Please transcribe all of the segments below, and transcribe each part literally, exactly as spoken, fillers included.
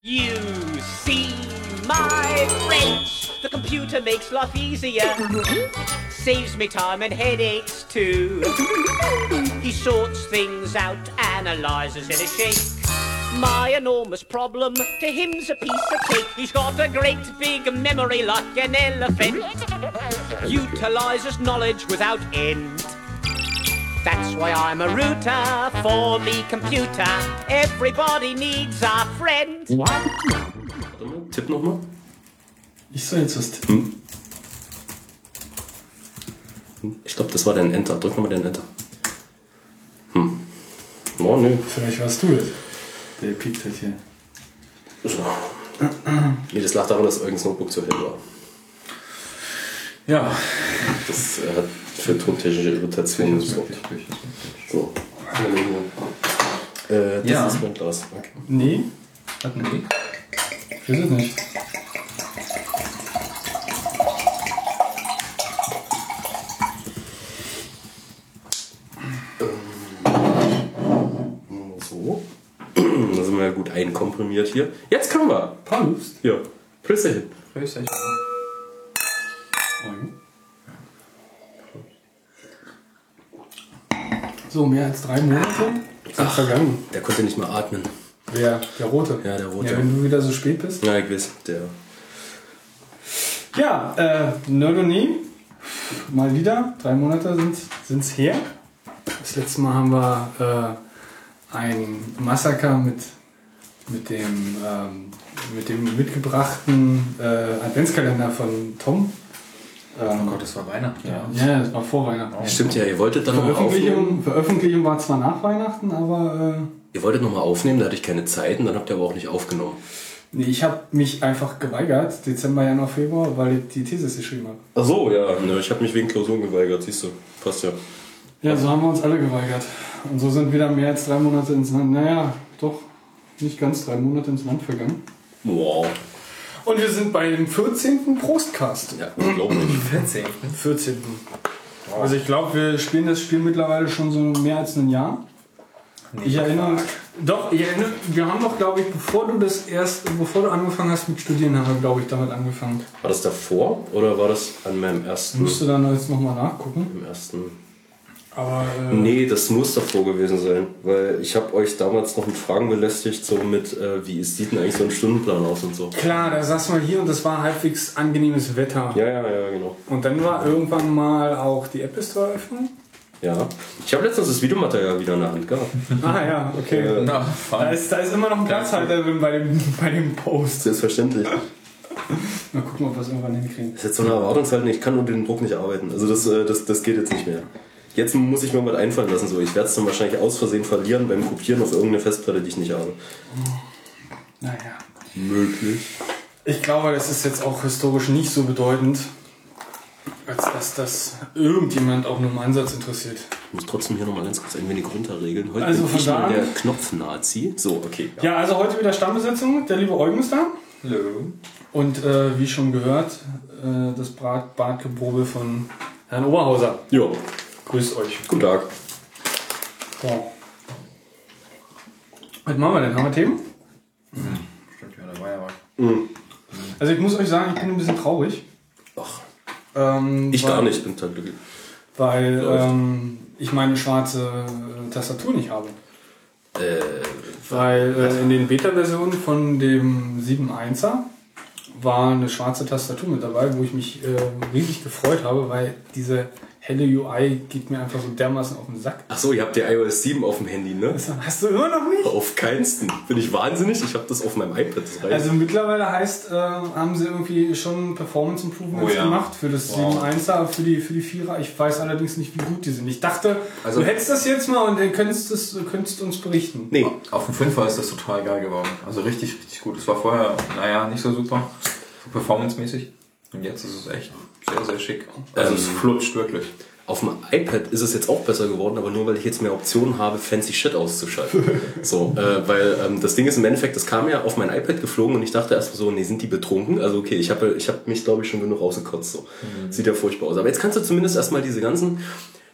You see, my friends, the computer makes life easier. Saves me time and headaches too. He sorts things out, analyzes in a shake. My enormous problem, to him's a piece of cake. He's got a great big memory like an elephant. Utilizes knowledge without end. That's why I'm a router for me computer. Everybody needs a friend. What? Warte mal, tipp nochmal. Ich soll jetzt was tippen. Hm. Ich glaube, das war dein Enter. Drück nochmal den Enter. Hm. Oh, nö. Vielleicht warst du es. Der piekt halt hier. So. Nee, das lag daran, dass irgendein Notebook zu hell war. Ja. Das äh, hat für tontechnische Irritationen so. So. Äh, das Ja. ist mein Glas. Okay. Nee. Hat nee. Ich weiß es nicht. So. Da sind wir ja gut einkomprimiert hier. Jetzt können wir. Prost. Ja. Prösterchen. Prösterchen. So, mehr als drei Monate sind Ach, vergangen. Der konnte nicht mal atmen. Wer? Der Rote? Ja, der Rote. Ja, wenn du wieder so spät bist. Ja, ich weiß. Der. Ja, äh, Nerdonie. Mal wieder. Drei Monate sind sind's her. Das letzte Mal haben wir äh, ein Massaker mit, mit, dem, ähm, mit dem mitgebrachten äh, Adventskalender von Tom. Ähm, Oh Gott, das war Weihnachten. ja, ja, das war vor Weihnachten. Stimmt ja, ihr wolltet dann nochmal aufnehmen. Veröffentlichung, Veröffentlichung war zwar nach Weihnachten, aber äh, Ihr wolltet nochmal aufnehmen, da hatte ich keine Zeit und dann habt ihr aber auch nicht aufgenommen. nee, ich habe mich einfach geweigert, Dezember, Januar, Februar, weil ich die Thesis geschrieben habe. Ach so, ja. Ne, ich habe mich wegen Klausuren geweigert, siehst du. Passt ja. Ja, so haben wir uns alle geweigert. Und so sind wieder mehr als drei Monate ins Land, naja, doch nicht ganz drei Monate ins Land vergangen. Wow. Und wir sind bei dem vierzehnten Prostcast. Ja, unglaublich. vierzehnten vierzehnten Also ich glaube, wir spielen das Spiel mittlerweile schon so mehr als ein Jahr. Nee, Ich erinnere, doch, ich erinnere, wir haben doch, glaube ich, bevor du das erst, bevor du angefangen hast mit Studieren, haben wir, glaube ich, damit angefangen. War das davor oder war das an meinem ersten? Musst du dann jetzt nochmal nachgucken. Im ersten. Aber, äh, Nee, das muss davor gewesen sein. Weil ich habe euch damals noch mit Fragen belästigt, so mit, äh, wie sieht denn eigentlich so ein Stundenplan aus und so. klar, da saßen wir hier und das war halbwegs angenehmes Wetter. Ja, ja, ja, genau. Und dann war irgendwann mal auch die App Store-Öffnung. Ja. Ich habe letztens das Videomaterial wieder in der Hand gehabt. Ah ja, okay. Äh, Na, Da ist, da ist immer noch ein Platzhalter drin bei dem, bei dem Post. Selbstverständlich. Mal gucken, ob wir es irgendwann hinkriegen. Das ist jetzt so eine Erwartungshaltung, ich kann unter dem Druck nicht arbeiten. Also das, äh, das, das geht jetzt nicht mehr. Jetzt muss ich mir was einfallen lassen. So. Ich werde es dann wahrscheinlich aus Versehen verlieren beim Kopieren auf irgendeine Festplatte, die ich nicht habe. Naja. Möglich. Ich glaube, das ist jetzt auch historisch nicht so bedeutend, als dass das irgendjemand auch nur im Ansatz interessiert. Ich muss trotzdem hier nochmal ganz kurz ein wenig runterregeln. Heute Also bin von ich mal da- der Knopf-Nazi. So, okay. Ja, also heute wieder Stammbesetzung. Der liebe Eugen ist da. Hallo. Und äh, wie schon gehört, äh, das Brat Bartgebrobel von Herrn Oberhauser. Jo, Grüßt euch. guten Tag. So. Was machen wir denn? Haben wir Themen? Stimmt, ja, da war ja was. Mhm. Also ich muss euch sagen, ich bin ein bisschen traurig. Ach, Ähm, ich weil, gar nicht, bin total glücklich. Weil Läuft. ähm, ich meine schwarze äh, Tastatur nicht habe. Äh, Weil äh, in den Beta-Versionen von dem sieben Punkt eins-er war eine schwarze Tastatur mit dabei, wo ich mich äh, riesig gefreut habe, weil diese helle U I geht mir einfach so dermaßen auf den Sack. ach so, ihr habt ja i O S sieben auf dem Handy, ne? Das hast du immer noch nicht? Auf keinsten. Bin ich wahnsinnig? Ich habe das auf meinem iPad. Das reicht. Also mittlerweile heißt, äh, haben sie irgendwie schon Performance Improvements Oh ja. gemacht für das Wow. sieben Punkt eins-er, für die, für die vierer. Ich weiß allerdings nicht, wie gut die sind. Ich dachte, Also- du hättest das jetzt mal und dann könntest, das, könntest uns berichten. nee. Auf dem Fünfer ist das total geil geworden. Also richtig, richtig gut. Es war vorher, naja, nicht so super, so performancemäßig. Und jetzt ist es echt sehr, sehr schick. Also Ähm, es flutscht wirklich. Auf dem iPad ist es jetzt auch besser geworden, aber nur weil ich jetzt mehr Optionen habe, fancy Shit auszuschalten. so, äh, weil ähm, das Ding ist im Endeffekt, das kam ja auf mein iPad geflogen und ich dachte erst so, nee, sind die betrunken? Also okay, ich habe ich hab mich, glaube ich, schon genug rausgekotzt. So. Mhm. Sieht ja furchtbar aus. Aber jetzt kannst du zumindest erstmal diese ganzen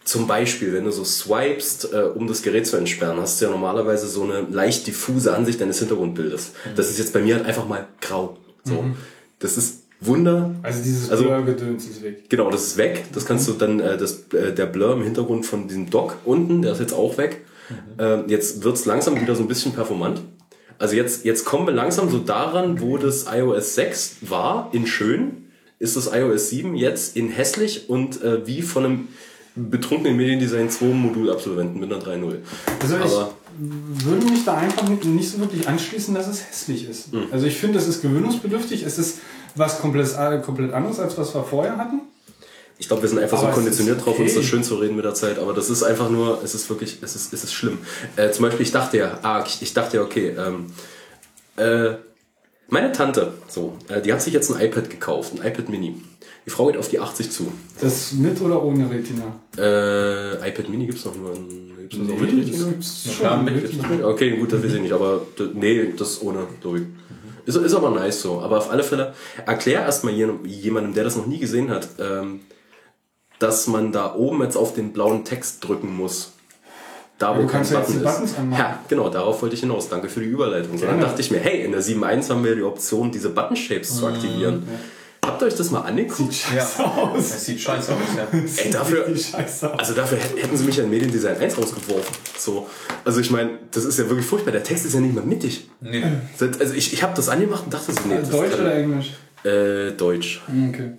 zum Beispiel, wenn du so swipest, äh, um das Gerät zu entsperren, hast du ja normalerweise so eine leicht diffuse Ansicht deines Hintergrundbildes. Mhm. Das ist jetzt bei mir halt einfach mal grau. So, mhm. Das ist Wunder. Also dieses also, Blur-Gedöns ist weg. Genau, das ist weg. Das kannst du dann, äh, das, äh, der Blur im Hintergrund von diesem Dock unten, der ist jetzt auch weg. Mhm. Äh, jetzt wird's langsam wieder so ein bisschen performant. Also jetzt, jetzt kommen wir langsam so daran, wo das i O S sechs war, in schön, ist das i O S sieben jetzt in hässlich und äh, wie von einem betrunkenen Mediendesign zwei Modulabsolventen mit einer drei Punkt null. Also Aber ich würde mich da einfach nicht so wirklich anschließen, dass es hässlich ist. Mhm. Also ich finde, es ist gewöhnungsbedürftig, es ist was komplett, komplett anderes, als was wir vorher hatten. Ich glaube, wir sind einfach aber so konditioniert okay. drauf, uns das schön zu reden mit der Zeit. Aber das ist einfach nur, es ist wirklich, es ist, es ist schlimm. Äh, zum Beispiel, ich dachte ja, ah, ich, ich dachte ja, okay, ähm, äh, meine Tante, so, äh, die hat sich jetzt ein iPad gekauft, ein iPad Mini. Die Frau geht auf die achtzig zu. Das mit oder ohne Retina? Äh, iPad Mini gibt's noch nur ein, gibt's nee, noch mit Retina? Gibt's schon mit Retina. Okay, gut, das weiß ich nicht, aber nee, das ohne, glaube ich. Ist, ist aber nice so. Aber auf alle Fälle, erklär erstmal jemandem, der das noch nie gesehen hat, ähm, dass man da oben jetzt auf den blauen Text drücken muss. Da, wo ja, kein Button ja ist. Buttons anmachen. Ja, genau, darauf wollte ich hinaus. Danke für die Überleitung. So, dann dachte ich mir, hey, in der sieben Punkt eins haben wir die Option, diese Button-Shapes zu aktivieren. Ja. Habt ihr euch das mal angeguckt? Sieht scheiße ja. aus. Es sieht scheiße aus, ja. Ey, dafür, also dafür hätten sie mich in Mediendesign eins rausgeworfen. So. Also ich meine, das ist ja wirklich furchtbar. Der Text ist ja nicht mal mittig. Nee. Also ich, ich habe das angemacht und dachte so, nee. Also Deutsch oder Englisch? Äh, Deutsch. Okay.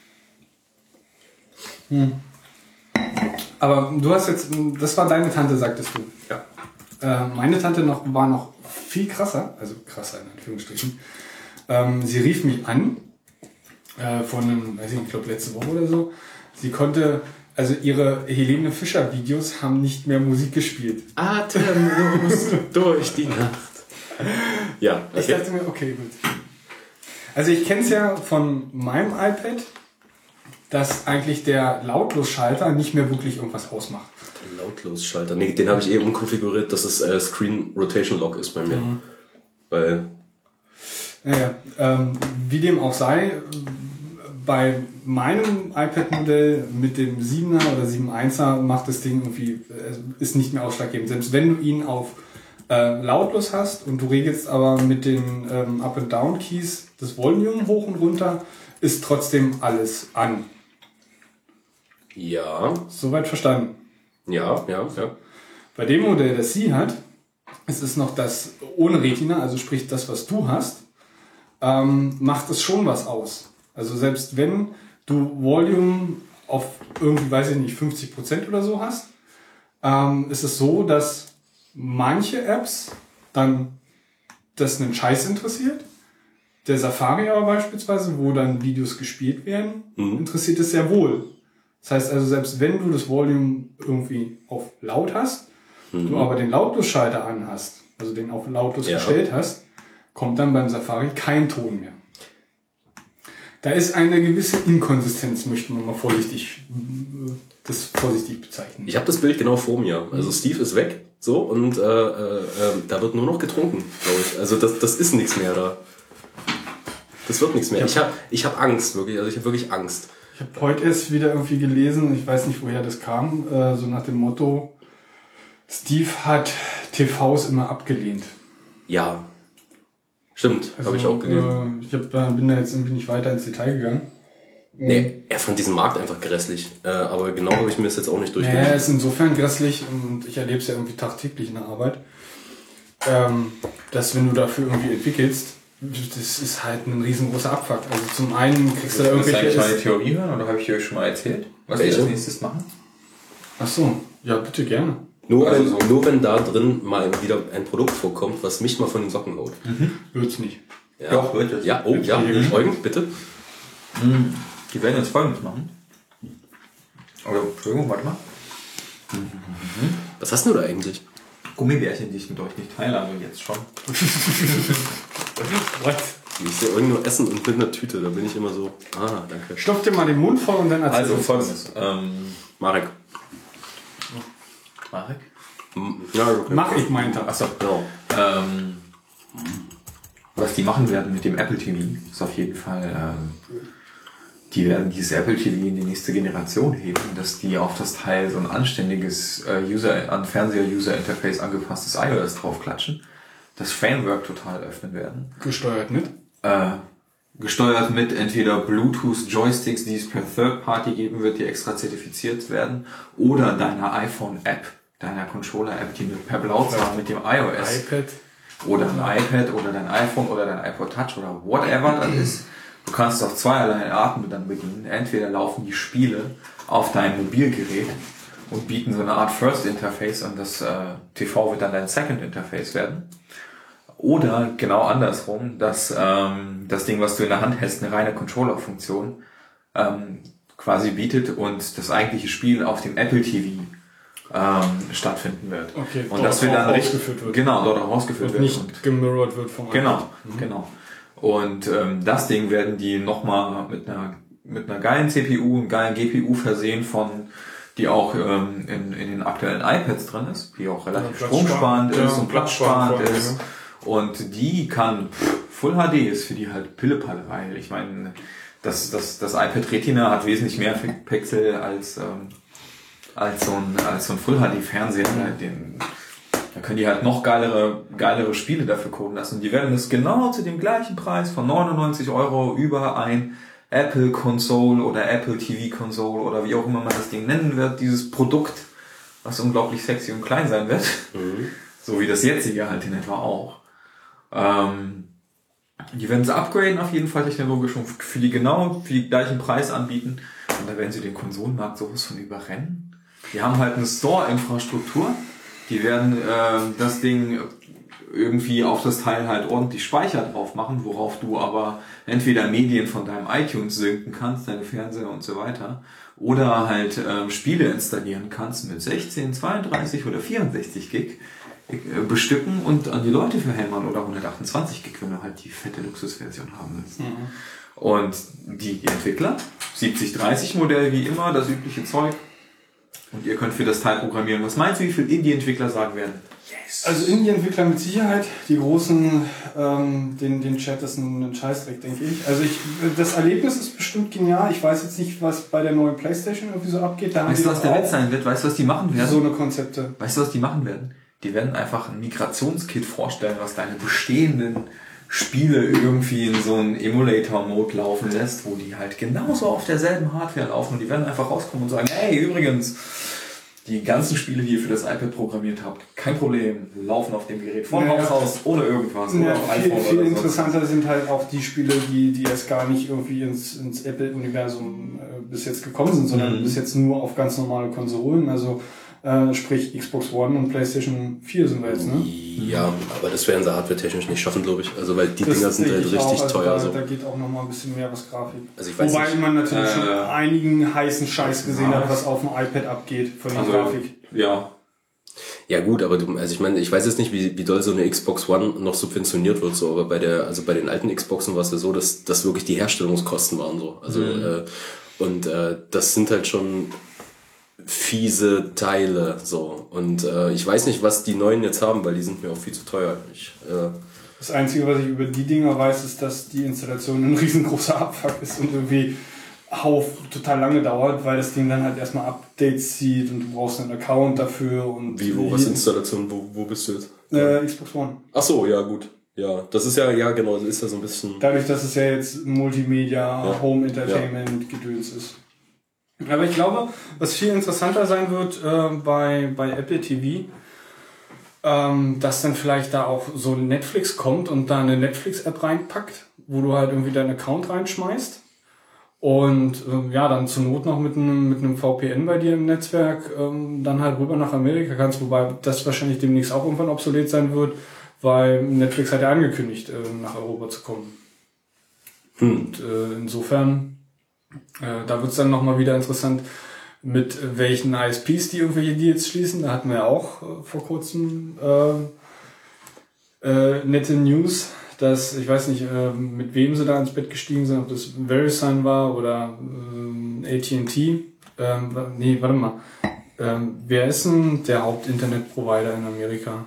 Hm. Aber du hast jetzt, das war deine Tante, sagtest du. Ja. Äh, meine Tante noch, war noch viel krasser, also krasser in Anführungsstrichen. Ähm, sie rief mich an, äh, von einem, weiß ich nicht, ich glaube letzte Woche oder so. Sie konnte, also ihre Helene Fischer Videos haben nicht mehr Musik gespielt. Atemlos durch die Nacht. Ja. Okay. Ich dachte mir, okay, gut. Also ich kenne es ja von meinem iPad, dass eigentlich der Lautlosschalter nicht mehr wirklich irgendwas ausmacht. Der Lautlosschalter? Nee, den habe ich eben umkonfiguriert, dass es äh, Screen Rotation Lock ist bei mir. Mhm. Weil... Naja, ähm, wie dem auch sei, bei meinem iPad-Modell mit dem siebener oder sieben Punkt eins macht das Ding irgendwie, äh, ist nicht mehr ausschlaggebend. Selbst wenn du ihn auf äh, lautlos hast und du regelst aber mit den ähm, Up- and Down-Keys das Volume hoch und runter, ist trotzdem alles an. Ja. Soweit verstanden. Ja, ja, ja. Bei dem Modell, das sie hat, es ist noch das ohne Retina, also sprich das, was du hast, ähm, macht es schon was aus. Also selbst wenn du Volume auf irgendwie, weiß ich nicht, fünfzig Prozent oder so hast, ähm, ist es so, dass manche Apps dann das einen Scheiß interessiert. Der Safari aber beispielsweise, wo dann Videos gespielt werden, mhm. interessiert es sehr wohl. Das heißt also, selbst wenn du das Volume irgendwie auf laut hast, mhm. du aber den Lautlosschalter an hast, also den auf lautlos ja. gestellt hast, kommt dann beim Safari kein Ton mehr. Da ist eine gewisse Inkonsistenz, möchten wir mal vorsichtig, das vorsichtig bezeichnen. Ich habe das Bild genau vor mir. Also Steve ist weg, so, und äh, äh, da wird nur noch getrunken, glaube ich. Also das, das ist nichts mehr da. Das wird nichts mehr. Ich habe ich hab Angst, wirklich. Also ich habe wirklich Angst. Ich habe heute erst wieder irgendwie gelesen, ich weiß nicht, woher das kam, äh, so nach dem Motto, Steve hat T Vs immer abgelehnt. Ja. Stimmt, also, habe ich auch gelesen. Äh, ich hab, äh, bin da jetzt irgendwie nicht weiter ins Detail gegangen. Nee, er fand diesen Markt einfach grässlich. Äh, aber genau habe ich mir das jetzt auch nicht durchgelesen. Nee, er ist insofern grässlich und ich erlebe es ja irgendwie tagtäglich in der Arbeit, ähm, dass wenn du dafür irgendwie entwickelst, das ist halt ein riesengroßer Abfuck. Also zum einen kriegst du da irgendwelche... Willst du eigentlich meine Theorie hören oder habe ich euch schon mal erzählt, was wir als nächstes machen? Ach so, ja bitte gerne. Nur, also wenn, so. nur wenn da drin mal wieder ein Produkt vorkommt, was mich mal von den Socken haut. Mhm. Wird's nicht. Ja. Doch, wird es. Ja, oh ja, mhm. Eugen, bitte. Mhm. Die werden jetzt Folgendes machen. Oder, Entschuldigung, warte mal. Mhm. Was hast du da eigentlich? Gummibärchen, die ich mit euch nicht teile, aber jetzt schon. What? Ich sehe Eugen nur essen und mit einer Tüte, da bin ich immer so, ah, danke. Stopf dir mal den Mund voll und dann erzähl Also uns Folgendes. Ähm, Marek. Marek? Ja, okay. Mach ich meinte. Achso, genau. Ähm, was die machen werden mit dem Apple T V, ist auf jeden Fall ähm, die werden dieses Apple T V in die nächste Generation heben, dass die auf das Teil so ein anständiges äh, User, an Fernseher-User-Interface angepasstes iOS draufklatschen, das Framework total öffnen werden. Gesteuert mit? Äh, gesteuert mit entweder Bluetooth-Joysticks, die es per Third-Party geben wird, die extra zertifiziert werden, oder deiner iPhone-App, deiner Controller-App, die mit per Blauzahn mit dem iOS iPad. oder ein iPad oder dein iPhone oder dein iPod Touch oder whatever das ist. Du kannst es auf zweierlei Arten dann bedienen. Entweder laufen die Spiele auf dein Mobilgerät und bieten so eine Art First Interface und das äh, T V wird dann dein Second Interface werden. Oder genau andersrum, dass ähm, das Ding, was du in der Hand hältst, eine reine Controller-Funktion ähm, quasi bietet und das eigentliche Spiel auf dem Apple T V ähm, stattfinden wird. Okay, und das wird dann ausgeführt wird. Genau, dort auch ausgeführt und wird. nicht und gemirrored wird vom Genau, mhm. genau. Und ähm, das Ding werden die nochmal mit einer mit einer geilen C P U, einem geilen G P U versehen von, die auch ähm, in, in den aktuellen iPads drin ist, die auch relativ ja, stromsparend ja, ist und platzsparend platzsparend ist. ja. Und die kann pff, Full H D ist für die halt Pillepalle, weil ich meine, das, das, das iPad Retina hat wesentlich mehr Pixel als ähm, als so ein als so ein Full H D Fernseher, den da können die halt noch geilere, geilere Spiele dafür coden lassen. Und die werden es genau zu dem gleichen Preis von neunundneunzig Euro über ein Apple Console oder Apple T V Console oder wie auch immer man das Ding nennen wird, dieses Produkt, was unglaublich sexy und klein sein wird. Mhm. So wie das jetzige halt in etwa auch. Ähm, die werden sie upgraden auf jeden Fall technologisch und für die genau, für die gleichen Preis anbieten. Und da werden sie den Konsolenmarkt sowas von überrennen. Die haben halt eine Store-Infrastruktur. Die werden äh, das Ding irgendwie auf das Teil halt ordentlich Speicher drauf machen, worauf du aber entweder Medien von deinem iTunes synken kannst, deine Fernseher und so weiter, oder halt äh, Spiele installieren kannst mit sechzehn, zweiunddreißig oder vierundsechzig Gig äh, bestücken und an die Leute verhämmern oder hundertachtundzwanzig Gig, wenn du halt die fette Luxusversion haben willst. Mhm. Und die, die Entwickler, siebzig dreißig Modell wie immer, das übliche Zeug. Und ihr könnt für das Teil programmieren. Was meinst du, wie viele Indie-Entwickler sagen werden? Yes. Also Indie-Entwickler mit Sicherheit. Die großen, ähm, den, den Chat ist ein, ein Scheißdreck, denke ich. Also ich, das Erlebnis ist bestimmt genial. Ich weiß jetzt nicht, was bei der neuen PlayStation irgendwie so abgeht. Da weißt du, was der Witz sein wird? Weißt du, was die machen werden? So eine Konzepte. Weißt du, was die machen werden? Die werden einfach ein Migrationskit vorstellen, was deine bestehenden Spiele irgendwie in so einen Emulator-Mode laufen lässt, wo die halt genauso auf derselben Hardware laufen und die werden einfach rauskommen und sagen, hey, übrigens, die ganzen Spiele, die ihr für das iPad programmiert habt, kein Problem, laufen auf dem Gerät von naja, Haus aus, ohne irgendwas. Ja, oder auf viel, iPhone viel oder interessanter so. Sind halt auch die Spiele, die, die jetzt gar nicht irgendwie ins, ins Apple-Universum äh, bis jetzt gekommen sind, sondern mhm. bis jetzt nur auf ganz normale Konsolen, also Äh, sprich Xbox One und PlayStation vier sind wir jetzt, ne? Ja, aber das werden sie hardware-technisch nicht schaffen, glaube ich. Also weil die das Dinger sind halt richtig auch, also teuer. Da, so. da geht auch nochmal ein bisschen mehr was Grafik. Also ich weiß Wobei nicht, man natürlich äh, schon einigen heißen Scheiß gesehen ja. hat, was auf dem iPad abgeht von der also, Grafik. Ja. Ja gut, aber du, also ich meine, ich weiß jetzt nicht, wie, wie doll so eine Xbox One noch subventioniert wird, so, aber bei der, also bei den alten Xboxen war es ja so, dass das wirklich die Herstellungskosten waren so. Also mhm. äh, und äh, das sind halt schon fiese Teile, so. Und äh, ich weiß nicht, was die neuen jetzt haben, weil die sind mir auch viel zu teuer. Ich, äh, das Einzige, was ich über die Dinger weiß, ist, dass die Installation ein riesengroßer Abfuck ist und irgendwie Hauf total lange dauert, weil das Ding dann halt erstmal Updates zieht und du brauchst einen Account dafür und... Wie, wo, was Installation, wo, wo bist du jetzt? Äh, Xbox One. Ach so, ja gut. Ja, das ist ja, ja genau, das ist ja so ein bisschen... Dadurch, dass es ja jetzt Multimedia, ja. Home Entertainment, ja. Gedöns ist. Aber ich glaube, was viel interessanter sein wird äh, bei, bei Apple T V, ähm, dass dann vielleicht da auch so Netflix kommt und da eine Netflix-App reinpackt, wo du halt irgendwie deinen Account reinschmeißt und äh, ja, dann zur Not noch mit einem, mit einem V P N bei dir im Netzwerk ähm, dann halt rüber nach Amerika kannst, wobei das wahrscheinlich demnächst auch irgendwann obsolet sein wird, weil Netflix hat ja angekündigt, äh, nach Europa zu kommen. Hm. Und äh, insofern... Äh, da wird's dann nochmal wieder interessant, mit welchen I S Ps die irgendwelche Deals schließen. Da hatten wir ja auch äh, vor kurzem äh, äh, nette News, dass, ich weiß nicht, äh, mit wem sie da ins Bett gestiegen sind, ob das VeriSign war oder äh, A T and T. Ähm, nee, warte mal. Ähm, wer ist denn der Hauptinternetprovider in Amerika?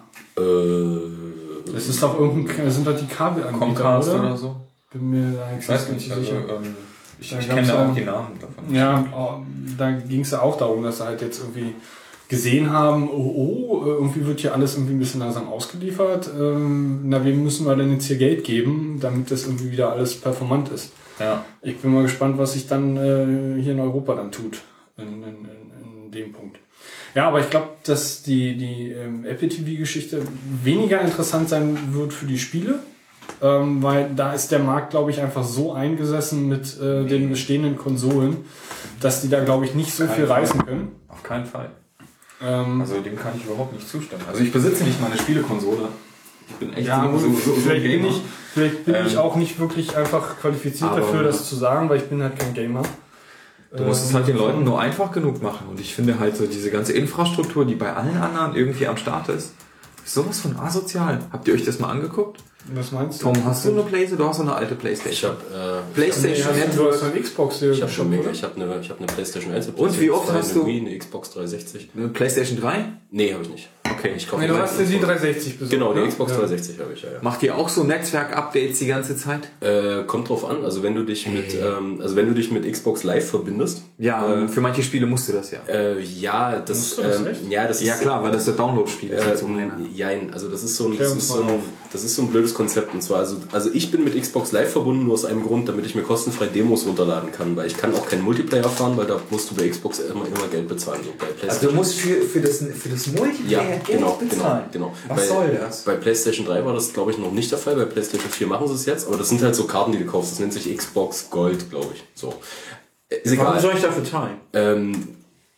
Äh, das ist doch irgendein, das sind doch die Kabelanbieter, Comcast oder? oder so. Bin mir da ich weiß nicht, also, ähm, Ich, Da ich gab's kenne ja- auch die Namen davon. Ja, da ging es ja auch darum, dass sie halt jetzt irgendwie gesehen haben, oh, oh, irgendwie wird hier alles irgendwie ein bisschen langsam ausgeliefert. Ähm, na, wem müssen wir denn jetzt hier Geld geben, damit das irgendwie wieder alles performant ist? Ja. Ich bin mal gespannt, was sich dann äh, hier in Europa dann tut, in, in, in, in dem Punkt. Ja, aber ich glaube, dass die, die ähm, Apple T V-Geschichte weniger interessant sein wird für die Spiele, ähm, weil da ist der Markt, glaube ich, einfach so eingesessen mit äh, den bestehenden Konsolen, dass die da, glaube ich, nicht so Kein viel Fall. reißen können. Auf keinen Fall. Ähm, Also dem kann ich überhaupt nicht zustimmen. Also ich besitze nicht meine Spielekonsole. Ich bin echt ja, so, so, so, so vielleicht bin, Gamer. ich, vielleicht bin Ähm, ich auch nicht wirklich einfach qualifiziert aber- dafür, das zu sagen, weil ich bin halt kein Gamer. Du musst es Ähm, halt den Leuten nur einfach genug machen. Und ich finde halt so diese ganze Infrastruktur, die bei allen anderen irgendwie am Start ist, ist sowas von asozial. Habt ihr euch das mal angeguckt? Was meinst du? Tom, hast du eine Playstation? Du hast so eine alte Ich Playstation. habe äh, Playstation Nee, hast du, du hast Network. eine Xbox hier ich hab schon geschoben, mega, oder? ich habe eine, ich habe eine PlayStation eins, eine Und wie oft PlayStation hast zwei, du- eine Wii, eine Xbox dreihundertsechzig. Eine Playstation drei? Nee, habe ich nicht. Okay. Ich kaufe Nee, du meine hast dir die Xbox. dreihundertsechzig besorgt. Genau, die ne? Xbox Ja. dreihundertsechzig habe ich, ja, ja. Macht ihr auch so Netzwerk-Updates die ganze Zeit? Äh, kommt drauf an, also wenn du dich mit, ähm, also wenn du dich mit Xbox Live verbindest, Ja, äh, für manche Spiele musst du das ja. äh, ja, das, Musst du das ähm, echt? ja, das ist, Ja klar, weil das der Download-Spiel ist. Äh, so kleiner. jein, also das ist so ein, Klär das uns ist mal so ein, auf. das ist so ein blödes Konzept und zwar, also, also ich bin mit Xbox Live verbunden nur aus einem Grund, damit ich mir kostenfrei Demos runterladen kann, weil ich kann auch keinen Multiplayer fahren, weil da musst du bei Xbox immer, immer Geld bezahlen, so bei PlayStation. Also du musst für, für das, für das Multiplayer Ja, Geld genau, bezahlen. genau, genau. Was bei, soll das? Bei PlayStation drei war das, glaube ich, noch nicht der Fall. Bei PlayStation vier machen sie es jetzt, aber das sind halt so Karten, die du kaufst. Das nennt sich Xbox Gold, glaube ich. So. Äh, Ist egal. Warum soll ich dafür zahlen? Ähm,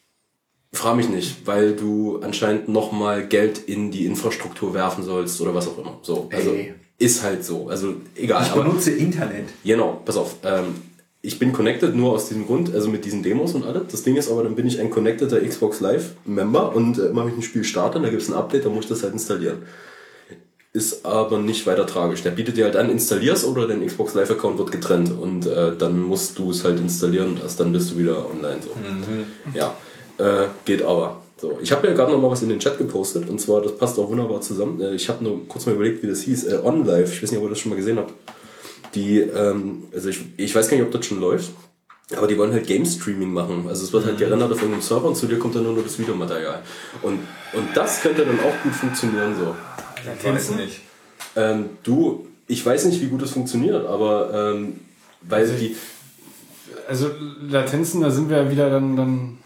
frag mich nicht, weil du anscheinend nochmal Geld in die Infrastruktur werfen sollst oder was auch immer. So, also Ey. ist halt so. Also egal. Ich aber benutze Internet. genau, pass auf. Ähm, ich bin connected nur aus diesem Grund, also mit diesen Demos und alles. Das Ding ist aber, dann bin ich ein connecteter Xbox Live Member und äh, immer wenn ich ein Spiel starte, da gibt es ein Update, dann muss ich das halt installieren. Ist aber nicht weiter tragisch. Der bietet dir halt an, installier's oder dein Xbox Live Account wird getrennt und äh, dann musst du es halt installieren und erst dann bist du wieder online. So. Ja, äh, geht aber. So, ich habe ja gerade noch mal was in den Chat gepostet und zwar, das passt auch wunderbar zusammen. Äh, ich habe nur kurz mal überlegt, wie das hieß. Äh, OnLive, ich weiß nicht, ob ihr das schon mal gesehen habt. Die, ähm, also ich, ich weiß gar nicht, ob das schon läuft, aber die wollen halt Game Streaming machen. Also es wird halt gerendert auf irgendeinem Server und zu dir kommt dann nur noch das Videomaterial. Und, und das könnte dann auch gut funktionieren so. Ich weiß nicht. Ähm, du, ich weiß nicht, wie gut das funktioniert, aber ähm, weil die, Also Latenzen, da sind wir ja wieder dann, dann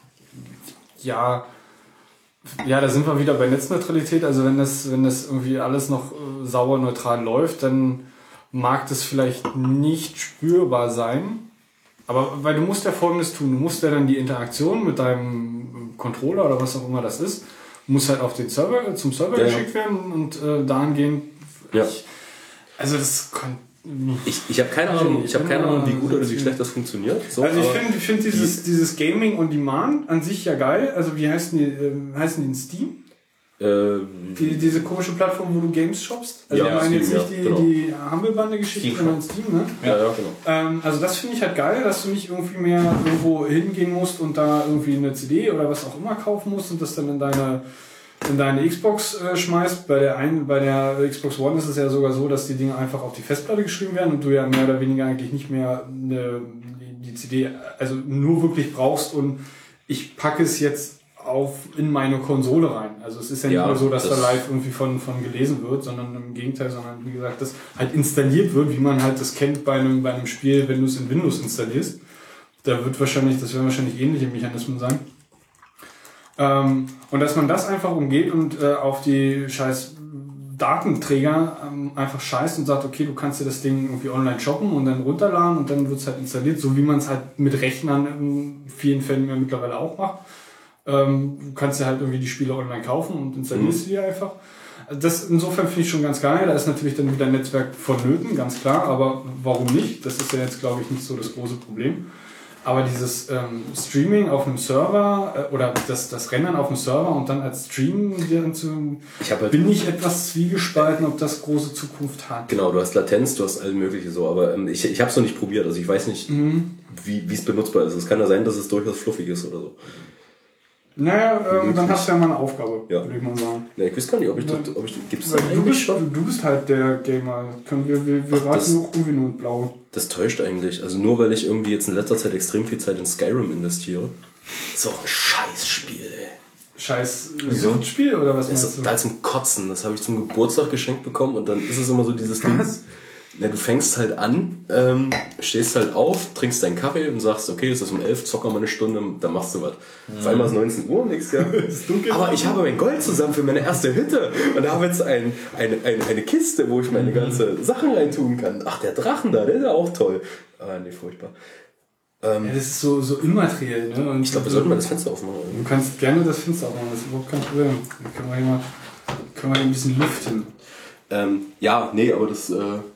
ja, ja, da sind wir wieder bei Netzneutralität. Also wenn das, wenn das irgendwie alles noch äh, sauber neutral läuft, dann mag das vielleicht nicht spürbar sein. Aber weil du musst ja Folgendes tun, du musst ja dann die Interaktion mit deinem Controller oder was auch immer das ist, muss halt auf den Server, zum Server Ja, ja. geschickt werden und äh, dahingehend. Ja. Ich, also das kann. ich, ich habe keine Ahnung, ich habe keine Ahnung, wie gut oder wie schlecht das funktioniert. So, Also ich aber- finde ich find dieses, dieses Gaming on Demand an sich ja geil. Also wie heißen die, ähm, heißen die in Steam? äh, Die, diese komische Plattform, wo du Games shoppst? Also Ja, ich meine jetzt Steam, nicht ja, die, genau. die Humble-Bande-Geschichte, Steam sondern Steam, ne? ja, ja, genau. Ähm, also das finde ich halt geil, dass du nicht irgendwie mehr irgendwo hingehen musst und da irgendwie eine C D oder was auch immer kaufen musst und das dann in deine in deine Xbox äh, schmeißt. Bei der einen, bei der Xbox One ist es ja sogar so, dass die Dinge einfach auf die Festplatte geschrieben werden und du ja mehr oder weniger eigentlich nicht mehr eine, die, die C D also nur wirklich brauchst und ich packe es jetzt auf in meine Konsole rein. Also es ist ja nicht Ja, nur so, dass das- da live irgendwie von, von gelesen wird, sondern im Gegenteil, sondern wie gesagt, das halt installiert wird, wie man halt das kennt bei einem, bei einem Spiel, wenn du es in Windows installierst. Da wird wahrscheinlich, das werden wahrscheinlich ähnliche Mechanismen sein. Ähm, und dass man das einfach umgeht und äh, auf die scheiß Datenträger ähm, einfach scheißt und sagt, okay, du kannst dir das Ding irgendwie online shoppen und dann runterladen und dann wird es halt installiert, so wie man es halt mit Rechnern in vielen Fällen ja mittlerweile auch macht. Ähm, du kannst dir halt irgendwie die Spiele online kaufen und installierst sie dir einfach. Also das insofern finde ich schon ganz geil. Da ist natürlich dann wieder ein Netzwerk vonnöten, ganz klar, aber warum nicht? Das ist ja jetzt, glaube ich, nicht so das große Problem. Aber dieses ähm, Streaming auf einem Server äh, oder das, das Rennen auf einem Server und dann als Stream dann zu, Ich hab halt- bin ich etwas zwiegespalten, ob das große Zukunft hat. Genau, du hast Latenz, du hast alles mögliche so, aber ähm, ich, ich habe es noch nicht probiert, also ich weiß nicht, wie wie es benutzbar ist. Es kann ja sein, dass es durchaus fluffig ist oder so. Naja, ähm, dann hast du ja mal eine Aufgabe, Ja. würde ich mal sagen. Ja, ich weiß gar nicht, ob ich das, ob ich, gibt's das Weil du, eigentlich bist, schon? du bist halt der Gamer. Können wir wir, wir Ach, raten das- nur Uwe und Blau. Das täuscht eigentlich. Also nur weil ich irgendwie jetzt in letzter Zeit extrem viel Zeit in Skyrim investiere. Ist auch ein Scheißspiel, ey. Scheiß Wieso? Suchtspiel oder was Das meinst ist du? total zum Kotzen. Das habe ich zum Geburtstag geschenkt bekommen und dann ist es immer so dieses Ding. Ja, du fängst halt an, ähm, stehst halt auf, trinkst deinen Kaffee und sagst, okay, es ist um elf, zocker mal eine Stunde, dann machst du was. Auf einmal ist neunzehn Uhr und denkst ja, aber ich habe mein Gold zusammen für meine erste Hütte und habe jetzt ein, eine, eine, eine Kiste, wo ich meine ganze Sachen reintun kann. Ach, der Drachen da, der ist ja auch toll. Ah, nee, furchtbar. Ja, das ist so, so immateriell, ne? Und Ich glaube, wir sollten mal das Fenster aufmachen. Du kannst gerne das Fenster aufmachen, das ist überhaupt kein Problem. Dann können wir hier mal, können wir hier ein bisschen lüften. Ähm, ja, nee, aber das... Äh,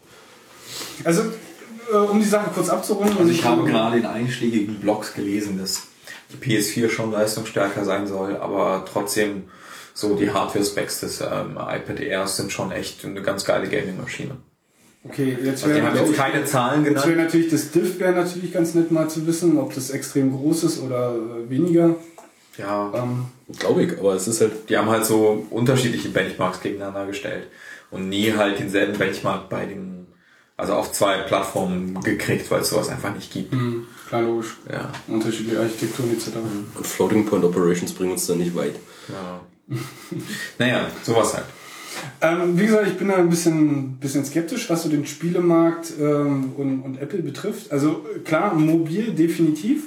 Also, äh, um die Sache kurz abzurunden. Also ich habe gerade in einschlägigen Blogs gelesen, dass die P S vier schon leistungsstärker sein soll, aber trotzdem so die Hardware-Specs des ähm, iPad Air sind schon echt eine ganz geile Gaming-Maschine. Okay, jetzt Also die wäre haben jetzt keine Zahlen jetzt wäre genannt. natürlich das Diff wäre natürlich ganz nett mal zu wissen, ob das extrem groß ist oder äh, weniger. Ja, Ähm, Glaube ich, aber es ist halt... die haben halt so unterschiedliche Benchmarks gegeneinander gestellt und nie halt denselben Benchmark bei den, also auf zwei Plattformen gekriegt, weil es sowas einfach nicht gibt. mh, klar, logisch. Ja. Unterschiedliche Architekturen et cetera. Und Floating Point Operations bringen uns da nicht weit. Ja. Naja, sowas halt. Ähm, wie gesagt, ich bin da ein bisschen, bisschen skeptisch, was so den Spielemarkt ähm, und, und Apple betrifft. Also äh, klar, mobil definitiv.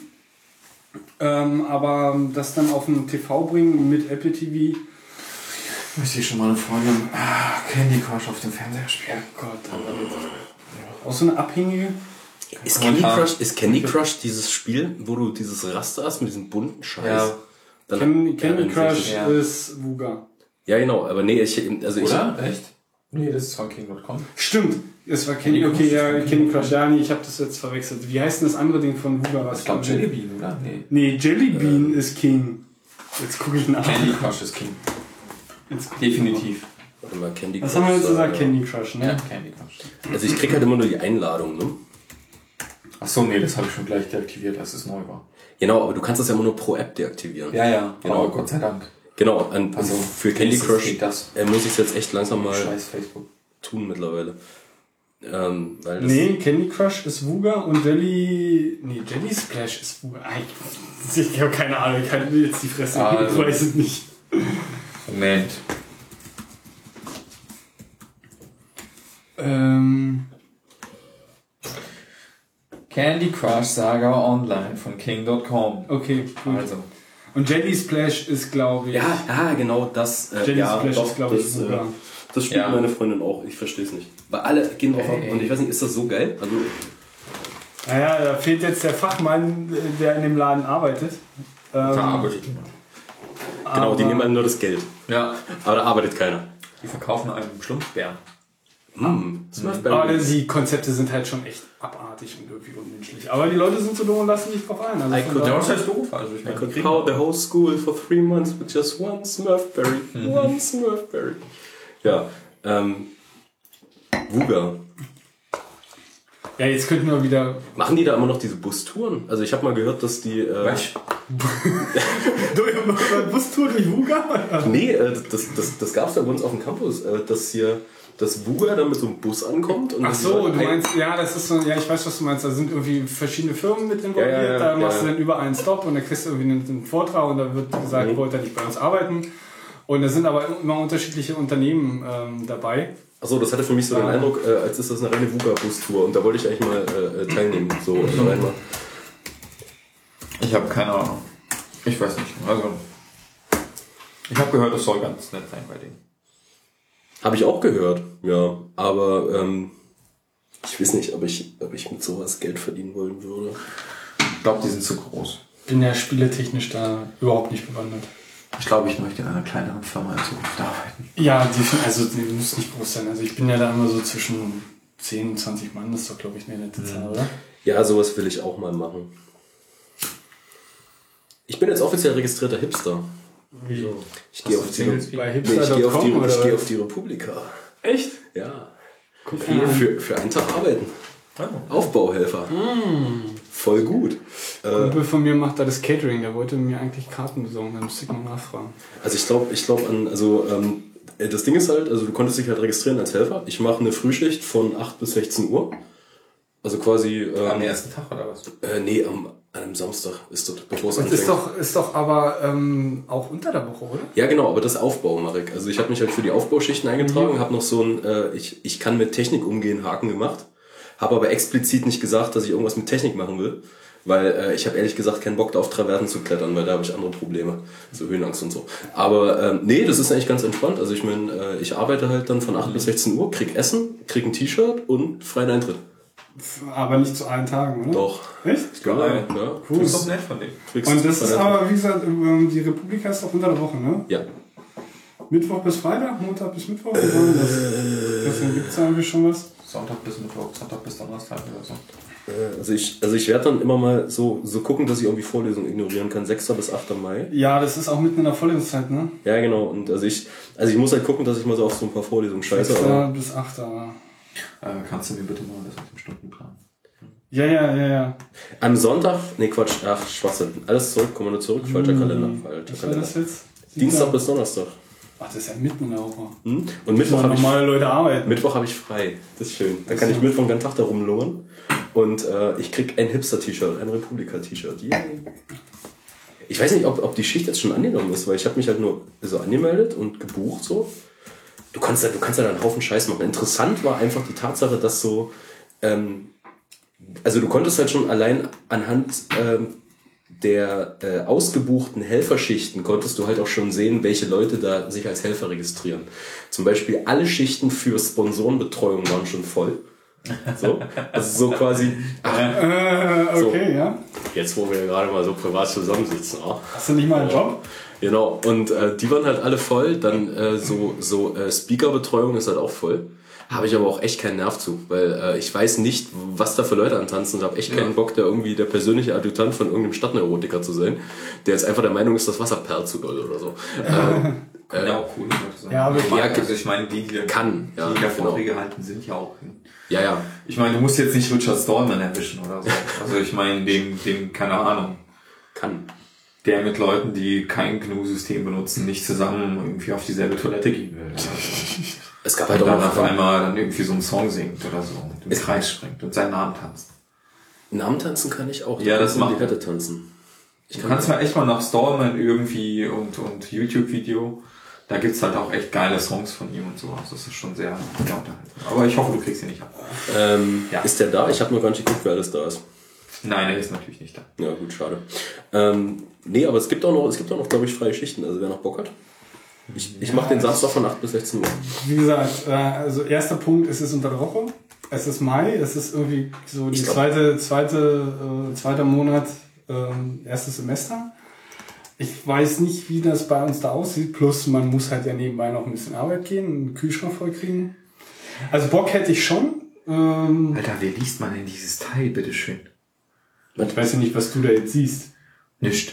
Ähm, aber das dann auf den T V bringen mit Apple T V. Ich sehe schon mal eine Freundin ah, Candy Crush auf dem Fernseher spielen. Oh Gott, aber auch so eine abhängige. Ist Candy, Kommentar. Crush, ist Candy Crush dieses Spiel, wo du dieses Raster hast mit diesem bunten Scheiß? Ja. Dann, Candy, ja, Candy dann Crush sehe ich- ja. ist Wuga. Ja, genau, aber nee, ich, also ich, Oder? Echt? Nee, das ist von King Punkt com. Stimmt, es war Candy, Candy okay, Crush ja, ist von Candy Crush, ja, nee, ich habe das jetzt verwechselt. Wie heißt denn das andere Ding von Wuga? Was Ich glaube Jelly Bean, oder? Nee. Nee, Jelly Bean ist King. Jetzt gucke ich nach. Candy Crush ist King. Jetzt guck ich Definitiv. warte mal, Candy Was haben wir jetzt äh, gesagt? Candy Crush, Ja, ne? Candy Crush. Also ich krieg halt immer nur die Einladung, ne? Achso, nee, das habe ich schon gleich deaktiviert, als es neu war. Genau, aber du kannst das ja immer nur pro App deaktivieren. Ja, ja, Genau. aber Gott sei Dank. Genau, und Also, für Candy wenigstens Crush geht das. äh, muss ich es jetzt echt langsam mal Scheiß Facebook. tun mittlerweile. Ähm, weil das Nee, Candy Crush ist Wuga und Jelly. Nee, Jelly Splash ist Wuga. Ah, Ich, ich habe keine Ahnung, ich kann mir jetzt die Fresse geben, Also. ich weiß es nicht. Moment. Ähm, Candy Crush Saga Online von King Punkt com. okay, gut. Also. Und Jelly Splash ist, glaube ich. ja, ja, genau das. Äh, Jelly ja, Splash doch, ist, glaube ich, das, äh, Wuga. das spielt Ja. meine Freundin auch. Ich verstehe es nicht. Weil alle gehen drauf ab Ey. und ich weiß nicht, ist das so geil? Also Naja, da fehlt jetzt der Fachmann, der in dem Laden arbeitet. Ähm, Da arbeitet jemand. genau, die aber- nehmen einem nur das Geld. Ja. Aber da arbeitet keiner. Die verkaufen einen Schlumpfbären. Hm, Aber die Konzepte sind halt schon echt abartig und irgendwie unmenschlich. Aber die Leute sind so dumm und lassen nicht drauf ein. Also I von could- daher- Ja, was heißt doof? Also ich I meine, could kriegen- power the whole school for three months with just one Smurfberry. One Smurfberry. Ja, ähm, Wuga. ja, jetzt könnten wir wieder. Machen die da immer noch diese Bustouren? Also ich habe mal gehört, dass die... Äh, Was? Bustour durch Wuga? nee, äh, das, das, das gab es da bei uns auf dem Campus, äh, dass hier das Wuga dann mit so einem Bus ankommt. Und Ach dann so, die- du meinst, ja, das ist so, ja, ich weiß, was du meinst. Da sind irgendwie verschiedene Firmen mit involviert. Ja, ja, ja, da machst ja. du dann überall einen Stop und dann kriegst du irgendwie einen, einen Vortrag und da wird gesagt, Mhm. wollt ihr nicht bei uns arbeiten. Und da sind aber immer unterschiedliche Unternehmen ähm, dabei. Achso, das hatte für mich so den Ah. Eindruck, äh, als ist das eine reine Wuga-Bus-Tour und da wollte ich eigentlich mal äh, äh, teilnehmen. So, also einmal. Ich habe keine Ahnung. Ich weiß nicht. Also. Ich habe gehört, es soll ganz nett sein bei denen. Habe ich auch gehört, ja. Aber ähm, ich weiß nicht, ob ich, ob ich mit sowas Geld verdienen wollen würde. Ich glaube, die sind zu groß. Bin ja spieletechnisch da überhaupt nicht bewandert. Ich glaube, ich möchte in einer kleineren Firma in Zukunft arbeiten. Ja, die, also die muss nicht groß sein. Also ich bin ja da immer so zwischen zehn und zwanzig Mann. Das ist doch, glaube ich, eine nette Zahl, oder? Ja, sowas will ich auch mal machen. Ich bin jetzt offiziell registrierter Hipster. Wieso? Ich gehe Hast auf, du die- Singles- Bei nee, ich gehe auf, die- hipster Punkt com ich oder gehe was? auf die Republika. Echt? Ja. Guck Für, an. für, für einen Tag arbeiten. Oh. Aufbauhelfer. Voll gut. Ein Kumpel von mir macht da das Catering, der wollte mir eigentlich Karten besorgen, da müsste ich mal nachfragen. Also ich glaube, ich glaube an, also ähm, das Ding ist halt, also du konntest dich halt registrieren als Helfer. Ich mache eine Frühschicht von acht bis sechzehn Uhr. Also quasi... Ähm, Am ersten Tag oder was? Äh, nee, am, an einem Samstag ist dort, bevor es Das anfängt. ist doch, ist doch aber ähm, auch unter der Woche, oder? Ja, genau, aber das Aufbau, Marek. Also ich habe mich halt für die Aufbauschichten eingetragen, mhm. habe noch so ein, äh, ich, ich kann mit Technik umgehen, Haken gemacht, habe aber explizit nicht gesagt, dass ich irgendwas mit Technik machen will, weil äh, ich habe ehrlich gesagt keinen Bock, da auf Traversen zu klettern, weil da habe ich andere Probleme, so Höhenangst und so. Aber ähm, nee, das ist eigentlich ganz entspannt. Also ich meine, äh, ich arbeite halt dann von acht bis sechzehn Uhr, krieg Essen, krieg ein T-Shirt und freien Eintritt. Aber nicht zu allen Tagen, oder? Doch. Echt? Geil, ja. ja. Cool. Das ist doch nett von dem. Und das ist aber, wie gesagt, die Republika ist doch unter der Woche, ne? Ja. Mittwoch bis Freitag, Montag bis Mittwoch? Äh, das, deswegen gibt es da irgendwie schon was. Sonntag bis Mittwoch, Sonntag bis Donnerstag oder so. Also ich, also ich werde dann immer mal so, so gucken, dass ich irgendwie Vorlesungen ignorieren kann, sechster bis achter Mai. Ja, das ist auch mitten in der Vorlesungszeit, ne? Ja, genau. Und also ich, also ich muss halt gucken, dass ich mal so auf so ein paar Vorlesungen scheiße. sechster bis achter Äh, kannst du mir bitte mal das auf dem Stundenplan? Ja, ja, ja, ja. Am Sonntag, nee Quatsch, ach Schwachsinn. Alles zurück, kommen wir nur zurück, falscher Hm, Kalender. Falscher was war Kalender. das jetzt? Dienstag bis Donnerstag. Ach, das ist ja mitten in der Woche. Hm? Und Mittwoch habe ich, normale Leute arbeiten. Mittwoch hab ich frei. Das ist schön. Da Das kann ist ich ja- Mittwoch den ganzen Tag da rumlungern. Und äh, ich krieg ein Hipster-T-Shirt, ein Republika-T-Shirt. Yay. Ich weiß nicht, ob, ob die Schicht jetzt schon angenommen ist, weil ich habe mich halt nur so angemeldet und gebucht so. Du kannst ja, du kannst ja da einen Haufen Scheiß machen. Interessant war einfach die Tatsache, dass so, ähm, also du konntest halt schon allein anhand ähm, der äh, ausgebuchten Helferschichten konntest du halt auch schon sehen, welche Leute da sich als Helfer registrieren. Zum Beispiel alle Schichten für Sponsorenbetreuung waren schon voll. So, also so quasi. Ach, Äh, okay, So. ja. jetzt, wo wir gerade mal so privat zusammensitzen. Oh. Hast du nicht mal einen Job? Genau, und äh, die waren halt alle voll. Dann äh, so, so äh, Speaker-Betreuung ist halt auch voll. Habe ich aber auch echt keinen Nerv zu, weil äh, ich weiß nicht, was da für Leute antanzen und habe echt keinen Bock, da irgendwie der persönliche Adjutant von irgendeinem Stadtneurotiker zu sein, der jetzt einfach der Meinung ist, das Wasser perlt zu doll oder so. ähm, Kann äh, ja auch cool Leute sein. Ja, aber- ja, also ich meine, die, die, da- Kann, ja, die da genau. Vorträge halten, sind ja auch... ja, ja, Ich meine, du musst jetzt nicht Richard Stallman erwischen oder so. Also ich meine, den, den, keine Ahnung, kann. der mit Leuten, die kein G N U-System benutzen, nicht zusammen irgendwie auf dieselbe Toilette gehen will. Also, Es gab und halt auch dann noch auf einmal dann irgendwie so einen Song singt oder so und im Kreis springt und seinen Namen tanzt. Namen tanzen kann ich auch. Ja, das die macht- Kette tanzen. Ich Du kannst ja echt mal nach Stallman irgendwie und, und YouTube-Video, da gibt's halt auch echt geile Songs von ihm und so. Also das ist schon sehr, sehr unterhaltsam. Aber ich hoffe, du kriegst ihn nicht ab. Ähm, Ja. Ist der da? Ich habe nur gar nicht geguckt, wer alles da ist. Nein, er ist natürlich nicht da. Ja, gut, schade. Ähm, nee, aber es gibt auch noch, es gibt auch noch, glaube ich, freie Schichten. Also wer noch Bock hat. Ich, ich mache den Samstag von acht bis sechzehn Uhr. Wie gesagt, äh, also erster Punkt, es ist unter der Woche. Es ist Mai, es ist irgendwie so die Ich glaub- zweite, zweite, äh, zweiter Monat, ähm, erstes Semester. Ich weiß nicht, wie das bei uns da aussieht. Plus, man muss halt ja nebenbei noch ein bisschen Arbeit gehen, einen Kühlschrank voll kriegen. Also Bock hätte ich schon. Ähm, Alter, wie liest man denn dieses Teil, bitteschön? ich weiß ja nicht, was du da jetzt siehst. Nicht.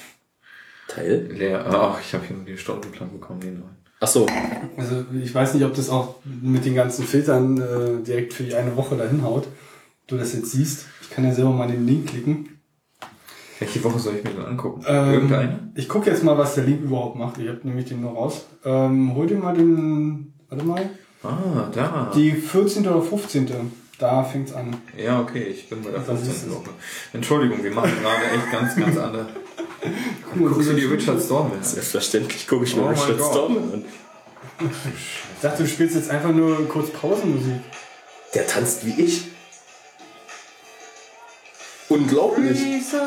Teil? Leer. Ach, ich habe hier nur den Stundenplan bekommen, den neuen. Ach so. Also ich weiß nicht, ob das auch mit den ganzen Filtern äh, direkt für die eine Woche dahin haut. Du das jetzt siehst. Ich kann ja selber mal den Link klicken. Welche Woche soll ich mir denn angucken? Ähm, Irgendeine? Ich gucke jetzt mal, was der Link überhaupt macht. Ich habe nämlich den nur raus. Ähm, hol dir mal den, warte mal, Ah, da. die vierzehnte oder fünfzehnte Da fängt's an. Ja, okay, ich bin bei der Das ist fünfzehnten es. Woche. Entschuldigung, wir machen gerade echt ganz, ganz andere. Guckst du die Richard Stallman an? Selbstverständlich gucke ich mir Oh mein Richard Gott. Stallman an. Ich dachte, du spielst jetzt einfach nur kurz Pausenmusik. Der tanzt wie ich. Unglaublich.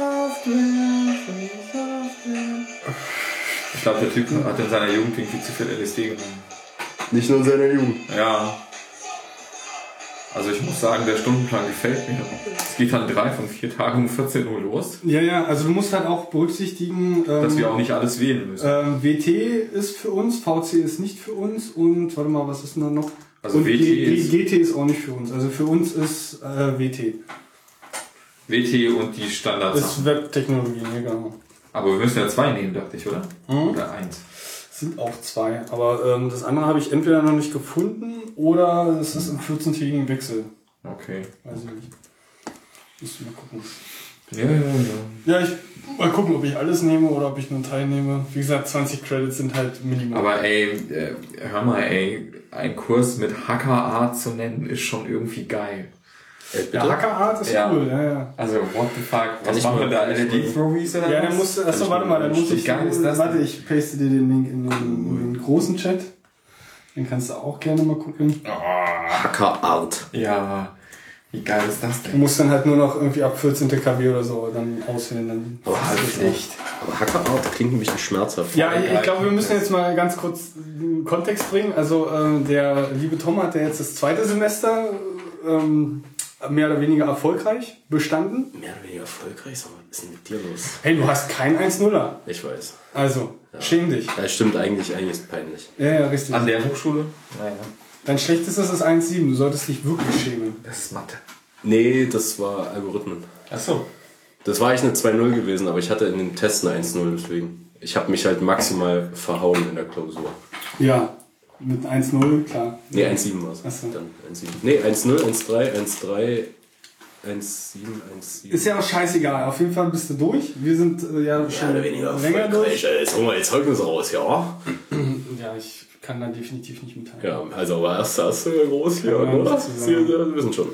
Ich glaube, der Typ hat in seiner Jugend irgendwie zu viel L S D genommen. Nicht nur in seiner Jugend. Ja. Also ich muss sagen, der Stundenplan gefällt mir. Es geht dann drei von vier Tagen um vierzehn Uhr los, Ja, ja, also du musst halt auch berücksichtigen, ähm, dass wir auch nicht alles wählen müssen. ähm, W T ist für uns, V C ist nicht für uns und warte mal, was ist denn da noch? Also und W T G- ist- G T ist auch nicht für uns. Also für uns ist äh, W T. W T und die Ist Standards. Webtechnologie, ne, genau. Aber wir müssen ja zwei nehmen, dachte ich, oder? Mhm. Oder eins. Sind auch zwei. Aber ähm, das andere habe ich entweder noch nicht gefunden oder es ist im vierzehntägigen Wechsel. Okay. Weiß ich nicht. Musst du mal gucken. Ja, ja, ja. Ja, ich mal gucken, ob ich alles nehme oder ob ich nur einen Teil nehme. Wie gesagt, zwanzig Credits sind halt Minimum. Aber ey, äh, hör mal, ey, ein Kurs mit Hacker-Art zu nennen, ist schon irgendwie geil. Äh, bitte? ja, Hacker-Art ist Ja. cool, ja, ja. Also, what the fuck? Was ich machen mal- wir da? kann ich L E D-Throwies oder Ja, was? dann musst du, achso, ich warte mal- mal, dann muss Wie ich, geil ist das warte, denn? ich paste dir den Link in den, in den großen Chat. Den kannst du auch gerne mal gucken. Hacker Art. Ja, wie geil ist das Du denn? musst dann halt nur noch irgendwie ab vierzehn K W oder so dann auswählen. Dann Aber, echt. aber Hacker Art klingt ein bisschen schmerzhaft. Ja, ich, geil. ich glaube, wir müssen jetzt mal ganz kurz den Kontext bringen. Also ähm, der liebe Tom hat ja jetzt das zweite Semester ähm, mehr oder weniger erfolgreich bestanden. Mehr oder weniger erfolgreich, aber was ist denn mit dir los? Hey, du hast kein eins nuller. Ich weiß. Also, schäm dich. Das stimmt eigentlich, eigentlich ist es peinlich. Ja, ja, richtig. An der Hochschule? Naja, Dein schlechtestes ist eins sieben. Du solltest dich wirklich schämen. das ist Mathe. Nee, das war Algorithmen. Achso. Das war eigentlich eine zwei null gewesen, aber ich hatte in den Testen eine eins null, deswegen. Ich habe mich halt maximal verhauen in der Klausur. Ja, mit eins null, klar. Nee, eins sieben war es. Ach so. Dann eins sieben. Nee, eins null, eins drei, eins drei, eins sieben, eins sieben. Ist ja auch scheißegal. Auf jeden Fall bist du durch. Wir sind äh, ja Mehr schon oder weniger länger durch. erfolgreich. Jetzt holen wir die Zeugnisse raus, ja? Ja, ich kann da definitiv nicht mitteilen. Ja, also aber erst hast du groß hier, Kann man oder? nicht so Sie sagen. Sie wissen schon.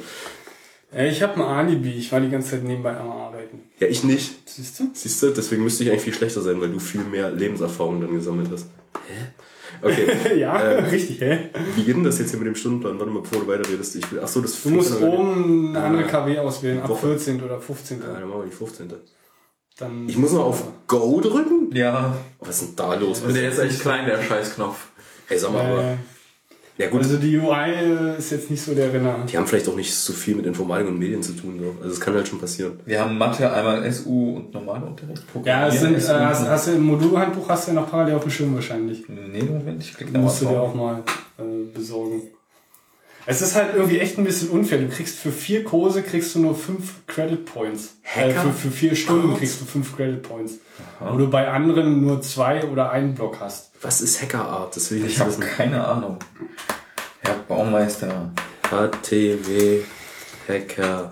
Äh, Ich habe ein Alibi. Ich war die ganze Zeit nebenbei am Arbeiten. Ja, ich nicht. Siehst du? Siehst du, deswegen müsste ich eigentlich viel schlechter sein, weil du viel mehr Lebenserfahrung dann gesammelt hast. Hä? Okay. Ja, Ähm, richtig, hä? Wie geht denn das jetzt hier mit dem Stundenplan? Warte mal, bevor du weiterredest. Ich will, ach so, das Du musst funktioniert oben eine andere Ah. K W auswählen, ab Woche. vierzehn oder fünfzehn. Ja, dann machen wir die fünfzehnte. Dann Ich muss noch auf Go drücken? Ja. Was ist denn da los? Und der ist echt klein, der Scheißknopf. Ey, sag mal, aber. Äh, Ja, gut. also die U I äh, ist jetzt nicht so der Renner. Die haben vielleicht auch nicht so viel mit Informatik und Medien zu tun. So. Also, es kann halt schon passieren. Wir haben Mathe, einmal S U und normale Unterricht. Ja, es sind, äh, S U und- hast, hast du im Modulhandbuch hast du ja noch parallel auf dem Schirm wahrscheinlich. Nee, Moment, ich klicke da Musst du mal dir drauf. auch mal äh, besorgen. Es ist halt irgendwie echt ein bisschen unfair. Du kriegst für vier Kurse kriegst du nur fünf Credit Points. Äh, Hacker? für, für vier Stunden kriegst du fünf Credit Points. Wo du bei anderen nur zwei oder einen Block hast. Was ist Hackerart? Das will ich Ich nicht habe wissen. keine Ahnung. Herr Baumeister. H T W Hacker.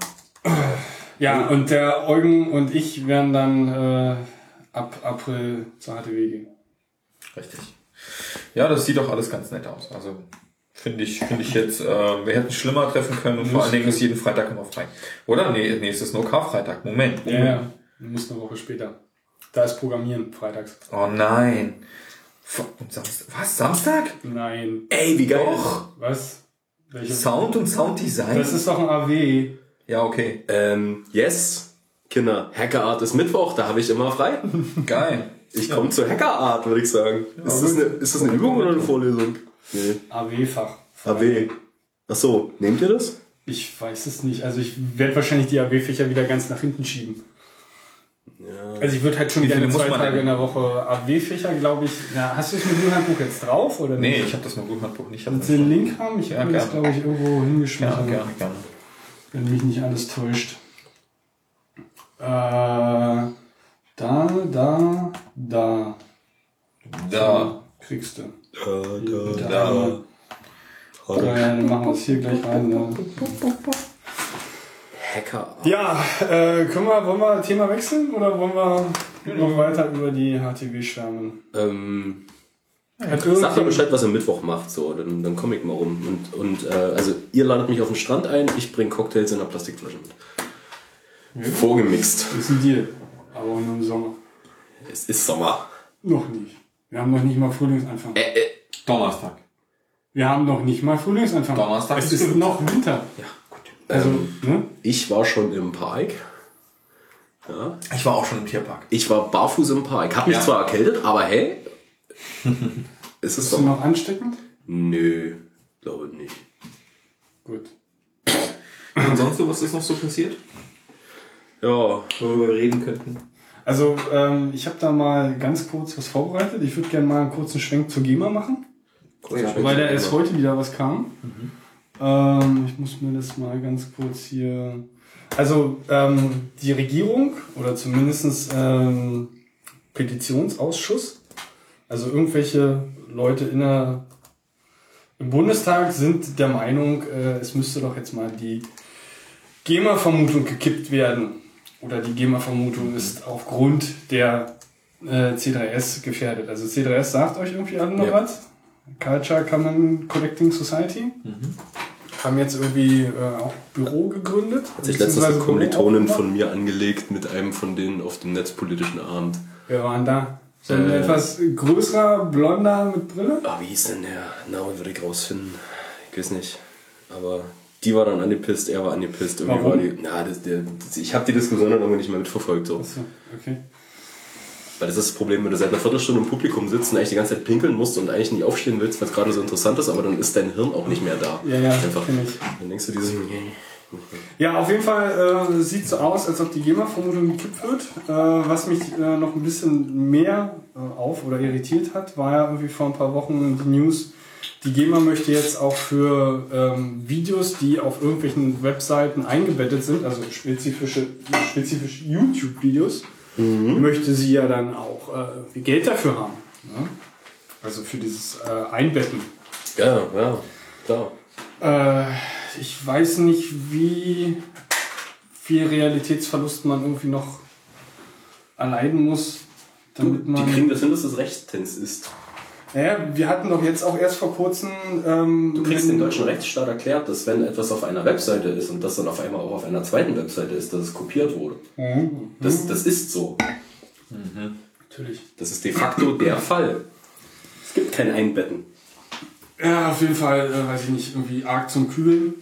Ja, und der Eugen und ich werden dann äh, ab April zur H T W gehen. Richtig. Ja, das sieht doch alles ganz nett aus. Also finde ich, finde ich jetzt, äh, wir hätten schlimmer treffen können und vor allen Dingen ist jeden Freitag immer frei. Oder? Nee, nee, es ist nur Karfreitag. Moment. Ja, ja. Du musst eine Woche später. Da ist Programmieren, freitags. Oh nein. Und Samstag. Was? Samstag? Nein. Ey, wie geil. Doch. Was? Welche? Sound und Sounddesign? Das ist doch ein A W. Ja, okay. Ähm, yes. Kinder, Hackerart ist Mittwoch, da habe ich immer frei. Geil. Ich komme zur Hackerart, würde ich sagen. Ist das, eine, ist das eine Übung oder eine Vorlesung? Nee. A W-Fach. A W. Ach so, nehmt ihr das? Ich weiß es nicht. Also ich werde wahrscheinlich die A W-Fächer wieder ganz nach hinten schieben. Ja. Also ich würde halt schon Wie gerne viele muss zwei man Tage denn? in der Woche A W-Fächer, glaube ich. Ja, hast du das Modulhandbuch jetzt drauf oder Nee, nicht? ich habe das Modulhandbuch nicht. Ich hab Willst das du den Link haben? Ich Ja, habe das, gerne. glaube ich, irgendwo hingeschmissen. Gerne, gerne, gerne. Wenn mich nicht alles täuscht. Äh, da, da, da. Da. Kriegst du. Da, Da. da. Ja, dann machen wir es hier gleich rein. Ne? Hackerart. Ja, äh, können wir, wollen wir Thema wechseln oder wollen wir noch weiter über die H T W schwärmen? Ähm, Hat Sagt irgendjemand- mal Bescheid, was ihr Mittwoch macht, so, dann, dann komme ich mal rum. Und, und äh, also ihr ladet mich auf den Strand ein, ich bringe Cocktails in einer Plastikflasche mit. Vorgemixt. Das ist ein Deal. Aber nur im Sommer. Es ist Sommer. Noch nicht. Wir haben noch nicht mal Frühlingsanfang. Äh, äh, Donnerstag. Wir haben noch nicht mal Frühlingsanfang. Donnerstag Es ist ist gut. noch Winter. ja, gut. Also, Ähm, ne? ich war schon im Park. Ja. Ich war auch schon im Tierpark. Ich war barfuß im Park. Hab mich Ja. zwar erkältet, aber hey. Ist es Bist du Sommer? noch ansteckend? Nö, glaube nicht. Gut. Und sonst so, was ist noch so passiert? Ja, Worüber wir reden könnten. Also, ähm, ich habe da mal ganz kurz was vorbereitet. Ich würde gerne mal einen kurzen Schwenk zur GEMA machen, weil da erst heute wieder was kam. Ähm, ich muss mir das mal ganz kurz hier... Also, ähm, die Regierung oder zumindest ähm, Petitionsausschuss, also irgendwelche Leute in der, im Bundestag sind der Meinung, äh, es müsste doch jetzt mal die GEMA-Vermutung gekippt werden. Oder die GEMA-Vermutung ist aufgrund der äh, C drei S gefährdet. Also C drei S sagt euch irgendwie alle noch ja. was. Culture Common Collecting Society. Mhm. Haben jetzt irgendwie äh, auch Büro gegründet. Hat sich letztens eine Kommilitonin von mir angelegt mit einem von denen auf dem netzpolitischen Abend. Wer war denn da? So ein äh, etwas größerer, blonder mit Brille? Ah, wie hieß denn der? Name würde ich rausfinden. Ich weiß nicht. Aber die war dann angepisst, er war angepisst. Irgendwie Warum? War die, na, das, der, das, ich habe die Diskussion dann irgendwie nicht mehr mitverfolgt. So. Achso, okay. Weil das ist das Problem, wenn du seit einer Viertelstunde im Publikum sitzt und eigentlich die ganze Zeit pinkeln musst und eigentlich nicht aufstehen willst, weil es gerade so interessant ist, aber dann ist dein Hirn auch nicht mehr da. Ja, ja, Einfach. kenn ich. Dann denkst du dieses... Ja, auf jeden Fall äh, sieht so aus, als ob die GEMA-Vermutung gekippt wird. Äh, was mich äh, noch ein bisschen mehr äh, auf- oder irritiert hat, war ja irgendwie vor ein paar Wochen die News, die GEMA möchte jetzt auch für ähm, Videos, die auf irgendwelchen Webseiten eingebettet sind, also spezifische, spezifische YouTube-Videos, mhm. möchte sie ja dann auch äh, Geld dafür haben. Ne? Also für dieses äh, Einbetten. Ja, ja, klar. Äh, ich weiß nicht, wie viel Realitätsverlust man irgendwie noch erleiden muss, damit du, man... Die kriegen das hin, dass das rechtens ist. Naja, wir hatten doch jetzt auch erst vor kurzem... Ähm, du kriegst den deutschen Rechtsstaat erklärt, dass wenn etwas auf einer Webseite ist und das dann auf einmal auch auf einer zweiten Webseite ist, dass es kopiert wurde. Mhm. Das, das ist so. Mhm. Natürlich. Das ist de facto der Fall. Es gibt kein Einbetten. Ja, auf jeden Fall, äh, weiß ich nicht, irgendwie arg zum Kühlen.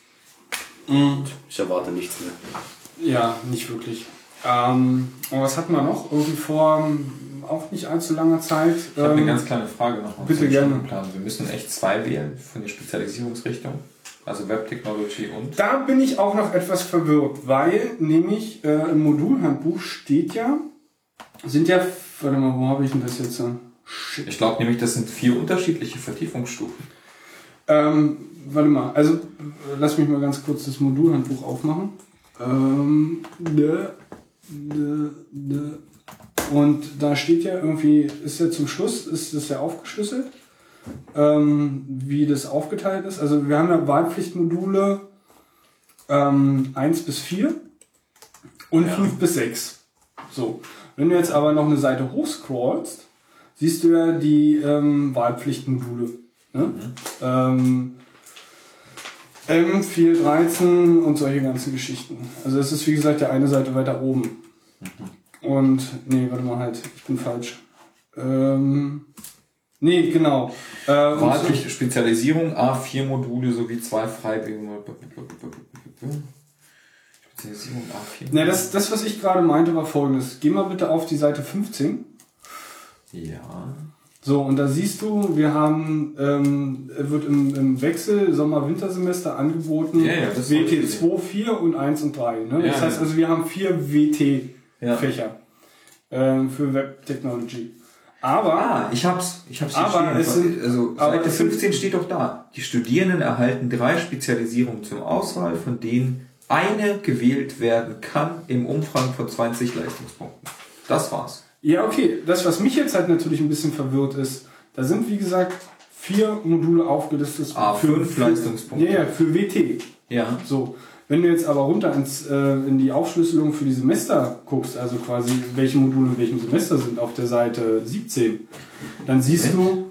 Mhm. Ich erwarte nichts mehr. Ja, nicht wirklich. Ähm, aber was hatten wir noch? Irgendwie vor auch nicht allzu langer Zeit. Ich habe ähm, eine ganz kleine Frage noch. Bitte gerne. Wir müssen echt zwei wählen von der Spezialisierungsrichtung. Also Web Technology und... Da bin ich auch noch etwas verwirrt, weil nämlich äh, im Modulhandbuch steht ja, sind ja, warte mal, wo habe ich denn das jetzt? Shit. Ich glaube nämlich, das sind vier unterschiedliche Vertiefungsstufen. Ähm, warte mal, also lass mich mal ganz kurz das Modulhandbuch aufmachen. Ähm, de, de, de. Und da steht ja irgendwie, ist ja zum Schluss, ist das ja aufgeschlüsselt, ähm, wie das aufgeteilt ist. Also wir haben ja Wahlpflichtmodule ähm, eins bis vier und ja. fünf bis sechs. So, wenn du jetzt aber noch eine Seite hochscrollst, siehst du ja die ähm, Wahlpflichtmodule. Ne? Mhm. Ähm, M vier dreizehn und solche ganzen Geschichten. Also es ist wie gesagt der eine Seite weiter oben. Mhm. Und, nee, warte mal halt, ich bin falsch. Ähm, nee, genau. Ähm, Wahlpflicht, Spezialisierung, A vier Module sowie zwei Freibildungen. Spezialisierung A vier. Ne, das, das, was ich gerade meinte, war folgendes. Geh mal bitte auf die Seite fünfzehn. Ja. So, und da siehst du, wir haben, ähm, wird im, im Wechsel Sommer-Wintersemester angeboten, ja, ja, W T zwei, vier und eins und drei. Ne? Das ja, heißt also, wir haben vier W T-Fächer ja. ähm, für Web Technology. Aber, ah, ich hab's, ich hab's aber es sind, also Seite fünfzehn steht doch da. Die Studierenden erhalten drei Spezialisierungen zur Auswahl, von denen eine gewählt werden kann im Umfang von zwanzig Leistungspunkten. Das war's. Ja, okay. Das, was mich jetzt halt natürlich ein bisschen verwirrt ist, da sind, wie gesagt, vier Module aufgelistet. Ah, für fünf Leistungspunkte. Ja, ja, für W T. Ja. So. Wenn du jetzt aber runter ins, äh, in die Aufschlüsselung für die Semester guckst, also quasi welche Module in welchem Semester sind, auf der Seite siebzehn, dann siehst du...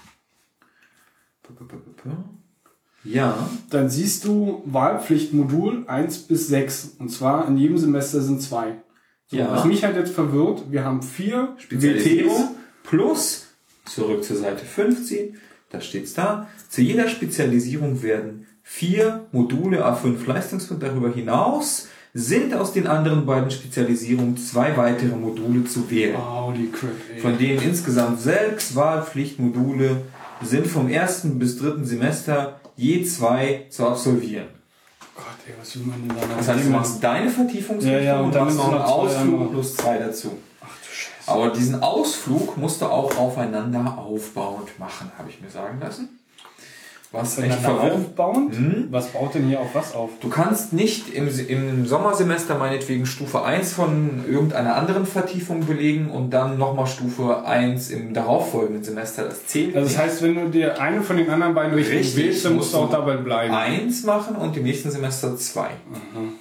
Ja. Dann siehst du Wahlpflichtmodul eins bis sechs. Und zwar in jedem Semester sind zwei. So, ja. Was mich halt jetzt verwirrt, wir haben vier Spezialisierung plus, zurück zur Seite fünfzehn, da steht's da, zu jeder Spezialisierung werden vier Module A fünf Leistungspunkte. Darüber hinaus sind aus den anderen beiden Spezialisierungen zwei weitere Module zu wählen. Holy crap, ey. Von denen insgesamt sechs Wahlpflichtmodule sind vom ersten bis dritten Semester je zwei zu absolvieren. Gott, ey, was will man denn da noch? Das heißt, du machst deine Vertiefungsrichtung ja, ja, und, und dann machst noch einen Ausflug einmal. plus zwei dazu. Ach du Scheiße. Aber diesen Ausflug musst du auch aufeinander aufbauend machen, habe ich mir sagen lassen. Was echt verwirrend. Aufbauend? Hm? Was baut denn hier auf was auf? Du kannst nicht im, im Sommersemester meinetwegen Stufe eins von irgendeiner anderen Vertiefung belegen und dann nochmal Stufe eins im darauffolgenden Semester. Das zählt Also das nicht. heißt, wenn du dir eine von den anderen beiden Richtungen Richtig, wählst, dann musst du auch dabei bleiben. Eins machen und im nächsten Semester zwei. Mhm.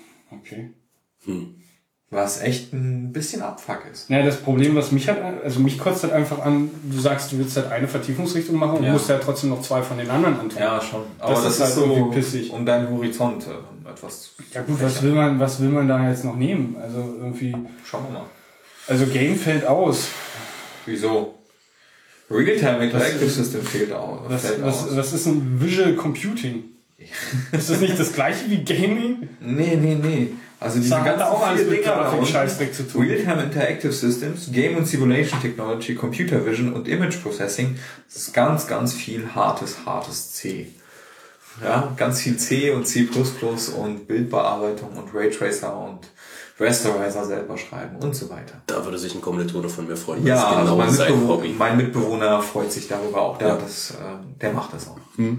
Okay. Hm. Was echt ein bisschen Abfuck ist. Ja, das Problem, was mich halt, also mich kotzt halt einfach an, du sagst, du willst halt eine Vertiefungsrichtung machen und Ja. musst halt trotzdem noch zwei von den anderen antun. Ja, schon. Aber Das das, ist ist, halt so, irgendwie pissig. um deinen Horizont äh, etwas zu Ja gut, was will man, was will man da jetzt noch nehmen? Also irgendwie, Schauen wir mal. also Game fällt aus. Wieso? Real-Time Interactive System fehlt auch. Was, fällt was, aus. was ist ein Visual Computing? Ist das nicht das gleiche wie Gaming? Nee, nee, nee. Also diese Das hat ganzen auch alles vier mit Dinger da Grafik unten. Scheißdreck zu tun. Real-Time Interactive Systems, Game und Simulation Technology, Computer Vision und Image Processing. Das ist ganz, ganz viel hartes, hartes C. Ja, ganz viel C und C plus plus und Bildbearbeitung und Raytracer und Rasterizer selber schreiben und so weiter. Da würde sich ein Kommilitone von mir freuen. Ja, Das ist also genau mein, sein Mitbewohner, Hobby. mein Mitbewohner freut sich darüber auch. Der, Ja. hat das, äh, der macht das auch.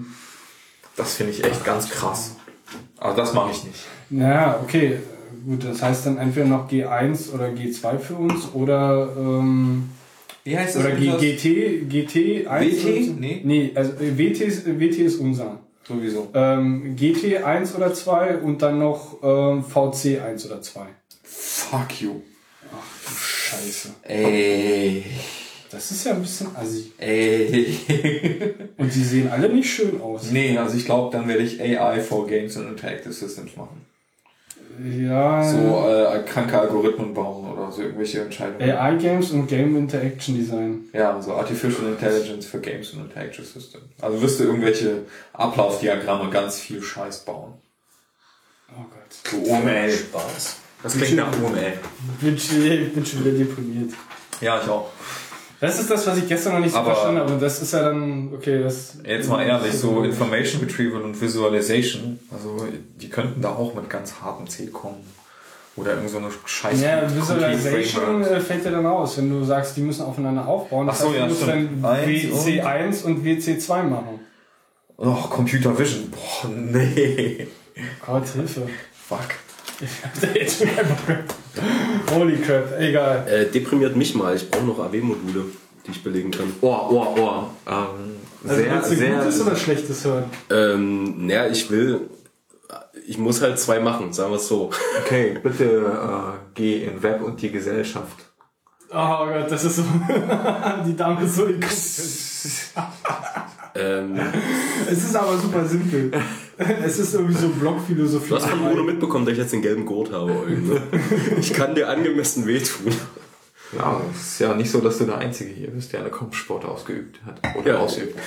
Das finde ich echt ganz krass. Also das mache ich nicht. Ja, okay. Gut, das heißt dann entweder noch G eins oder G zwei für uns oder ähm, Wie heißt oder G, unseres? GT, G T eins. W T? oder so? Nee. Nee, also äh, W T ist, W T ist unser. Sowieso. Ähm, G T eins oder zwei und dann noch ähm, V C eins oder zwei. Fuck you. Scheiße. Ey. Das ist ja ein bisschen assi. Ey. Und die sehen alle nicht schön aus. Nee, also ich glaube, dann werde ich A I for Games and Interactive Systems machen. Ja. So äh, kranke Algorithmen bauen oder so irgendwelche Entscheidungen. A I-Games und Game Interaction Design. Ja, so Artificial Intelligence für Games and Interactive Systems. Also wirst du irgendwelche Ablaufdiagramme ganz viel Scheiß bauen. Oh Gott. So O M L. Spaß. Das klingt nach O M L. Ich bin, schon- ich bin schon wieder deprimiert. Ja, ich auch. Das ist das, was ich gestern noch nicht so Aber- verstanden habe. Und das ist ja dann, okay, das... Jetzt mal ehrlich, so Information Retrieval und Visualization, also die könnten da auch mit ganz hartem C kommen. Oder irgend so eine scheiß Ja, Cookie Visualization Framework. äh, fällt ja dann aus, wenn du sagst, die müssen aufeinander aufbauen. Das Ach so, heißt, ja, du musst stimmt. dann Eins W C eins und W C zwei machen. Oh, Computer Vision. Boah, nee. Gott, Hilfe. Fuck. Ich hab da jetzt schon keinen Bock mehr. Holy crap, egal. Äh, deprimiert mich mal. Ich brauche noch A W-Module, die ich belegen kann. Oh, oh, oh. Ähm, Also sehr, willst du sehr. Gutes oder Schlechtes hören? Ähm, naja, ich will... Ich muss halt zwei machen, sagen wir es so. Okay, bitte äh, geh in Web und die Gesellschaft. Oh Gott, das ist so... die Dame ist so inkompetent. Ähm, Es ist aber super simpel. Es ist irgendwie so Blockphilosophie. du hast von Bruno mitbekommen, dass ich jetzt den gelben Gurt habe. Eugen, ne? Ich kann dir angemessen wehtun. Ja, es ist ja nicht so, dass du der Einzige hier bist, der eine Kampfsport ausgeübt hat. Oder Ja. ausübt.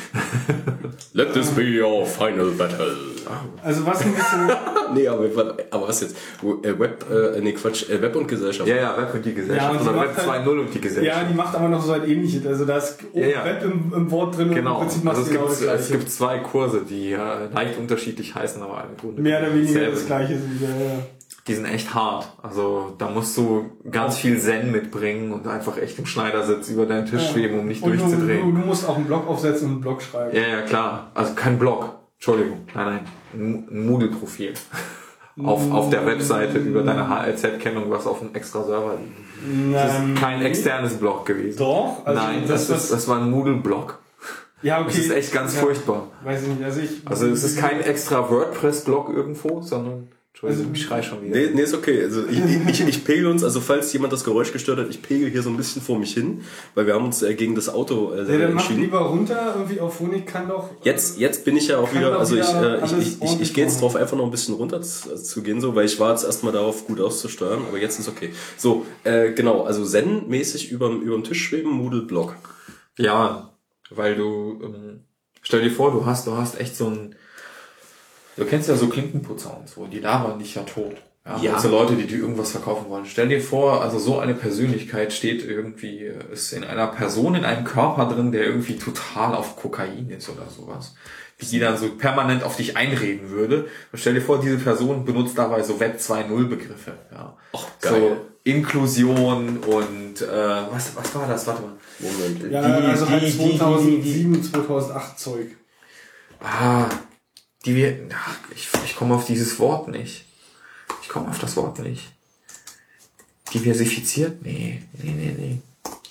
Let this be your final battle. Also was ein bisschen... Nee, aber, aber was jetzt? Äh, Web, äh, nee, Quatsch, äh, Web und Gesellschaft. Ja, ja, Web und die Gesellschaft. Ja, und die oder macht Web halt- zwei Punkt null und die Ja, Gesellschaft. die macht aber noch so ein ähnliches. Also da ist Ja, ja. Web im, im Wort drin Genau. und im Prinzip Also machst es, du genau gibt, das Gleiche. es gibt zwei Kurse, die äh, leicht unterschiedlich heißen, aber im Grunde Mehr oder weniger dasselbe das sind. Gleiche. sind, Ja, ja. Die sind echt hart. Also da musst du ganz viel Zen mitbringen und einfach echt im Schneidersitz über deinen Tisch schweben, um nicht Und du, du, durchzudrehen. du musst auch einen Blog aufsetzen und einen Blog schreiben. Ja, ja, klar. Also kein Blog. Entschuldigung. Nein, nein. Ein ein Moodle-Profil. Auf, auf der Webseite über deine H L Z-Kennung, was auf einem extra Server liegt. Das Ähm, ist kein externes Blog gewesen. Doch. Also Nein, das, das, ist, das war ein Moodle-Blog. ja, okay. Das ist echt ganz ja, furchtbar. Weiß ich nicht. Also ich. Also es ist kein extra WordPress-Blog irgendwo, sondern... Entschuldigung, Also- ich schrei schon wieder. Nee, nee, ist okay. Also ich, ich, ich pegel uns, also falls jemand das Geräusch gestört hat, ich pegel hier so ein bisschen vor mich hin, weil wir haben uns äh, gegen das Auto äh, Ja, dann mach entschieden. lieber runter, irgendwie auf Honig kann doch. Jetzt, jetzt bin ich ja auch Kann wieder, doch also ich, wieder äh, ich, alles ich, ich, ich ordentlich gehe jetzt machen. drauf, einfach noch ein bisschen runter zu, zu gehen, so, weil ich war jetzt erstmal darauf, gut auszusteuern, aber jetzt ist okay. So, äh, genau, also Zen-mäßig überm, überm Tisch schweben, Moodle-Block. Ja, weil du, ähm, stell dir vor, du hast, du hast echt so ein, du kennst ja so Klinkenputzer und so, die labern dich ja tot. Ja, Ja. Also Leute, die dir irgendwas verkaufen wollen. Stell dir vor, also so eine Persönlichkeit steht irgendwie, ist in einer Person, in einem Körper drin, der irgendwie total auf Kokain ist oder sowas. Wie die dann so permanent auf dich einreden würde. Und stell dir vor, diese Person benutzt dabei so Web zwei Punkt null Begriffe. Ja. Ach, geil. So Inklusion und, äh, was, was war das? Warte mal. Moment. Ja, die- also halt die- die- zweitausendsieben, zweitausendacht Zeug. Ah, die wir, ach, ich, ich komme auf dieses Wort nicht. Ich komme auf das Wort nicht. Diversifiziert? Nee, nee, nee, nee.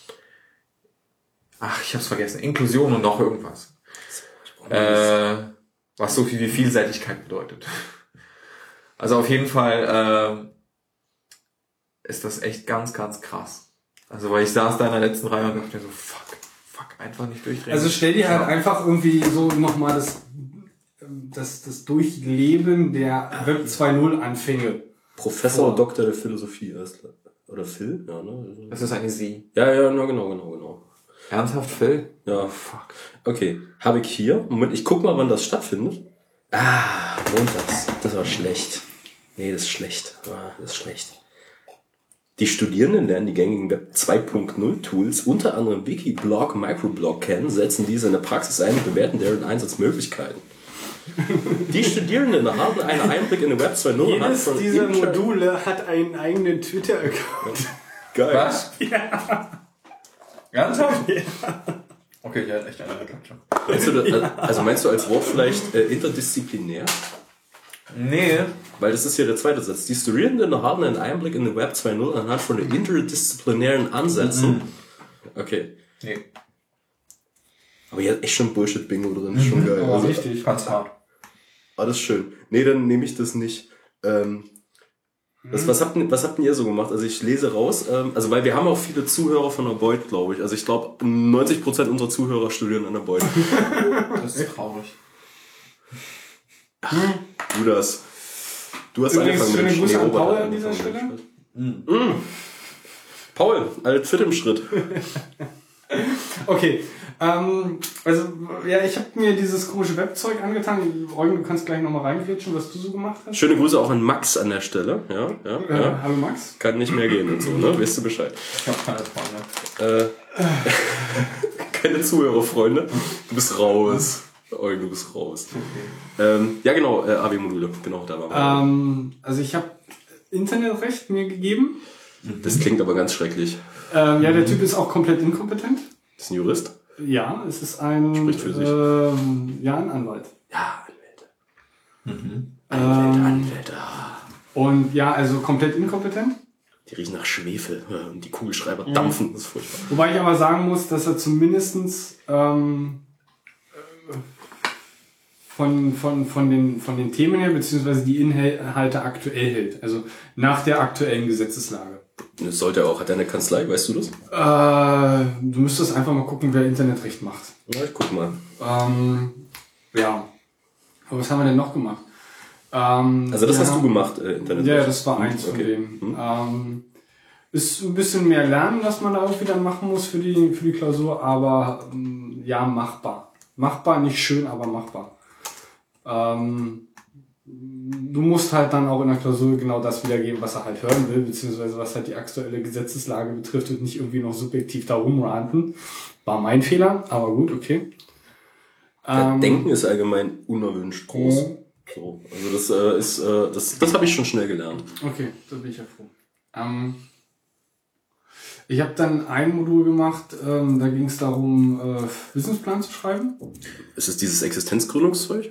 Ach, ich hab's vergessen. Inklusion und noch irgendwas. Äh, was so viel wie Vielseitigkeit bedeutet. Also auf jeden Fall äh, ist das echt ganz, ganz krass. Also weil ich saß da in der letzten Reihe und dachte mir so, fuck, fuck, einfach nicht durchdrehen. Also stell dir halt einfach irgendwie so nochmal das, das, das Durchleben der Web zwei Punkt null Anfänge. Professor Doktor der Philosophie erst. Oder Phil? Ja, ne? Das ist eine Sie. Ja, ja, no, genau, genau, genau. Ernsthaft, Phil? Ja. Oh, fuck. Okay, habe ich hier. Moment, ich guck mal, wann das stattfindet. Ah, montags. Das war schlecht. Nee, das ist schlecht. Ah, das ist schlecht. Die Studierenden lernen die gängigen Web zwei Punkt null Tools, unter anderem Wiki, Blog, Microblog kennen, setzen diese in der Praxis ein und bewerten deren Einsatzmöglichkeiten. Die Studierenden erhalten einen Einblick in den Web zwei Punkt null. Jedes dieser Module hat einen eigenen Twitter-Account. Geil. Was? Ja. Ernsthaft? Ja. Okay, der hat echt eine Klatsche. Meinst du, das, also meinst du als Wort vielleicht äh, interdisziplinär? Nee. Weil das ist ja der zweite Satz. Die Studierenden erhalten einen Einblick in den Web zwei Punkt null anhand von den interdisziplinären Ansätzen. Mhm. Okay. Nee. Aber hier hat echt schon Bullshit-Bingo drin. Ist schon geil. Oh, also, richtig. Ganz hart. Alles schön. Nee, dann nehme ich das nicht. Ähm, das, was, habt, was habt ihr so gemacht? Also ich lese raus, ähm, also weil wir haben auch viele Zuhörer von der Beuth, glaube ich. Also ich glaube, neunzig Prozent unserer Zuhörer studieren an der Beuth. Das ist traurig. Ach, du das. Du hast Übrigens, angefangen mit dem schöne Grüße an Schneeroboter. Paul an dieser Stelle. Mhm. Mhm. Paul, alt fit im Schritt. Okay, ähm, also ja, ich habe mir dieses komische Webzeug angetan. Eugen, du kannst gleich nochmal reingrätschen, was du so gemacht hast. Schöne Grüße auch an Max an der Stelle. Ja, ja, Äh, ja. Hallo Max. Kann nicht mehr gehen und so, ne? Weißt du Bescheid. Ich hab keine Freunde. Äh, keine Zuhörerfreunde. Du bist raus. Eugen, du bist raus. Okay. Ähm, ja, genau, äh, A W-Module. Genau, da waren wir. Ähm, also ich habe Internetrecht mir gegeben. Das klingt aber ganz schrecklich. Ähm, ja, der Typ ist auch komplett inkompetent. Das ist ein Jurist? Ja, es ist ein, Spricht für sich. Ähm, ja, ein Anwalt. Ja, Anwälte. Mhm. Anwälte, Ähm, Anwälte. Und ja, also komplett inkompetent. Die riechen nach Schwefel und die Kugelschreiber dampfen. Das ist furchtbar. Wobei ich aber sagen muss, dass er zumindestens ähm, äh, von, von, von, den, von den Themen her, beziehungsweise die Inhalte aktuell hält. Also nach der aktuellen Gesetzeslage. Das sollte er auch. Hat er eine Kanzlei, weißt du das? Äh, du müsstest einfach mal gucken, wer Internetrecht macht. Ja, ich guck mal. Ähm, ja. Aber was haben wir denn noch gemacht? Ähm, Also das ja, hast du gemacht, äh, Internet? Ja, das war eins okay. von denen. Hm. Ähm, ist ein bisschen mehr Lernen, was man da irgendwie dann machen muss für die, für die Klausur, aber ähm, ja, machbar. Machbar, nicht schön, aber machbar. Ähm, du musst halt dann auch in der Klausur genau das wiedergeben, was er halt hören will, beziehungsweise was halt die aktuelle Gesetzeslage betrifft und nicht irgendwie noch subjektiv da rumranten. War mein Fehler, aber gut, okay. Ja, Ähm, Denken ist allgemein unerwünscht groß. Mhm. So, also das äh, ist, äh, das, das habe ich schon schnell gelernt. Okay, da bin ich ja froh. Ähm, ich habe dann ein Modul gemacht, ähm, da ging es darum, äh, Businessplan zu schreiben. Ist es dieses Existenzgründungszeug?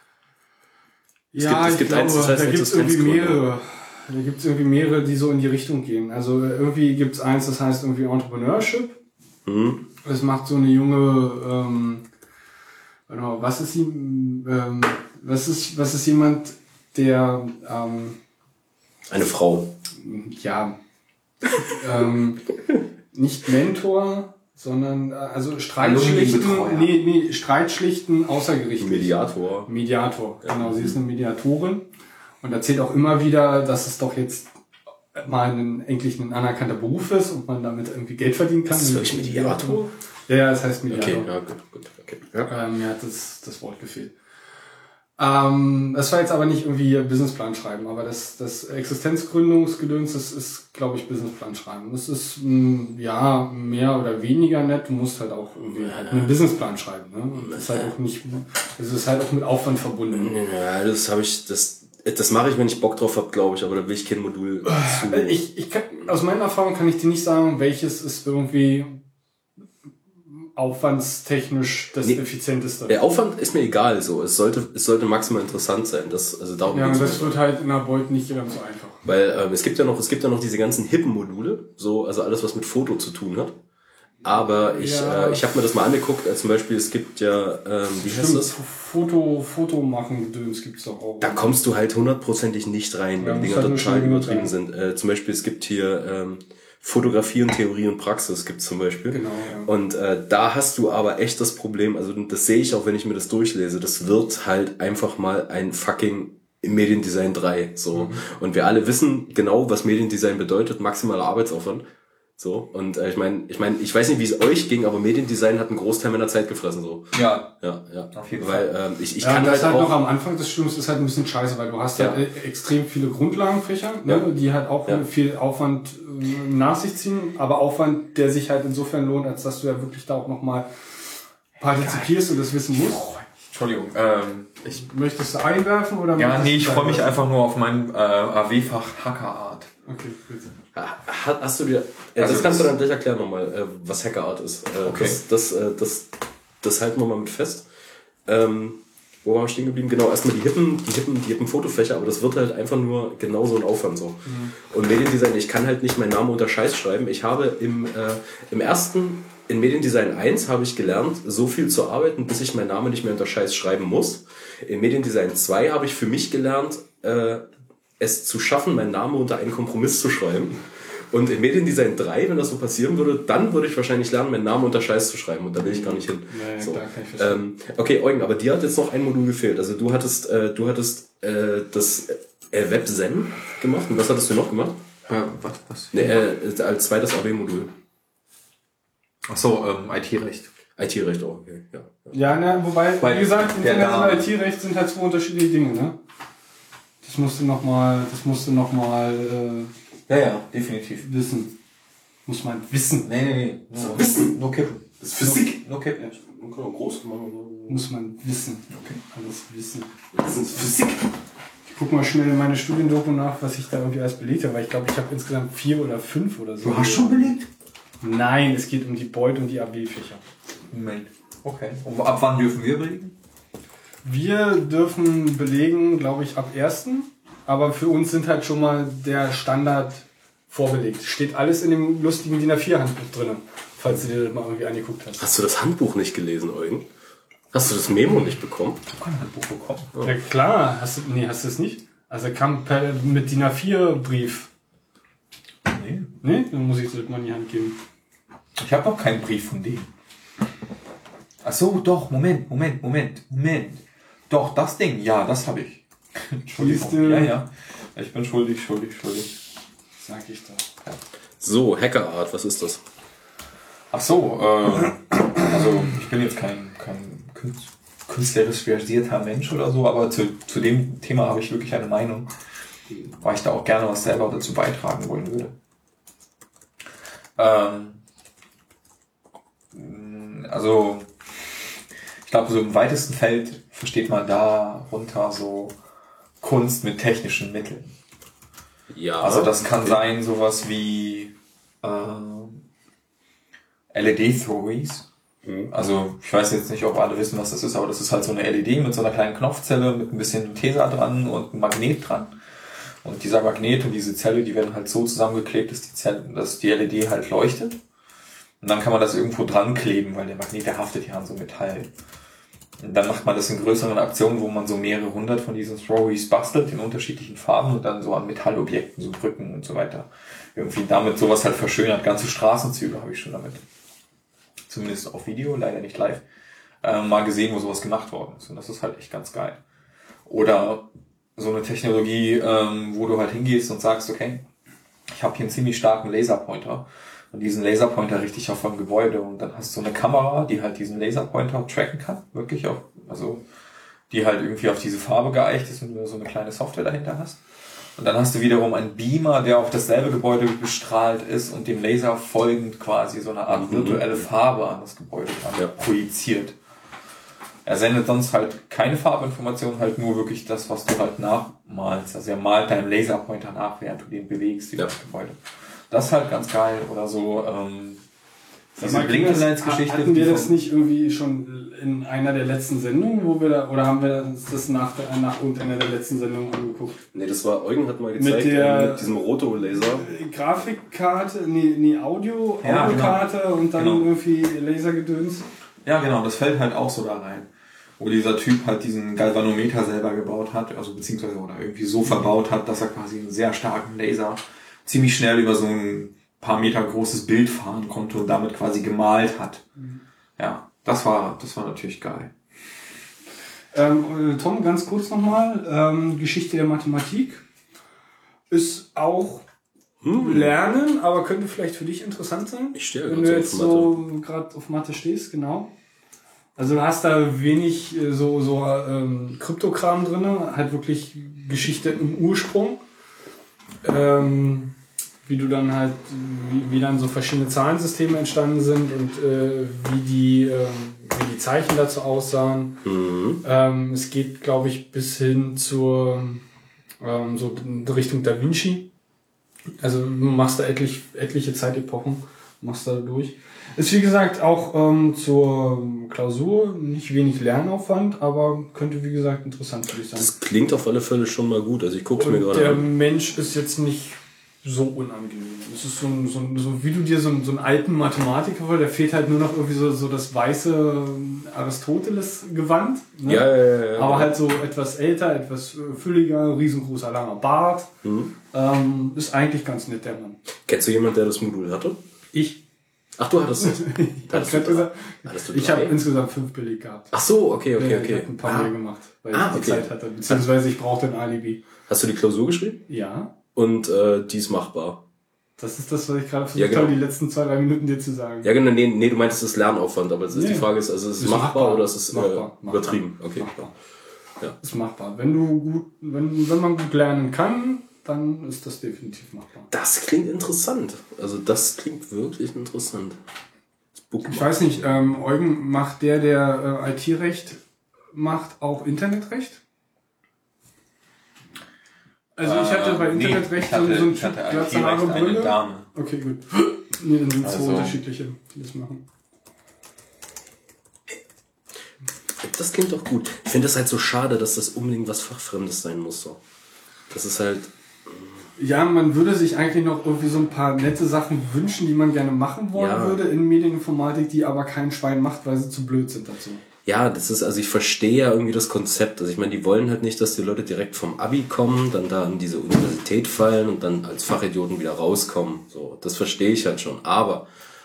Es Ja, gibt- es ich gibt glaube, eins, das heißt da gibt es irgendwie Existenzgründung. mehrere. Da gibt es irgendwie mehrere, die so in die Richtung gehen. Also äh, irgendwie gibt es eins, das heißt irgendwie Entrepreneurship. Mhm. Das macht so eine junge, ähm, warte mal, was ist sie, ähm, was ist, was ist jemand, der, ähm, Eine Frau. ja, ähm, nicht Mentor, sondern äh, also Streitschlichten, Alumni-Betreuer. nee, nee, Streitschlichten außergerichtlich. Mediator. Mediator, genau, sie ist eine Mediatorin und erzählt auch immer wieder, dass es doch jetzt mal ein, endlich ein anerkannter Beruf ist und man damit irgendwie Geld verdienen kann. Ist das wirklich Mediator? Ja, ja, das heißt Mediator. Okay, ja, gut, gut, okay. Ja. Ähm, mir hat das, das Wort gefehlt. Ähm, das war jetzt aber nicht irgendwie Businessplan schreiben, aber das, das Existenzgründungsgedöns, das ist, glaube ich, Businessplan schreiben. Das ist, mh, ja, mehr oder weniger nett. Du musst halt auch irgendwie halt einen Businessplan schreiben, ne? Und das ist halt auch nicht, also ist halt auch mit Aufwand verbunden. Ja, das habe ich, das, das mache ich, wenn ich Bock drauf habe, glaube ich, aber da will ich kein Modul zu. Äh, Ich, ich kann, aus meiner Erfahrung kann ich dir nicht sagen, welches ist irgendwie aufwandstechnisch das Nee. effizienteste. Der Aufwand ist mir egal, so. Es sollte, es sollte maximal interessant sein. Das, also darum Ja, geht's und mir. das wird halt in der Beut nicht ganz so einfach. Weil ähm, es gibt ja noch, es gibt ja noch diese ganzen hippen Module, so, also alles, was mit Foto zu tun hat. Aber ich, Ja. äh, ich habe mir das mal angeguckt, äh, zum Beispiel, es gibt ja, ähm, wie heißt Stimmt, das? Foto, Foto machen, Gedöns gibt's doch auch. Da kommst du halt hundertprozentig nicht rein, weil Ja, die muss Dinger halt nur total schnell genug übertrieben sein. sind. Äh, zum Beispiel, es gibt hier ähm, Fotografie und Theorie und Praxis gibt's zum Beispiel. Genau, ja. Und äh, da hast du aber echt das Problem, also das sehe ich auch, wenn ich mir das durchlese, das wird halt einfach mal ein fucking Mediendesign drei. So. Mhm. Und wir alle wissen genau, was Mediendesign bedeutet, maximaler Arbeitsaufwand. So, und äh, ich meine, ich meine, ich weiß nicht, wie es euch ging, aber Mediendesign hat einen Großteil meiner Zeit gefressen. So. Ja. Ja, ja. Auf jeden weil ähm, ich, ich Ja, kann und das halt halt auch noch am Anfang des Studiums ist halt ein bisschen scheiße, weil du hast Ja. halt äh, extrem viele Grundlagenfächer, ne, Ja. die halt auch Ja. viel Aufwand äh, nach sich ziehen, aber Aufwand, der sich halt insofern lohnt, als dass du ja wirklich da auch nochmal partizipierst und das wissen musst. Entschuldigung. Ähm, ich, Möchtest du einwerfen oder? ja, möchtest nee, du ich freue mich einwerfen? einfach nur auf mein äh, A W-Fach Hackerart. Okay, bitte. Ha- Hast du dir, ja, Also das kannst du das- dann gleich erklären nochmal, äh, was Hackerart ist. Äh, Okay. Das, das, äh, das, das halten wir mal mit fest. Ähm, wo waren wir stehen geblieben? Genau, erstmal die hippen, die hippen, die hippen Fotofächer, aber das wird halt einfach nur genauso ein Aufwand so. Mhm. Und Mediendesign, ich kann halt nicht meinen Namen unter Scheiß schreiben. Ich habe im, äh, im ersten, in Mediendesign eins habe ich gelernt, so viel zu arbeiten, bis ich meinen Namen nicht mehr unter Scheiß schreiben muss. In Mediendesign zwei habe ich für mich gelernt, äh, es zu schaffen, meinen Namen unter einen Kompromiss zu schreiben. Und in Mediendesign drei, wenn das so passieren würde, dann würde ich wahrscheinlich lernen, meinen Namen unter Scheiß zu schreiben. Und da will ich gar nicht hin. Ja, ja, so. klar, kann ich verstehen. ähm, okay, Eugen, aber dir hat jetzt noch ein Modul gefehlt. Also du hattest, äh, du hattest äh, das äh, WebZen gemacht. Und was hattest du noch gemacht? Äh, was? was? Nee, äh, als zweites A B-Modul. Ach so, ähm, I T-Recht. I T-Recht auch, okay. Ja. Ja, ne, wobei, Weil wie gesagt, der Internet Name- und I T-Recht sind halt zwei unterschiedliche Dinge, ne? Das musst du nochmal, das musst du noch mal äh, Ja, ja, definitiv. wissen. Muss man wissen. Nee, nee, nee. Nur, Wissen. nur kippen. Das ist Physik. Nur kippen. Man kann auch groß machen. Muss man wissen. Okay. Alles wissen. Das ist Physik. Ich guck mal schnell in meine Studiendoku nach, was ich da irgendwie alles belegt habe, weil ich glaube, ich habe insgesamt vier oder fünf oder so. Du hast schon belegt? Nein, es geht um die Beut und die A B-Fächer. Moment. Okay. Und ab wann dürfen wir belegen? Wir dürfen belegen, glaube ich, ab ersten. Aber für uns sind halt schon mal der Standard vorbelegt. Steht alles in dem lustigen DIN A vier Handbuch drin, falls du dir das mal irgendwie angeguckt hast. Hast du das Handbuch nicht gelesen, Eugen? Hast du das Memo nicht bekommen? Ich habe kein Handbuch bekommen. Ja klar, hast du, nee, hast du es nicht? Also kam per, mit DIN A vier Brief. Nee. Nee, dann muss ich das mal in die Hand geben. Ich habe noch keinen Brief von denen. Ach so, doch, Moment, Moment, Moment, Moment. Doch, das Ding, ja, das habe ich. Entschuldigung. Siehste? Ja, ja. Ich bin schuldig, schuldig, schuldig. Sag ich doch. So, Hackerart, was ist das? Ach so, äh, also ich bin jetzt kein, kein künst- künstlerisch versierter Mensch oder so, aber zu, zu dem Thema habe ich wirklich eine Meinung, weil ich da auch gerne was selber dazu beitragen wollen würde. Ähm, also ich glaube, so im weitesten Feld versteht man darunter so Kunst mit technischen Mitteln. Ja. Also das kann sein sowas wie ähm, L E D-Throwies. Also ich weiß jetzt nicht, ob alle wissen, was das ist, aber das ist halt so eine L E D mit so einer kleinen Knopfzelle mit ein bisschen Tesa dran und einem Magnet dran. Und dieser Magnet und diese Zelle, die werden halt so zusammengeklebt, dass die, Zelle, dass die L E D halt leuchtet. Und dann kann man das irgendwo dran kleben, weil der Magnet, der haftet ja an so Metall. Und dann macht man das in größeren Aktionen, wo man so mehrere hundert von diesen Throwies bastelt in unterschiedlichen Farben und dann so an Metallobjekten, so Brücken und so weiter. Irgendwie damit sowas halt verschönert. Ganze Straßenzüge habe ich schon damit. Zumindest auf Video, leider nicht live. Äh, mal gesehen, wo sowas gemacht worden ist. Und das ist halt echt ganz geil. Oder so eine Technologie, ähm, wo du halt hingehst und sagst, okay, ich habe hier einen ziemlich starken Laserpointer. Und diesen Laserpointer richte ich auf ein Gebäude und dann hast du eine Kamera, die halt diesen Laserpointer tracken kann, wirklich auch, also die halt irgendwie auf diese Farbe geeicht ist und du so eine kleine Software dahinter hast. Und dann hast du wiederum einen Beamer, der auf dasselbe Gebäude bestrahlt ist und dem Laser folgend quasi so eine Art virtuelle Farbe an das Gebäude dran Ja. projiziert. Er sendet sonst halt keine Farbinformationen, halt nur wirklich das, was du halt nachmalst. Also er malt deinen Laserpointer nach, während du den bewegst über Ja. das Gebäude. Das ist halt ganz geil. Oder so ähm, Diese Blinkenlights-Geschichte. Hatten wir das nicht irgendwie schon in einer der letzten Sendungen, wo wir da, oder haben wir uns das nach, der, nach irgendeiner der letzten Sendungen angeguckt? Nee, das war, Eugen hat mal gezeigt, mit, der, mit diesem Rotolaser. Grafikkarte, nee, nee Audio, ja, Audiokarte genau. und dann genau. irgendwie Lasergedöns. Ja, genau, das fällt halt auch so da rein. Wo dieser Typ halt diesen Galvanometer selber gebaut hat, also beziehungsweise oder irgendwie so verbaut hat, dass er quasi einen sehr starken Laser ziemlich schnell über so ein paar Meter großes Bild fahren konnte und damit quasi gemalt hat. Mhm. Ja, das war, das war natürlich geil. Ähm, Tom, ganz kurz nochmal, ähm, Geschichte der Mathematik ist auch hm. Lernen, aber könnte vielleicht für dich interessant sein. Ich stehe wenn du jetzt so gerade auf Mathe stehst, genau. Also du hast da wenig so so ähm, Kryptokram drinne, halt wirklich Geschichte im Ursprung. Ähm, wie du dann halt, wie, wie dann so verschiedene Zahlensysteme entstanden sind und äh, wie die äh, wie die Zeichen dazu aussahen. Mhm. Ähm, es geht, glaube ich, bis hin zur ähm, so in Richtung Da Vinci. Also du machst da etlich, etliche Zeitepochen, machst da durch. Ist wie gesagt auch ähm, zur Klausur nicht wenig Lernaufwand, aber könnte wie gesagt interessant für dich sein. Das klingt auf alle Fälle schon mal gut. Also ich gucke mir gerade der an. Der Mensch ist jetzt nicht so unangenehm. Es ist so, ein, so, ein, so wie du dir so, ein, so einen alten Mathematiker vor, der fehlt halt nur noch irgendwie so, so das weiße Aristoteles-Gewand. Ne? Ja, ja, ja, ja. Aber halt so etwas älter, etwas fülliger, riesengroßer, langer Bart. Mhm. Ähm, ist eigentlich ganz nett, der Mann. Kennst du jemanden, der das Modul hatte? Ich. Ach, du hattest es. hattest ich gesagt, ich habe insgesamt fünf Billig gehabt. Ach so, okay, okay, okay. Ich habe ein paar ah. mehr gemacht, weil ah, ich die okay. Zeit hatte. Beziehungsweise ich brauchte ein Alibi. Hast du die Klausur geschrieben? Ja. Und äh, die ist machbar. Das ist das, was ich gerade versucht ja, genau. habe, die letzten zwei, drei Minuten dir zu sagen. Ja, genau, nee, nee du meintest, es ist Lernaufwand, aber es ist nee. die Frage ist, also ist es ist machbar, machbar oder ist es machbar. äh, übertrieben? Machbar. Okay. Machbar. Ja. Ist machbar. Wenn du gut, wenn, wenn man gut lernen kann, dann ist das definitiv machbar. Das klingt interessant. Also das klingt wirklich interessant. Ich weiß nicht, ähm, Eugen, macht der, der äh, I T-Recht macht, auch Internetrecht? Also ich hatte bei Internetrecht nee, hatte, so, so ein Typ glatze Haare, Brille. Dame. Okay, gut. Nee, dann sind es also, zwei unterschiedliche, die das machen. Das klingt doch gut. Ich finde das halt so schade, dass das unbedingt was Fachfremdes sein muss. So. Das ist halt... Ja, man würde sich eigentlich noch irgendwie so ein paar nette Sachen wünschen, die man gerne machen wollen ja. würde in Medieninformatik, die aber kein Schwein macht, weil sie zu blöd sind dazu. Ja, das ist, also ich verstehe ja irgendwie das Konzept. Also ich meine, die wollen halt nicht, dass die Leute direkt vom Abi kommen, dann da in diese Universität fallen und dann als Fachidioten wieder rauskommen. So, das verstehe ich halt schon. Aber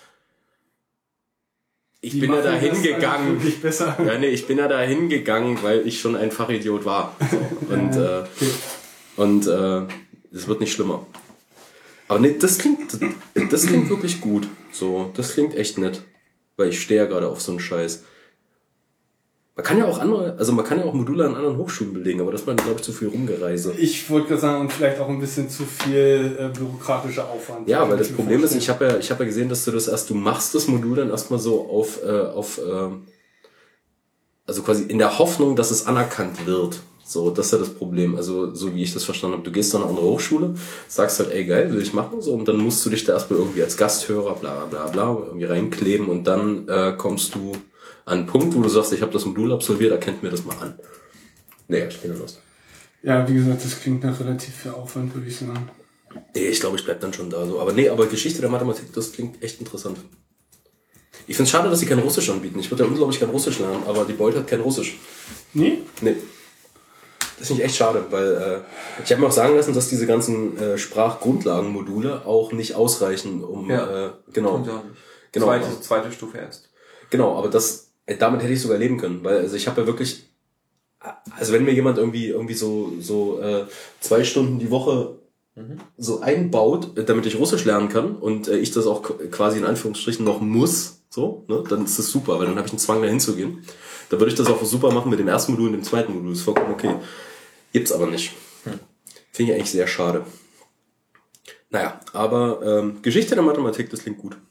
ich die bin ja da hingegangen. Ja, nee, ich bin ja da hingegangen, weil ich schon ein Fachidiot war. So. Und, äh, okay. und äh, es wird nicht schlimmer. Aber nee, das klingt, das klingt wirklich gut. So, das klingt echt nett. Weil ich stehe ja gerade auf so einen Scheiß. Man kann ja auch andere, also man kann ja auch Module an anderen Hochschulen belegen, aber das ist man, glaube ich, zu viel Rumgereise. Ich wollte gerade sagen, und vielleicht auch ein bisschen zu viel äh, bürokratischer Aufwand. Ja, weil das Problem ist, ich habe ja, ich habe ja gesehen, dass du das erst, du machst das Modul dann erstmal so auf, äh, auf, äh, also quasi in der Hoffnung, dass es anerkannt wird. So, das ist ja das Problem. Also, so wie ich das verstanden habe, du gehst an eine andere Hochschule, sagst halt, ey geil, will ich machen, so, und dann musst du dich da erstmal irgendwie als Gasthörer, bla bla bla, irgendwie reinkleben und dann äh, kommst du an einen Punkt, wo du sagst, ich habe das Modul absolviert, erkennt mir das mal an. Nee, ich keine Lust. Ja, wie gesagt, das klingt nach relativ viel Aufwand, würde ich sagen. Nee, ich glaube, ich bleib dann schon da so. Aber nee, aber Geschichte der Mathematik, das klingt echt interessant. Ich find's schade, dass sie kein Russisch anbieten. Ich würde ja unglaublich kein Russisch lernen, aber die Beute hat kein Russisch. Nee? Nee. Das finde ich echt schade, weil äh, ich habe mir auch sagen lassen, dass diese ganzen äh, Sprachgrundlagenmodule auch nicht ausreichen, um ja, äh, genau, genau, zweite, zweite Stufe erst. Genau, aber das äh, damit hätte ich sogar leben können, weil also ich habe ja wirklich, also wenn mir jemand irgendwie irgendwie so so äh, zwei Stunden die Woche mhm. so einbaut, damit ich Russisch lernen kann und äh, ich das auch quasi in Anführungsstrichen noch muss, so, ne, dann ist das super, weil dann habe ich einen Zwang dahin zu gehen. Da würde ich das auch super machen mit dem ersten Modul und dem zweiten Modul. Das ist vollkommen okay. Gibt's aber nicht. Hm. Finde ich eigentlich sehr schade. Naja, aber ähm, Geschichte der Mathematik, das klingt gut.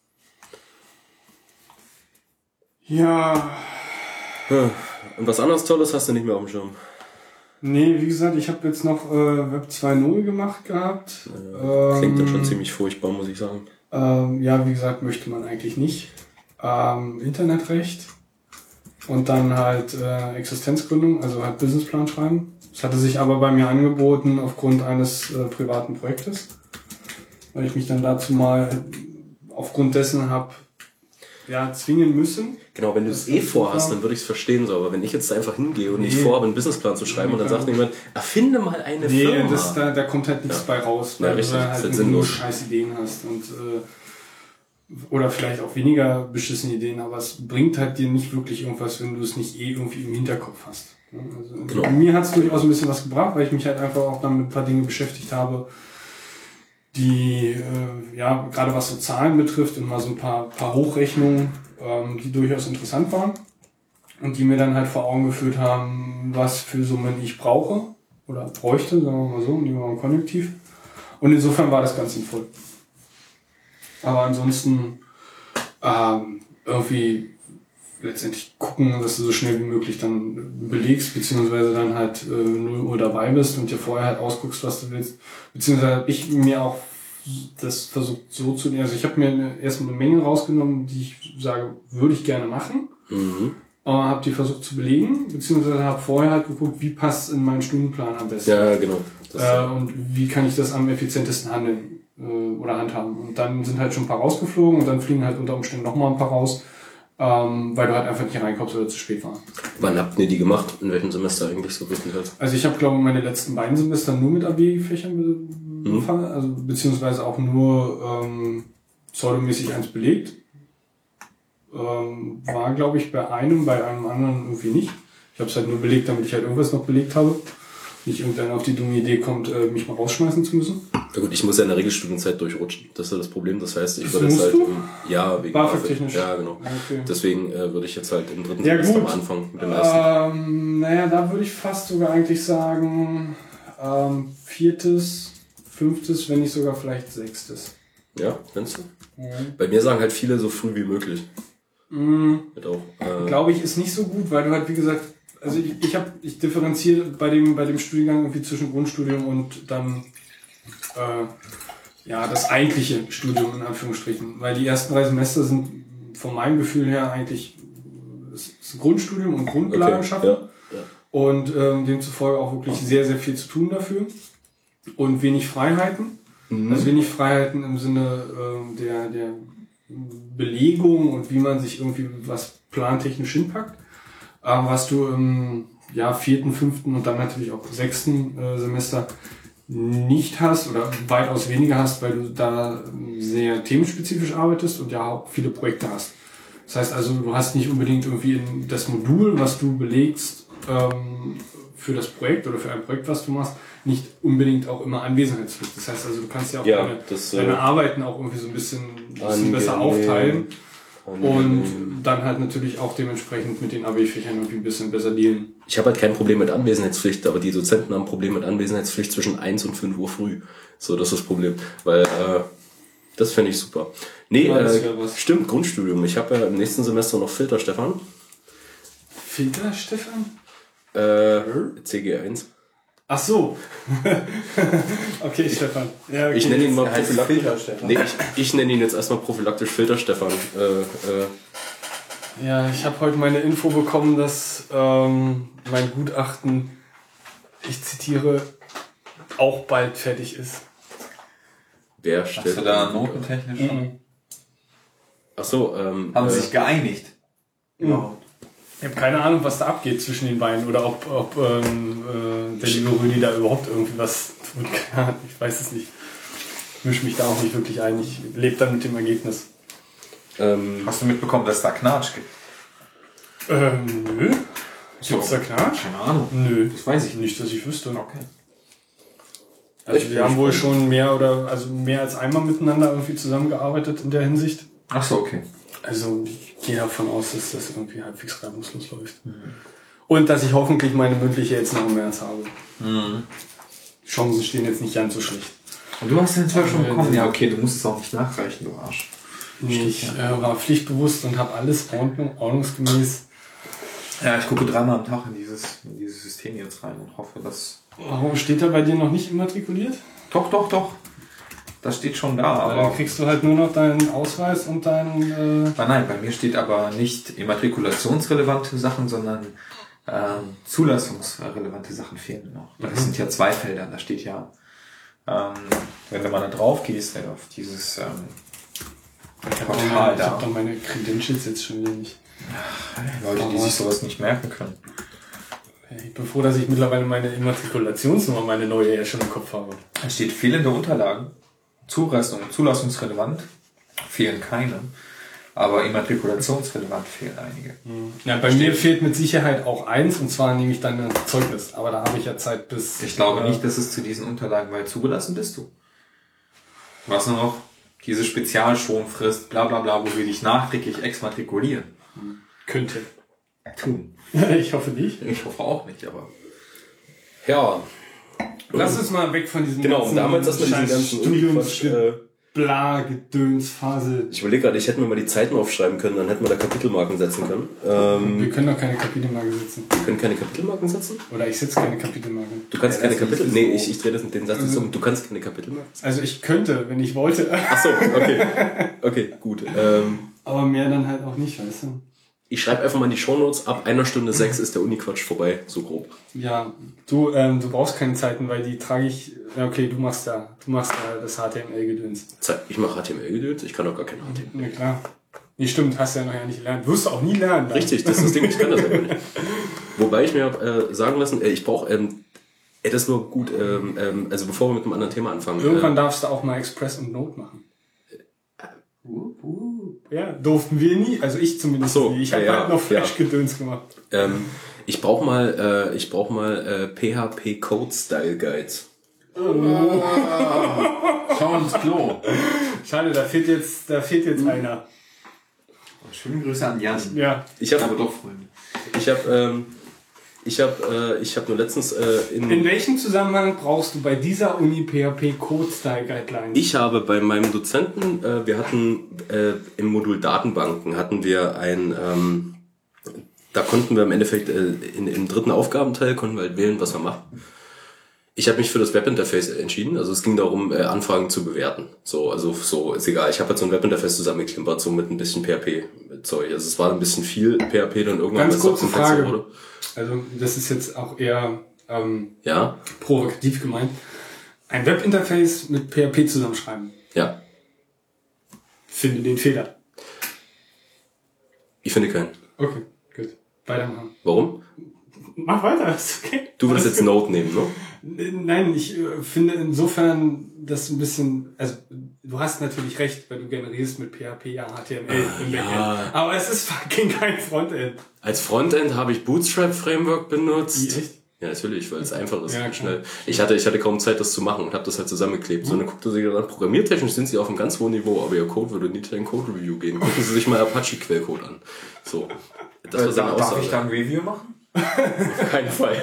Ja. Und was anderes Tolles hast du nicht mehr auf dem Schirm? Nee, wie gesagt, ich habe jetzt noch äh, Web zwei Punkt null gemacht gehabt. Ja, klingt ähm, dann schon ziemlich furchtbar, muss ich sagen. Ähm, ja, wie gesagt, möchte man eigentlich nicht. Ähm, Internetrecht und dann halt äh, Existenzgründung, also halt Businessplan schreiben. Das hatte sich aber bei mir angeboten aufgrund eines äh, privaten Projektes, weil ich mich dann dazu mal aufgrund dessen habe ja, zwingen müssen. Genau, wenn du es eh vorhast, dann würde ich es verstehen, so. Aber wenn ich jetzt da einfach hingehe und Nee. nicht vorhabe, einen Businessplan zu schreiben, Nee, und dann klar. sagt jemand, erfinde mal eine Nee, Firma. das, da, da kommt halt nichts Ja. bei raus, Ja, weil richtig, du das halt ist halt nur sinnlos. scheiß Ideen hast und äh, oder vielleicht auch weniger beschissene Ideen, aber es bringt halt dir nicht wirklich irgendwas, wenn du es nicht eh irgendwie im Hinterkopf hast. Ja, Also, Genau. Mir hat es durchaus ein bisschen was gebracht, weil ich mich halt einfach auch dann mit ein paar Dingen beschäftigt habe, die, äh, ja, gerade was so Zahlen betrifft und mal so ein paar, paar Hochrechnungen, ähm, die durchaus interessant waren und die mir dann halt vor Augen geführt haben, was für Summen ich brauche oder bräuchte, sagen wir mal so, nehmen wir mal ein Konjunktiv. Und insofern war das ganz sinnvoll. Aber ansonsten ähm, irgendwie letztendlich gucken, dass du so schnell wie möglich dann belegst, beziehungsweise dann halt äh, null Uhr dabei bist und dir vorher halt ausguckst, was du willst. Beziehungsweise habe ich mir auch das versucht so zu nehmen. Also ich habe mir erstmal eine Menge rausgenommen, die ich sage, würde ich gerne machen. Mhm. Aber habe die versucht zu belegen, beziehungsweise habe vorher halt geguckt, wie passt in meinen Stundenplan am besten. Ja, genau. Das, Äh, und wie kann ich das am effizientesten handeln äh, oder handhaben. Und dann sind halt schon ein paar rausgeflogen und dann fliegen halt unter Umständen nochmal ein paar raus, ähm, weil du halt einfach nicht reinkommst oder zu spät war. Wann habt ihr die gemacht? In welchem Semester eigentlich so größtenteils? Also ich habe, glaube ich, meine letzten beiden Semester nur mit A B-Fächern be- befangen, also beziehungsweise auch nur ähm, pseudomäßig eins belegt. Ähm, war, glaube ich, bei einem, bei einem anderen irgendwie nicht. Ich habe es halt nur belegt, damit ich halt irgendwas noch belegt habe. Nicht irgendeiner auf die dumme Idee kommt, äh, mich mal rausschmeißen zu müssen. Ja gut, ich muss ja in der Regelstudienzeit durchrutschen. Das ist ja das Problem. Das heißt, ich Das würde jetzt musst halt... du? im- Ja, wegen BAföG-technisch. Ja, genau. Okay. Deswegen äh, würde ich jetzt halt im dritten Ja, Semester gut. mal anfangen mit dem ersten. Ähm, naja, da würde ich fast sogar eigentlich sagen, ähm, viertes, fünftes, wenn nicht sogar vielleicht sechstes. Ja, findest du? Mhm. Bei mir sagen halt viele so früh wie möglich. Mhm. Mit auch, äh, Glaube ich, ist nicht so gut, weil du halt, wie gesagt, also ich, ich habe, ich differenziere bei dem, bei dem Studiengang irgendwie zwischen Grundstudium und dann, äh, ja, das eigentliche Studium in Anführungsstrichen, weil die ersten drei Semester sind von meinem Gefühl her eigentlich, es ist ein Grundstudium und Grundlagen okay. schaffen. Ja, ja. Und ähm, demzufolge auch wirklich sehr, sehr viel zu tun dafür. Und wenig Freiheiten. Mhm. Also wenig Freiheiten im Sinne ähm, der, der Belegung und wie man sich irgendwie was plantechnisch hinpackt. Ähm, was du im ja, vierten, fünften und dann natürlich auch sechsten äh, Semester nicht hast oder weitaus weniger hast, weil du da sehr themenspezifisch arbeitest und ja auch viele Projekte hast. Das heißt also, du hast nicht unbedingt irgendwie in das Modul, was du belegst, ähm, für das Projekt oder für ein Projekt, was du machst, nicht unbedingt auch immer Anwesenheitspflicht. Das heißt also, du kannst ja auch Ja, deine, das, äh, deine Arbeiten auch irgendwie so ein bisschen, ein bisschen angenehm. besser aufteilen Angenehm. und dann halt natürlich auch dementsprechend mit den A B-Fächern irgendwie ein bisschen besser dealen. Ich habe halt kein Problem mit Anwesenheitspflicht, aber die Dozenten haben ein Problem mit Anwesenheitspflicht zwischen eins und fünf Uhr früh. So, das ist das Problem. Weil, äh, das fände ich super. Nee, Ja, das äh, wär was. stimmt, Grundstudium. Ich habe ja im nächsten Semester noch Filter, Stefan. Filter, Stefan? Äh, C G eins. Ach so. Okay, Stefan. Ja, okay. Ich nenne ihn mal heißt prophylaktisch. Filter, Stefan. Nee, ich, ich nenne ihn jetzt erstmal prophylaktisch Filter, Stefan. Äh, äh, Ja, ich habe heute meine Info bekommen, dass ähm, mein Gutachten, ich zitiere, auch bald fertig ist. wer Hast stellt... du da notentechnisch schon? Ach so, ähm... Haben äh, sie sich geeinigt? Überhaupt. Ich habe keine Ahnung, was da abgeht zwischen den beiden oder ob, ob ähm, äh, der liebe Rüdi da überhaupt irgendwie was tut. Keine Ahnung, ich weiß es nicht. Ich mische mich da auch nicht wirklich ein. Ich lebe dann mit dem Ergebnis. ähm, Hast du mitbekommen, dass es da Knatsch gibt? Ähm, nö. Gibt's da Knatsch? Keine Ahnung. Nö. Das weiß ich Nicht, dass ich wüsste. Okay. Also Ich wir bin haben wohl gespannt. schon mehr oder also mehr als einmal miteinander irgendwie zusammengearbeitet in der Hinsicht. Ach so, okay. Also ich gehe davon aus, dass das irgendwie halbwegs reibungslos läuft. Und dass ich hoffentlich meine mündliche jetzt noch im März habe. Die Chancen stehen jetzt nicht ganz so schlecht. Und du hast den zwölf schon Ja, bekommen. ja. Ja, okay, du musst es auch nicht nachreichen, du Arsch. Nee, ich äh, war pflichtbewusst und habe alles ordnung, ordnungsgemäß. Ja, ich gucke dreimal am Tag in dieses, in dieses System jetzt rein und hoffe, dass... Warum steht er bei dir noch nicht immatrikuliert? Doch, doch, doch. das steht schon da. Aber Aber dann kriegst du halt nur noch deinen Ausweis und deinen... Äh nein, nein, bei mir steht aber nicht immatrikulationsrelevante Sachen, sondern ähm, zulassungsrelevante Sachen fehlen noch. Das Mhm. sind ja zwei Felder. Da steht ja, ähm, wenn du mal da drauf gehst, auf dieses ähm, ich habe Portal doch, da. hab doch meine Credentials jetzt schon wieder nicht. Leute, die sich sowas nicht merken können. Ich bin froh, dass ich mittlerweile meine Immatrikulationsnummer, meine neue, ja schon im Kopf habe. Da steht fehlende Unterlagen, Zulassung, zulassungsrelevant, fehlen keine, aber immatrikulationsrelevant fehlen einige. Ja, bei mir fehlt mit Sicherheit auch eins, und zwar nehme ich dann ein Zeugnis. Aber da habe ich ja Zeit bis... Ich glaube äh, nicht, dass es zu diesen Unterlagen, weil zugelassen bist du. Du hast nur noch diese Spezialschonfrist, bla bla bla, wo wir dich nachträglich exmatrikulieren. Könnte. Tun. Ich hoffe nicht. Ich hoffe auch nicht, aber... Ja, Lass uns mal weg von diesem genau. ganzen Und damals erstmal diesen scheiß ganzen Studiums, Uni-Quatsch, äh, bla, Gedönsphase. Ich überlege gerade, ich hätte mir mal die Zeiten aufschreiben können, dann hätten wir da Kapitelmarken setzen können. Ähm, Wir können doch keine Kapitelmarke setzen. wir können keine Kapitelmarken setzen? Oder ich setze keine Kapitelmarken. Du kannst Ja, keine das Kapitel... ist Nee, so. ich, ich drehe das mit den Satz jetzt um. Du kannst keine Kapitelmarken setzen. Also ich könnte, wenn ich wollte. Ach so, okay. Okay, gut. Ähm, Aber mehr dann halt auch nicht, weißt du? ich schreibe einfach mal in die Shownotes, ab einer Stunde sechs ist der Uni-Quatsch vorbei, so grob. Ja, du, ähm, du brauchst keine Zeiten, weil die trage ich... Ja, okay, du machst da, du machst da das H T M L-Gedöns. Zeit- Ich mache H T M L-Gedöns, ich kann doch gar kein H T M L. Na klar. Nee, stimmt, hast du ja noch ja nicht gelernt. Wirst du auch nie lernen. Dann. Richtig, das ist das Ding, ich kann das aber nicht. Wobei ich mir habe äh, sagen lassen, äh, ich brauche... Ähm, äh, das ist nur gut, ähm, ähm, also bevor wir mit einem anderen Thema anfangen. Irgendwann äh, darfst du auch mal Express und Note machen. Ja, durften wir nie. Also ich zumindest Ach so, nie. Ich ja, habe ja, halt noch Flash-Gedöns gemacht. ähm, ich brauche mal, äh, ich brauch mal äh, P H P Code Style Guides. Schau ins Klo. Schade, da fehlt jetzt, da fehlt jetzt einer. Schöne Grüße an Jan. Ja. Ich habe Aber doch, Freunde. ich habe ähm, ich habe äh, ich habe nur letztens äh, in, In welchem Zusammenhang brauchst du bei dieser Uni P H P Code Style Guidelines? ich habe bei meinem Dozenten, äh, wir hatten äh, im Modul Datenbanken hatten wir ein ähm, da konnten wir im Endeffekt äh, in, im dritten Aufgabenteil konnten wir halt wählen, was wir machen. Ich habe mich für das Webinterface entschieden, also es ging darum, äh, Anfragen zu bewerten. So, also so ist egal. Ich habe halt so ein Webinterface zusammengeklimpert, so mit ein bisschen P H P-Zeug. Also es war ein bisschen viel P H P dann irgendwann. Ganz weil es kurze auch komplexer Frage. wurde. Also das ist jetzt auch eher ähm, Ja, provokativ gemeint. Ein Webinterface mit P H P zusammenschreiben. ja. Finde den Fehler. Ich finde keinen. Okay, gut. Weitermachen. Warum? Mach weiter, ist okay. Du würdest jetzt Node nehmen, ne? Nein, ich äh, finde insofern das ein bisschen, also du hast natürlich recht, weil du generierst mit P H P ja H T M L im ja. Backend. Aber es ist fucking kein Frontend. Als Frontend habe ich Bootstrap Framework benutzt. Wie, echt? Ja, natürlich, weil es einfach ist. Ja, klar. Schnell. Ich hatte, ich hatte kaum Zeit, das zu machen und habe das halt zusammengeklebt. So, und dann guckte sie dann an, programmiertechnisch sind sie auf einem ganz hohen Niveau, aber ihr Code würde nie in Code Review gehen. Gucken Sie sich mal Apache-Quellcode an. So. Das war Äh, seine darf Aussage. ich da ein Review machen? Auf keinen Fall.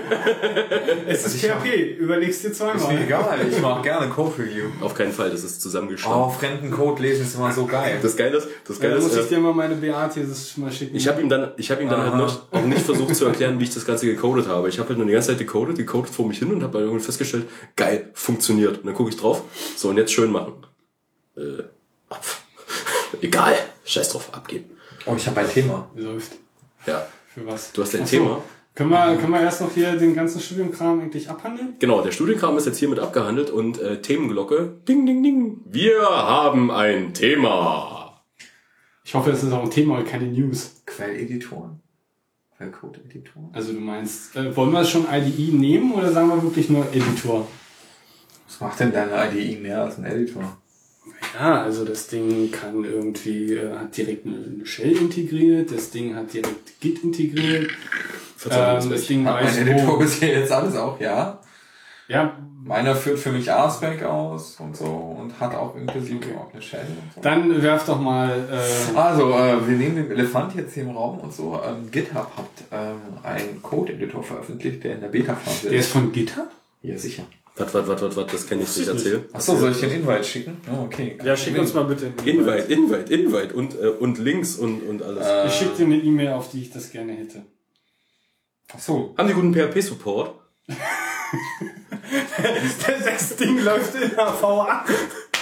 Es ist P H P, überlegst dir Ist mir zweimal. egal, ich mache gerne Code Review. Auf keinen Fall, das ist zusammengestammt. Oh, fremden Code lesen ist immer so geil. Das Geile ist, das Ja, Geile dann ist, muss ich äh, dir mal meine B A-Thesis mal schicken. ich habe ihm dann, ich habe ihm dann halt noch, auch nicht versucht zu erklären, wie ich das Ganze gecodet habe. Ich habe halt nur die ganze Zeit gecodet, gecodet vor mich hin und habe halt irgendwie festgestellt, geil, funktioniert. Und dann gucke ich drauf, so und jetzt schön machen. Äh, pf, egal, scheiß drauf, abgeben. Oh, ich habe ein Thema. Läuft. Ja, Für was? du hast ein Ach so. Thema. Können wir, können wir erst noch hier den ganzen Studienkram eigentlich abhandeln? Genau, der Studienkram ist jetzt hiermit abgehandelt und äh, Themenglocke, ding, ding, ding. Wir haben ein Thema. Ich hoffe, es ist auch ein Thema und keine News. Quelleditoren. Quellcode-Editoren. Also du meinst, äh, wollen wir schon I D E nehmen oder sagen wir wirklich nur Editor? Was macht denn deine I D E mehr als ein Editor? Ja, also das Ding kann irgendwie, äh, hat direkt eine, eine Shell integriert, das Ding hat direkt Git integriert. Ähm, das Ding Hat weiß, mein Editor wo, bisher jetzt alles auch, ja. ja, Meiner führt für mich RSpec aus und so und hat auch inklusive auch eine Shell und so. dann werf doch mal, äh, Also, äh, wir nehmen den Elefant jetzt hier im Raum und so. Ähm, GitHub hat ähm, einen Code-Editor veröffentlicht, der in der Beta-Phase der ist von GitHub? Ja, sicher. Warte, warte, warte, warte, das kann ich nicht erzählen. Achso, soll ich den Invite schicken? Oh, okay. Ja, schick uns mal bitte. einen Invite, Invite, Invite und, äh, und Links und, und alles. Äh, Ich schicke dir eine E-Mail, auf die ich das gerne hätte. Achso. Haben Sie guten P H P-Support? Das Ding läuft in der V acht.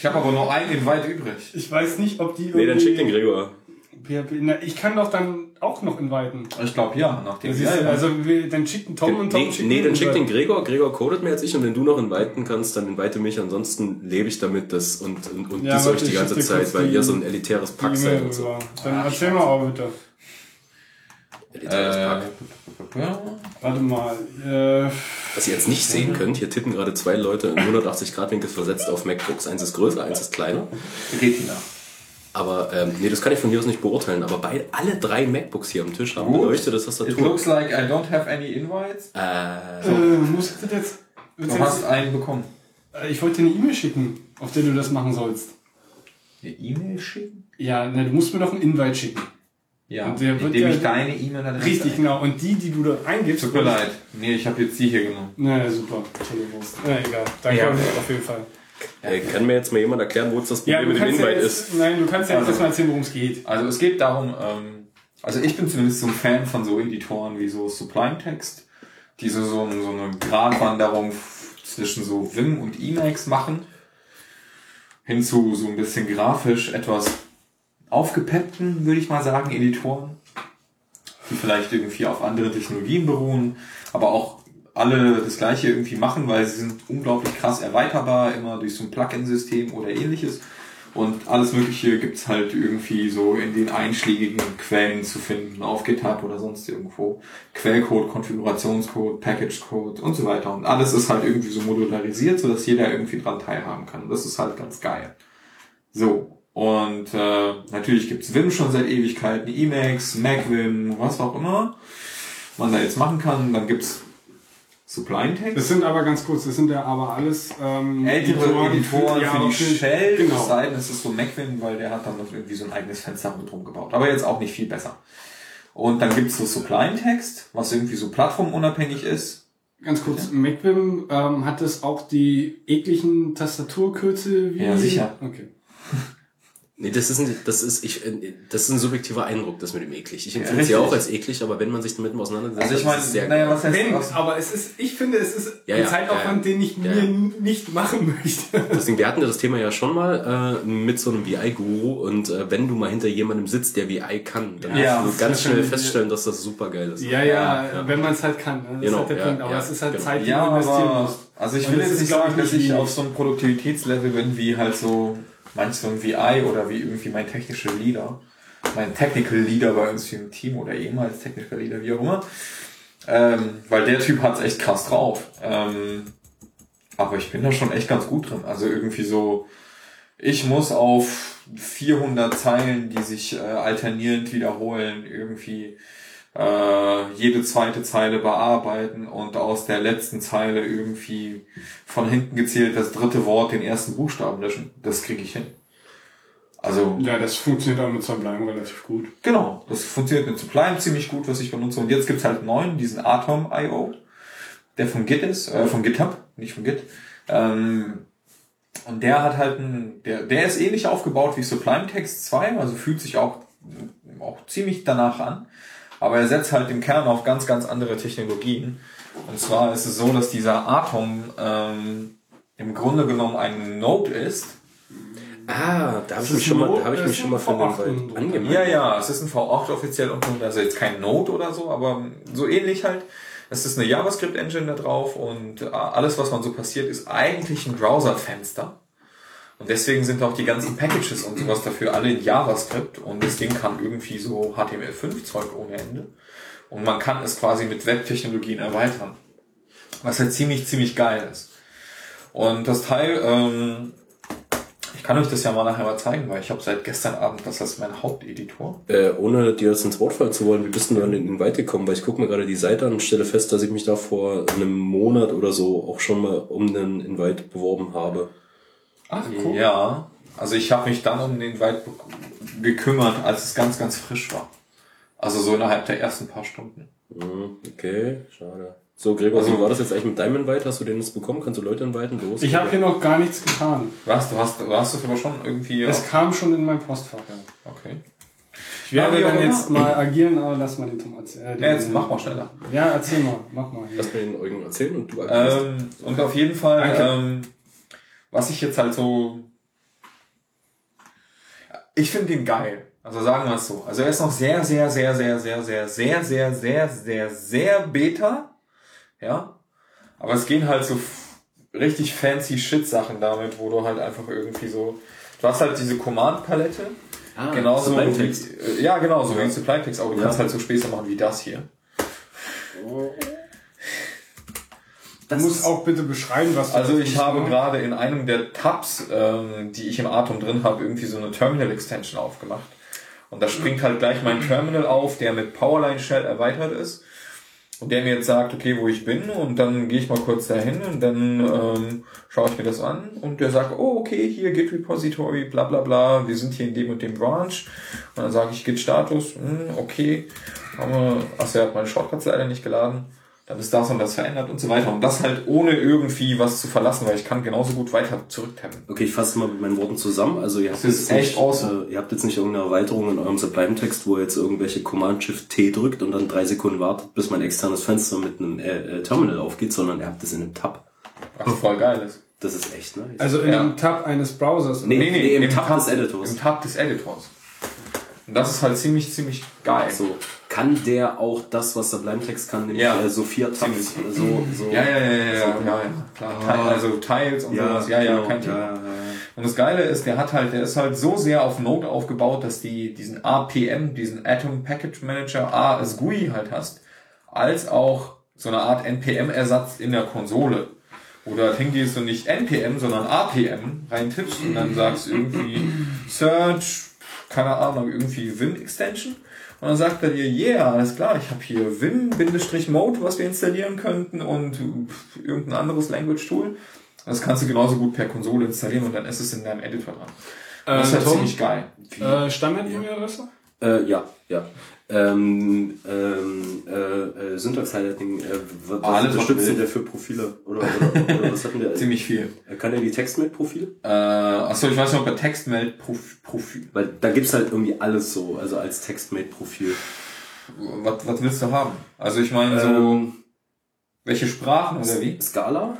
Ich habe aber nur einen Invite übrig. Ich weiß nicht, ob die Nee, dann schick den Gregor. P H P, na, ich kann doch dann auch noch inviten. Ich glaube ja, nachdem Das ist, ja, ja. also wir, dann schicken Tom und Tom Nee, schicken nee dann schick den invite. Gregor. Gregor codet mir jetzt ich und wenn du noch inviten kannst, dann invite mich. Ansonsten lebe ich damit das und, und, und Ja, diss warte, euch die ich ganze schick dir Zeit, kurz weil die- ihr so ein elitäres Pack Die seid E-Mail und so. rüber. Dann erzähl mal auch bitte. Elitäres Pack. Äh, Warte mal. Äh, Was ihr jetzt nicht sehen könnt, hier tippen gerade zwei Leute in hundertachtzig Grad Winkel versetzt auf MacBooks. Eins ist größer, eins ist kleiner. Retina. Aber ähm, nee, das kann ich von hier aus nicht beurteilen. Aber beide, alle drei MacBooks hier am Tisch haben Gut. beleuchtete It Tastatur. looks like I don't have any invites. Äh, äh, muss ich das jetzt... willst Du du hast jetzt einen bekommen. äh, ich wollte dir eine E-Mail schicken, auf der du das machen sollst. Eine E-Mail schicken? Ja, na, du musst mir doch einen Invite schicken. Ja, Und der wird indem ja- ich deine E-Mail-Adresse Richtig, ein- genau. Und die, die du da eingibst... Tut mir leid. Nee, ich habe jetzt die hier genommen. Na, super. Tolle Wurst. Na, egal. Danke Ja. auf jeden Fall. äh, kann mir jetzt mal jemand erklären, wo jetzt das Ja, Problem du mit dem kannst ja Invite jetzt, ist? nein, du kannst ja jetzt Also- erstmal erzählen, worum es geht. Also es geht darum, ähm, also ich bin zumindest so ein Fan von so Editoren wie so Sublime Text, die so, so, so eine Gratwanderung f- zwischen so Vim und Emacs machen, hin zu so ein bisschen grafisch etwas aufgepeppten, würde ich mal sagen, Editoren, die vielleicht irgendwie auf andere Technologien beruhen, aber auch alle das Gleiche irgendwie machen, weil sie sind unglaublich krass erweiterbar, immer durch so ein Plugin-System oder ähnliches. Und alles Mögliche gibt's halt irgendwie so in den einschlägigen Quellen zu finden, auf GitHub oder sonst irgendwo. Quellcode, Konfigurationscode, Packagecode und so weiter. Und alles ist halt irgendwie so modularisiert, sodass jeder irgendwie dran teilhaben kann. Und das ist halt ganz geil. So. Und äh, natürlich gibt's Vim schon seit Ewigkeiten, Emacs, MacVim, was auch immer man da jetzt machen kann. Dann gibt's Sublime Text. Das sind aber ganz kurz, das sind ja aber alles ähm, Ältere Editoren ja, für die aber Shell, es Genau. sei denn, es ist so MacVim, weil der hat dann noch irgendwie so ein eigenes Fenster mit drum gebaut. Aber jetzt auch nicht viel besser. Und dann gibt's so Sublime Text, was irgendwie so plattformunabhängig ist. Ganz kurz, MacVim ähm, hat das auch die ekligen Tastaturkürzel wie... Ja, sicher. Okay. Nee, das ist ein, das ist, ich, äh, das ist ein subjektiver Eindruck, das mit dem eklig. Ich Ja, empfinde es ja richtig. auch als eklig, aber wenn man sich damit mal auseinandersetzt, Also ich dann ist es meine, sehr naja, geil. was heißt Wenn, was? aber es ist, ich finde, es ist Ja, ein ja, Zeitaufwand, ja, ja. den ich Ja, mir ja. nicht machen möchte. Deswegen, wir hatten ja das Thema ja schon mal äh, mit so einem V I-Guru und äh, wenn du mal hinter jemandem sitzt, der V I kann, dann Ja, wirst du ganz das schnell ist- feststellen, dass das super geil ist. Ja, ja, ja. wenn man es halt kann. Ne? Das Genau, ist halt der ja, Punkt. Aber ja, es ist halt genau. Zeit, die Ja, man investieren aber, muss. also ich Und will das jetzt ist, nicht glaub sagen, ich, dass ich nicht auf so einem Produktivitätslevel bin, wie halt so manch so ein V I oder wie irgendwie mein technischer Leader, mein Technical Leader bei uns im Team oder ehemals Technical Leader, wie auch immer. Ähm, weil der Typ hat's echt krass drauf. Ähm, aber ich bin da schon echt ganz gut drin. Also irgendwie so, ich muss auf vierhundert Zeilen, die sich äh, alternierend wiederholen, irgendwie äh, jede zweite Zeile bearbeiten und aus der letzten Zeile irgendwie von hinten gezählt das dritte Wort den ersten Buchstaben löschen. Das kriege ich hin. Also Ja, das funktioniert auch mit Sublime relativ gut. genau, das funktioniert mit Sublime ziemlich gut, was ich benutze. Und jetzt gibt's halt einen neuen, diesen Atom Punkt io, der von Git ist, äh, von GitHub, nicht von Git. Ähm, und der hat halt ein, der, der ist ähnlich aufgebaut wie Sublime Text zwei, also fühlt sich auch, auch ziemlich danach an. Aber er setzt halt im Kern auf ganz, ganz andere Technologien. Und zwar ist es so, dass dieser Atom ähm, im Grunde genommen ein Node ist. Ah, da habe ich Das mich ist schon mal, ein da habe ich Node, mich schon mal das ist von ein dem V acht Wald Node. angemeldet. Ja, ja, es ist ein V acht offiziell und also jetzt kein Node oder so, aber so ähnlich halt. Es ist eine JavaScript-Engine da drauf und alles, was man so passiert, ist eigentlich ein Browser-Fenster. Und deswegen sind auch die ganzen Packages und sowas dafür alle in JavaScript und das Ding kann irgendwie so H T M L fünf Zeug ohne Ende. Und man kann es quasi mit Web-Technologien erweitern. Was halt ziemlich, ziemlich geil ist. Und das Teil, ähm, ich kann euch das ja mal nachher mal zeigen, weil ich habe seit gestern Abend, das ist mein Haupteditor. Äh, ohne dir jetzt ins Wort fallen zu wollen, wie bist du denn an den Invite gekommen? Weil ich gucke mir gerade die Seite an und stelle fest, dass ich mich da vor einem Monat oder so auch schon mal um einen Invite beworben habe. Ach, cool. Ja, also ich habe mich dann um den Invite be- gekümmert, als es ganz, ganz frisch war. Also so innerhalb der ersten paar Stunden. Hm, okay, schade. So, Gregor, Also- wie war das jetzt eigentlich mit deinem Invite? Hast du den jetzt bekommen? Kannst du Leute inviten? Los. Ich habe hier noch gar nichts getan. Was? Du hast, du hast es aber schon irgendwie... Es kam schon in mein Postfach. Ja. Okay. Ich werde Ja, wie auch dann immer. jetzt mal agieren, aber lass mal den Tom erzählen. Äh, Ja, jetzt mach mal schneller. Ja, erzähl mal. Mach mal. Lass mir den Eugen erzählen und du agierst. Ähm, und auf jeden Fall, Danke. ähm, was ich jetzt halt so ich finde ihn geil. Also sagen wir es so. Also er ist noch sehr, sehr, sehr, sehr, sehr, sehr, sehr, sehr, sehr, sehr, sehr Beta. Ja. Aber es gehen halt so richtig fancy Shit-Sachen damit, wo du halt einfach irgendwie so, du hast halt diese Command-Palette. Ah, genauso Supply-Text. wie, ja, genau, so wie Supply-Text, aber du Ja. kannst halt so Späße machen wie das hier. Du musst auch bitte beschreiben, was du Also das ich tust, habe ne? gerade in einem der Tabs, ähm, die ich im Atom drin habe, irgendwie so eine Terminal-Extension aufgemacht. Und da springt halt gleich mein Terminal auf, der mit Powerline Shell erweitert ist. Und der mir jetzt sagt, okay, wo ich bin. Und dann gehe ich mal kurz dahin und dann ähm, schaue ich mir das an. Und der sagt, oh, okay, hier Git Repository, bla bla bla. Wir sind hier in dem und dem Branch. Und dann sage ich Git Status, hm, okay. Achso, er hat meine Shortcuts leider nicht geladen. Dann ist das und das verändert und so weiter. Und das halt ohne irgendwie was zu verlassen, weil ich kann genauso gut weiter zurücktappen. Okay, ich fasse mal mit meinen Worten zusammen. Also ihr habt, Das ist jetzt echt nicht, awesome. äh, ihr habt jetzt nicht irgendeine Erweiterung in eurem Sublime-Text, wo ihr jetzt irgendwelche Command-Shift-T drückt und dann drei Sekunden wartet, bis mein externes Fenster mit einem äh, äh, Terminal aufgeht, sondern ihr habt das in einem Tab. Was voll geil ist. Das ist echt nice. Also in Ja. einem Tab eines Browsers. Nee, Nee, nee, nee, im im Tab Tab des Editors. Im Tab des Editors. Und das ist halt ziemlich, ziemlich geil. So, kann der auch das, was Sublime-Text kann, nämlich Ja. äh, so vier Tabs, so, so. Ja, ja, ja, ja, ja, ja, ja, klar. Ah. Also Tiles und sowas. Ja, ja, genau. kein Thema. Ja, ja, ja. Und das Geile ist, der hat halt, der ist halt so sehr auf Node aufgebaut, dass die diesen A P M, diesen Atom Package Manager A als G U I halt hast, als auch so eine Art N P M-Ersatz in der Konsole. Wo du halt hingehst und nicht N P M, sondern A P M reintippst und dann sagst irgendwie Search, keine Ahnung, irgendwie Vim Extension. Und dann sagt er dir, yeah, alles klar, ich habe hier Vim-Mode, was wir installieren könnten und irgendein anderes Language-Tool. Das kannst du genauso gut per Konsole installieren und dann ist es in deinem Editor dran. Und das ist halt Tom? ziemlich geil. Äh, Standard-E-Mail-Adresse? Äh, ja, ja. Ähm, ähm, äh, äh, Syntax-Highlighting, äh, was Ah, alles, was unterstützt will. der für Profile? Oder, oder, oder was hat denn der? Ziemlich viel. Kann er die Textmate-Profile? Äh, achso, ich weiß nicht, ob er Textmeld-Profil. Weil da gibt's halt irgendwie alles so, also als Textmate-Profil. Was, was willst du haben? Also ich meine so, Ähm, welche Sprachen oder wie? Scala?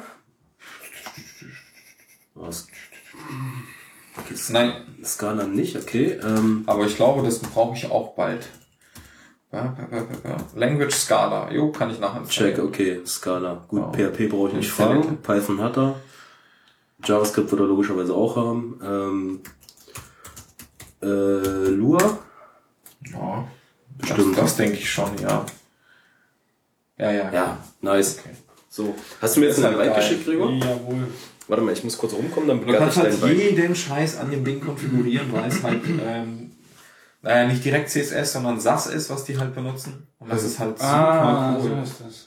Was? Okay, Nein, Scala nicht, okay. Ähm, aber ich glaube, das brauche ich auch bald. Language Scala. Jo, kann ich nachher check, okay, Scala. Gut, Oh. P H P brauche ich nicht Installiert. fragen. Python hat er. JavaScript wird er logischerweise auch haben. Ähm, äh, Lua? Ja, Bestimmt. Das, das denke ich schon, ja. Ja, ja. Ja, nice. Okay. So, hast du mir jetzt Das ist einen halt Invite geil. geschickt, Gregor? Jawohl. Warte mal, ich muss kurz rumkommen, dann Du begleite kannst ich halt deinen Invite. jeden Scheiß an dem Ding konfigurieren, weil es halt, ähm, naja, nicht direkt C S S, sondern S A S ist, was die halt benutzen. Und das ist halt super Ah, cool. so ist das.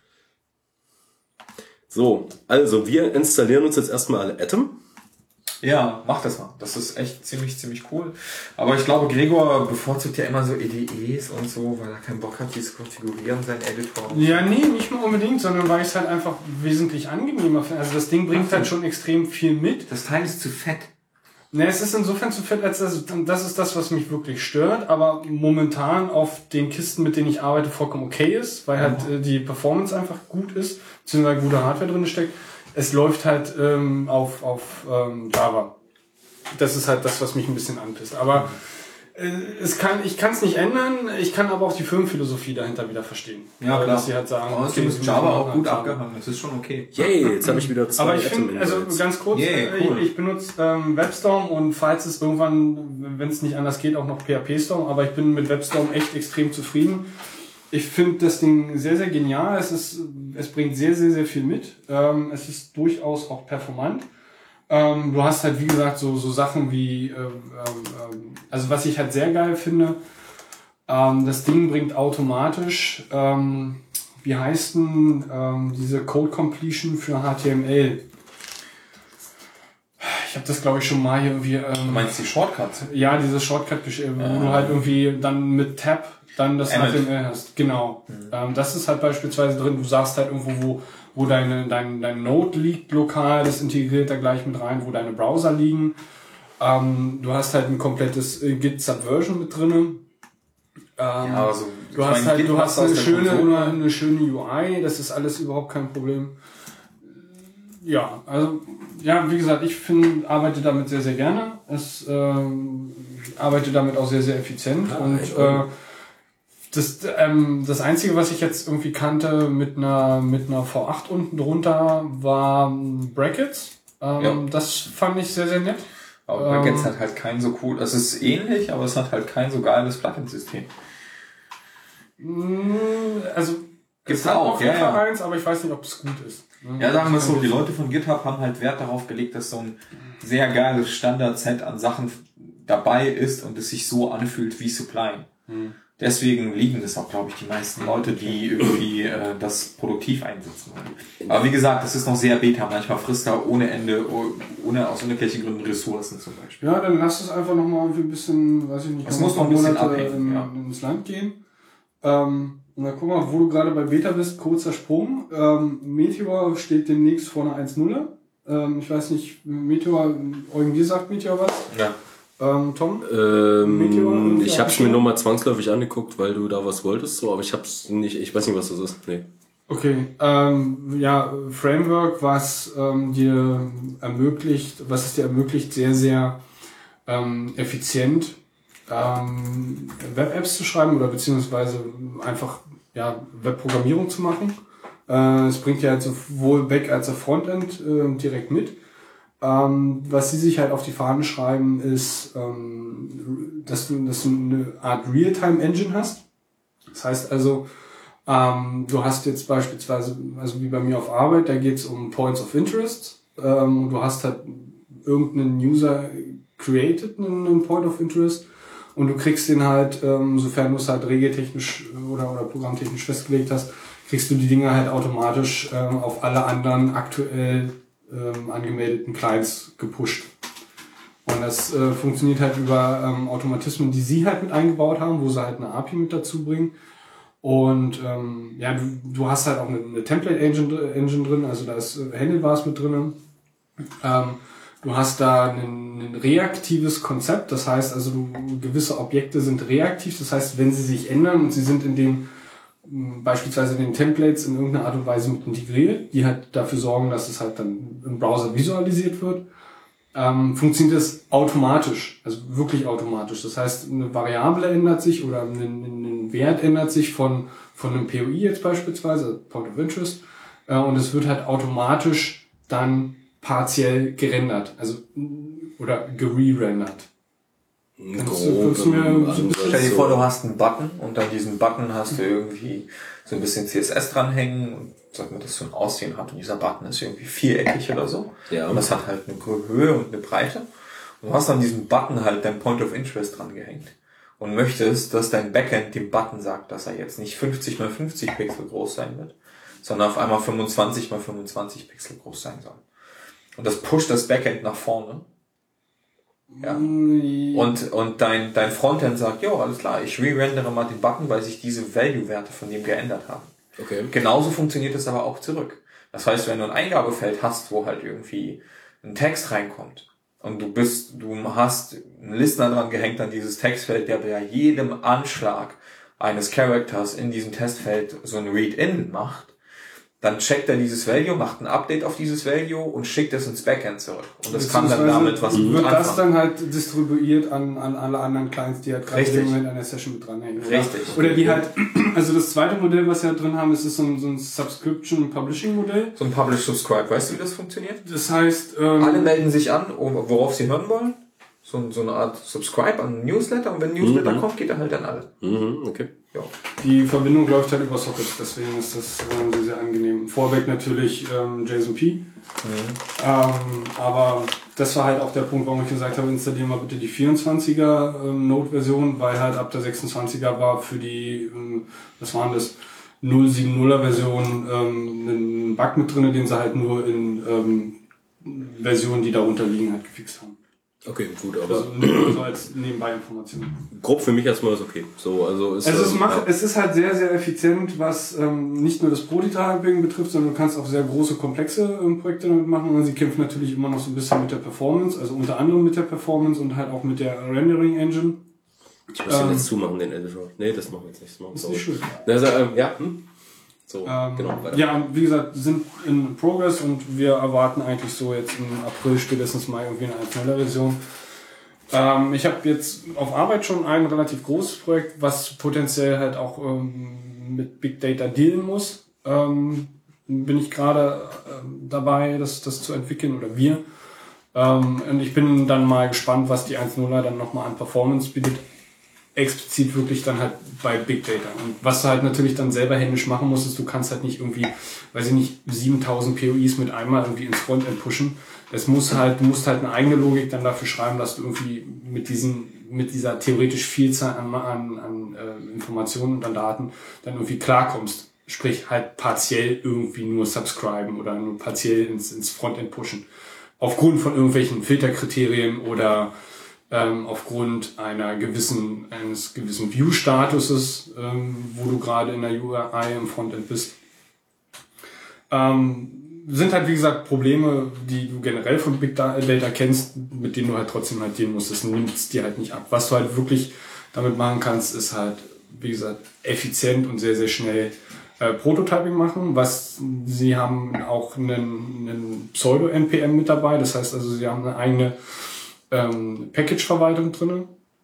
So, also wir installieren uns jetzt erstmal alle Atom. Ja, mach das mal. Das ist echt ziemlich, ziemlich cool. Aber ich glaube, Gregor bevorzugt ja immer so E D Es und so, weil er keinen Bock hat, die zu konfigurieren, sein Editor. Ja, nee, nicht mal unbedingt, sondern weil ich es halt einfach wesentlich angenehmer finde. Also das Ding bringt halt schon extrem viel mit. Das Teil ist zu fett. Ne, es ist insofern zu fett, als das, das ist das, was mich wirklich stört, aber momentan auf den Kisten, mit denen ich arbeite, vollkommen okay ist, weil halt äh, die Performance einfach gut ist, beziehungsweise gute Hardware drin steckt. Es läuft halt ähm, auf, auf ähm, Java. Das ist halt das, was mich ein bisschen anpisst. Aber äh, es kann, ich kann es nicht ändern, ich kann aber auch die Firmenphilosophie dahinter wieder verstehen. Ja, Äh, klar. Dass sie halt sagen, Außerdem okay, ist Java auch halt gut Java. abgehangen. Das ist schon okay. Yay, jetzt habe ich wieder zwei Aber ich Atom finde, also Invites. ganz kurz, Yeah, äh, cool. ich, ich benutze ähm, WebStorm und falls es irgendwann, wenn es nicht anders geht, auch noch P H P Storm, aber ich bin mit WebStorm echt extrem zufrieden. Ich finde das Ding sehr, sehr genial. Es ist, es bringt sehr, sehr, sehr viel mit. Ähm, es ist durchaus auch performant. Ähm, du hast halt, wie gesagt, so, so Sachen wie, äh, ähm, also was ich halt sehr geil finde, ähm, das Ding bringt automatisch, ähm, wie heißt denn ähm, diese Code Completion für H T M L? Ich habe das, glaube ich, schon mal hier irgendwie... Ähm, Du meinst die Shortcuts? ja, dieses Shortcut, wo du halt irgendwie dann mit Tab dann das H T M L hast. Genau. Ähm, das ist halt beispielsweise drin, du sagst halt irgendwo, wo, wo deine, dein, dein Node liegt lokal, das integriert da gleich mit rein, wo deine Browser liegen. Ähm, du hast halt ein komplettes äh, Git Subversion mit drinne. Ähm, Ja, also, du hast halt, du hast eine schöne, eine schöne U I, das ist alles überhaupt kein Problem. ja, also, ja, wie gesagt, ich finde, arbeite damit sehr, sehr gerne. Es, ähm, ich arbeite damit auch sehr, sehr effizient. Ah, und äh, das, ähm, das Einzige, was ich jetzt irgendwie kannte mit einer, mit einer V acht unten drunter, war Brackets. Ähm, Ja. Das fand ich sehr, sehr nett. Aber Ähm, Brackets hat halt kein so cool, es ist ähnlich, aber es hat halt kein so geiles Plugin-System. mh, Also, Gibt's es hat auch, auf jeden ja, Fall ja. eins, aber ich weiß nicht, ob es gut ist. Ja, sagen wir es so, die Leute von GitHub haben halt Wert darauf gelegt, dass so ein sehr geiles Standard-Set an Sachen dabei ist und es sich so anfühlt wie Sublime. Hm. Deswegen lieben das auch, glaube ich, die meisten Leute, die irgendwie äh, das produktiv einsetzen wollen. Aber wie gesagt, das ist noch sehr Beta. Manchmal frisst er ohne Ende, ohne aus unerklärlichen Gründen Ressourcen zum Beispiel. Ja, dann lass es einfach nochmal irgendwie ein bisschen, weiß ich nicht, Es noch muss noch ein bisschen Monate abhängen, in, ja. ins Land gehen. Ähm, und dann guck mal, wo du gerade bei Beta bist, kurzer Sprung. Ähm, Meteor steht demnächst vor einer eins Punkt null. Ähm, ich weiß nicht, Meteor, Eugen, dir sagt Meteor was? Ja. Ähm, Tom? Ähm, Meteor- ich hab's mir nur mal zwangsläufig angeguckt, weil du da was wolltest, so, aber ich hab's nicht, ich weiß nicht, was das ist. Nee. Okay, ähm, ja, Framework, was ähm, dir ermöglicht, was es dir ermöglicht, sehr, sehr ähm, effizient ähm, Web-Apps zu schreiben oder beziehungsweise einfach ja, Webprogrammierung zu machen. Äh, es bringt ja halt sowohl Back- als auch Frontend äh, direkt mit. Ähm, was sie sich halt auf die Fahne schreiben, ist, ähm, dass du, dass du eine Art Real-Time-Engine hast. Das heißt also, ähm, du hast jetzt beispielsweise, also wie bei mir auf Arbeit, da geht es um Points of Interest. Ähm, du hast halt irgendeinen User created, einen, einen Point of Interest, und du kriegst den halt, ähm, sofern du es halt regeltechnisch oder, oder programmtechnisch festgelegt hast, kriegst du die Dinge halt automatisch ähm, auf alle anderen aktuell ähm, angemeldeten Clients gepusht. Und das äh, funktioniert halt über ähm, Automatismen, die sie halt mit eingebaut haben, wo sie halt eine A P I mit dazu bringen. Und ähm, ja, du, du hast halt auch eine, eine Template-Engine Engine drin, also da ist äh, Handlebars mit drin. Ähm, du hast da ein, ein reaktives Konzept, das heißt also, du, gewisse Objekte sind reaktiv, das heißt, wenn sie sich ändern und sie sind in den beispielsweise in den Templates in irgendeiner Art und Weise mit integriert, die halt dafür sorgen, dass es halt dann im Browser visualisiert wird, ähm, funktioniert das automatisch, also wirklich automatisch. Das heißt, eine Variable ändert sich oder ein, ein Wert ändert sich von, von einem P O I jetzt beispielsweise, Point of Interest, äh, und es wird halt automatisch dann partiell gerendert, also oder gererendert. Kannst du- kannst du mir so ein bisschen- Stell dir vor, du hast einen Button und an diesem Button hast du irgendwie so ein bisschen C S S dranhängen und sag mal, dass so ein Aussehen hat und dieser Button ist irgendwie viereckig oder so. Ja. Und das hat halt eine Höhe und eine Breite. Und du hast an diesem Button halt dein Point of Interest dran gehängt und möchtest, dass dein Backend dem Button sagt, dass er jetzt nicht fünfzig mal fünfzig Pixel groß sein wird, sondern auf einmal fünfundzwanzig mal fünfundzwanzig Pixel groß sein soll. Und das pusht das Backend nach vorne. Ja. Und, und dein, dein Frontend sagt, jo, alles klar, ich re-rendere mal den Button, weil sich diese Value-Werte von dem geändert haben. Okay. Genauso funktioniert es aber auch zurück. Das heißt, wenn du ein Eingabefeld hast, wo halt irgendwie ein Text reinkommt und du bist, du hast einen Listener dran gehängt an dieses Textfeld, der bei jedem Anschlag eines Characters in diesem Testfeld so ein Read-In macht, dann checkt er dieses Value, macht ein Update auf dieses Value und schickt es ins Backend zurück. Und das kann dann damit was wird anfangen. das dann halt distribuiert an, an alle anderen Clients, die halt gerade Richtig. im Moment an der Session mit dranhängen. Oder? Richtig. Oder die halt, also das zweite Modell, was wir halt drin haben, ist, ist so ein, so ein Subscription Publishing Modell. So ein Publish-Subscribe, weißt du, wie das funktioniert? Das heißt, ähm, Alle melden sich an, um- worauf sie hören wollen. So, so eine Art Subscribe an ein Newsletter. Und wenn ein Newsletter Mhm. kommt, geht er halt an alle. Mhm, okay. Ja. die Verbindung läuft halt über Sockets, deswegen ist das ähm, sehr, sehr angenehm. Vorweg natürlich ähm, JSON P. Ähm, aber das war halt auch der Punkt, warum ich gesagt habe, installier mal bitte die vierundzwanziger ähm, Node-Version, weil halt ab der sechsundzwanziger war für die, ähm, was waren das, null Punkt siebzig Version ähm, ein Bug mit drin, den sie halt nur in ähm, Versionen, die darunter liegen, halt gefixt haben. Okay, gut, aber Also nur so als Nebenbei-Information. grob für mich erstmal ist okay. So, also ist, Also es, ähm, macht, ja. es ist halt sehr, sehr effizient, was ähm, nicht nur das Prototyping betrifft, sondern du kannst auch sehr große, komplexe ähm, Projekte damit machen. Und sie kämpfen natürlich immer noch so ein bisschen mit der Performance, also unter anderem mit der Performance und halt auch mit der Rendering Engine. Ich muss den ähm, jetzt zumachen, den Editor. Nee, das machen wir jetzt nicht. Das machen wir Ist so. nicht schön. Also, ähm, ja, hm? So, Ähm, genau. Weiter. ja, wie gesagt, sind in Progress und wir erwarten eigentlich so jetzt im April spätestens mal irgendwie eine eins Punkt null Version. Ähm, ich habe jetzt auf Arbeit schon ein relativ großes Projekt, was potenziell halt auch ähm, mit Big Data dealen muss. Ähm, bin ich gerade ähm, dabei, das, das zu entwickeln oder wir. Ähm, und ich bin dann mal gespannt, was die eins Punkt nuller dann nochmal an Performance bietet. Explizit wirklich dann halt bei Big Data. Und was du halt natürlich dann selber händisch machen musst, ist, du kannst halt nicht irgendwie, weiß ich nicht, siebentausend P O Is mit einmal irgendwie ins Frontend pushen. Es muss halt, du musst halt eine eigene Logik dann dafür schreiben, dass du irgendwie mit diesen, mit dieser theoretisch Vielzahl an, an, an äh, Informationen und an Daten dann irgendwie klarkommst. Sprich halt partiell irgendwie nur subscriben oder nur partiell ins, ins Frontend pushen. Aufgrund von irgendwelchen Filterkriterien oder ähm, aufgrund einer gewissen, eines gewissen View-Statuses, ähm, wo du gerade in der U I im Frontend bist. Ähm, sind halt, wie gesagt, Probleme, die du generell von Big Data kennst, mit denen du halt trotzdem halt dealen musst. Das nimmt es dir halt nicht ab. Was du halt wirklich damit machen kannst, ist halt, wie gesagt, effizient und sehr, sehr schnell äh, Prototyping machen. Was sie haben auch einen, einen Pseudo-N P M mit dabei. Das heißt also, sie haben eine eigene ähm, Package-Verwaltung drinne,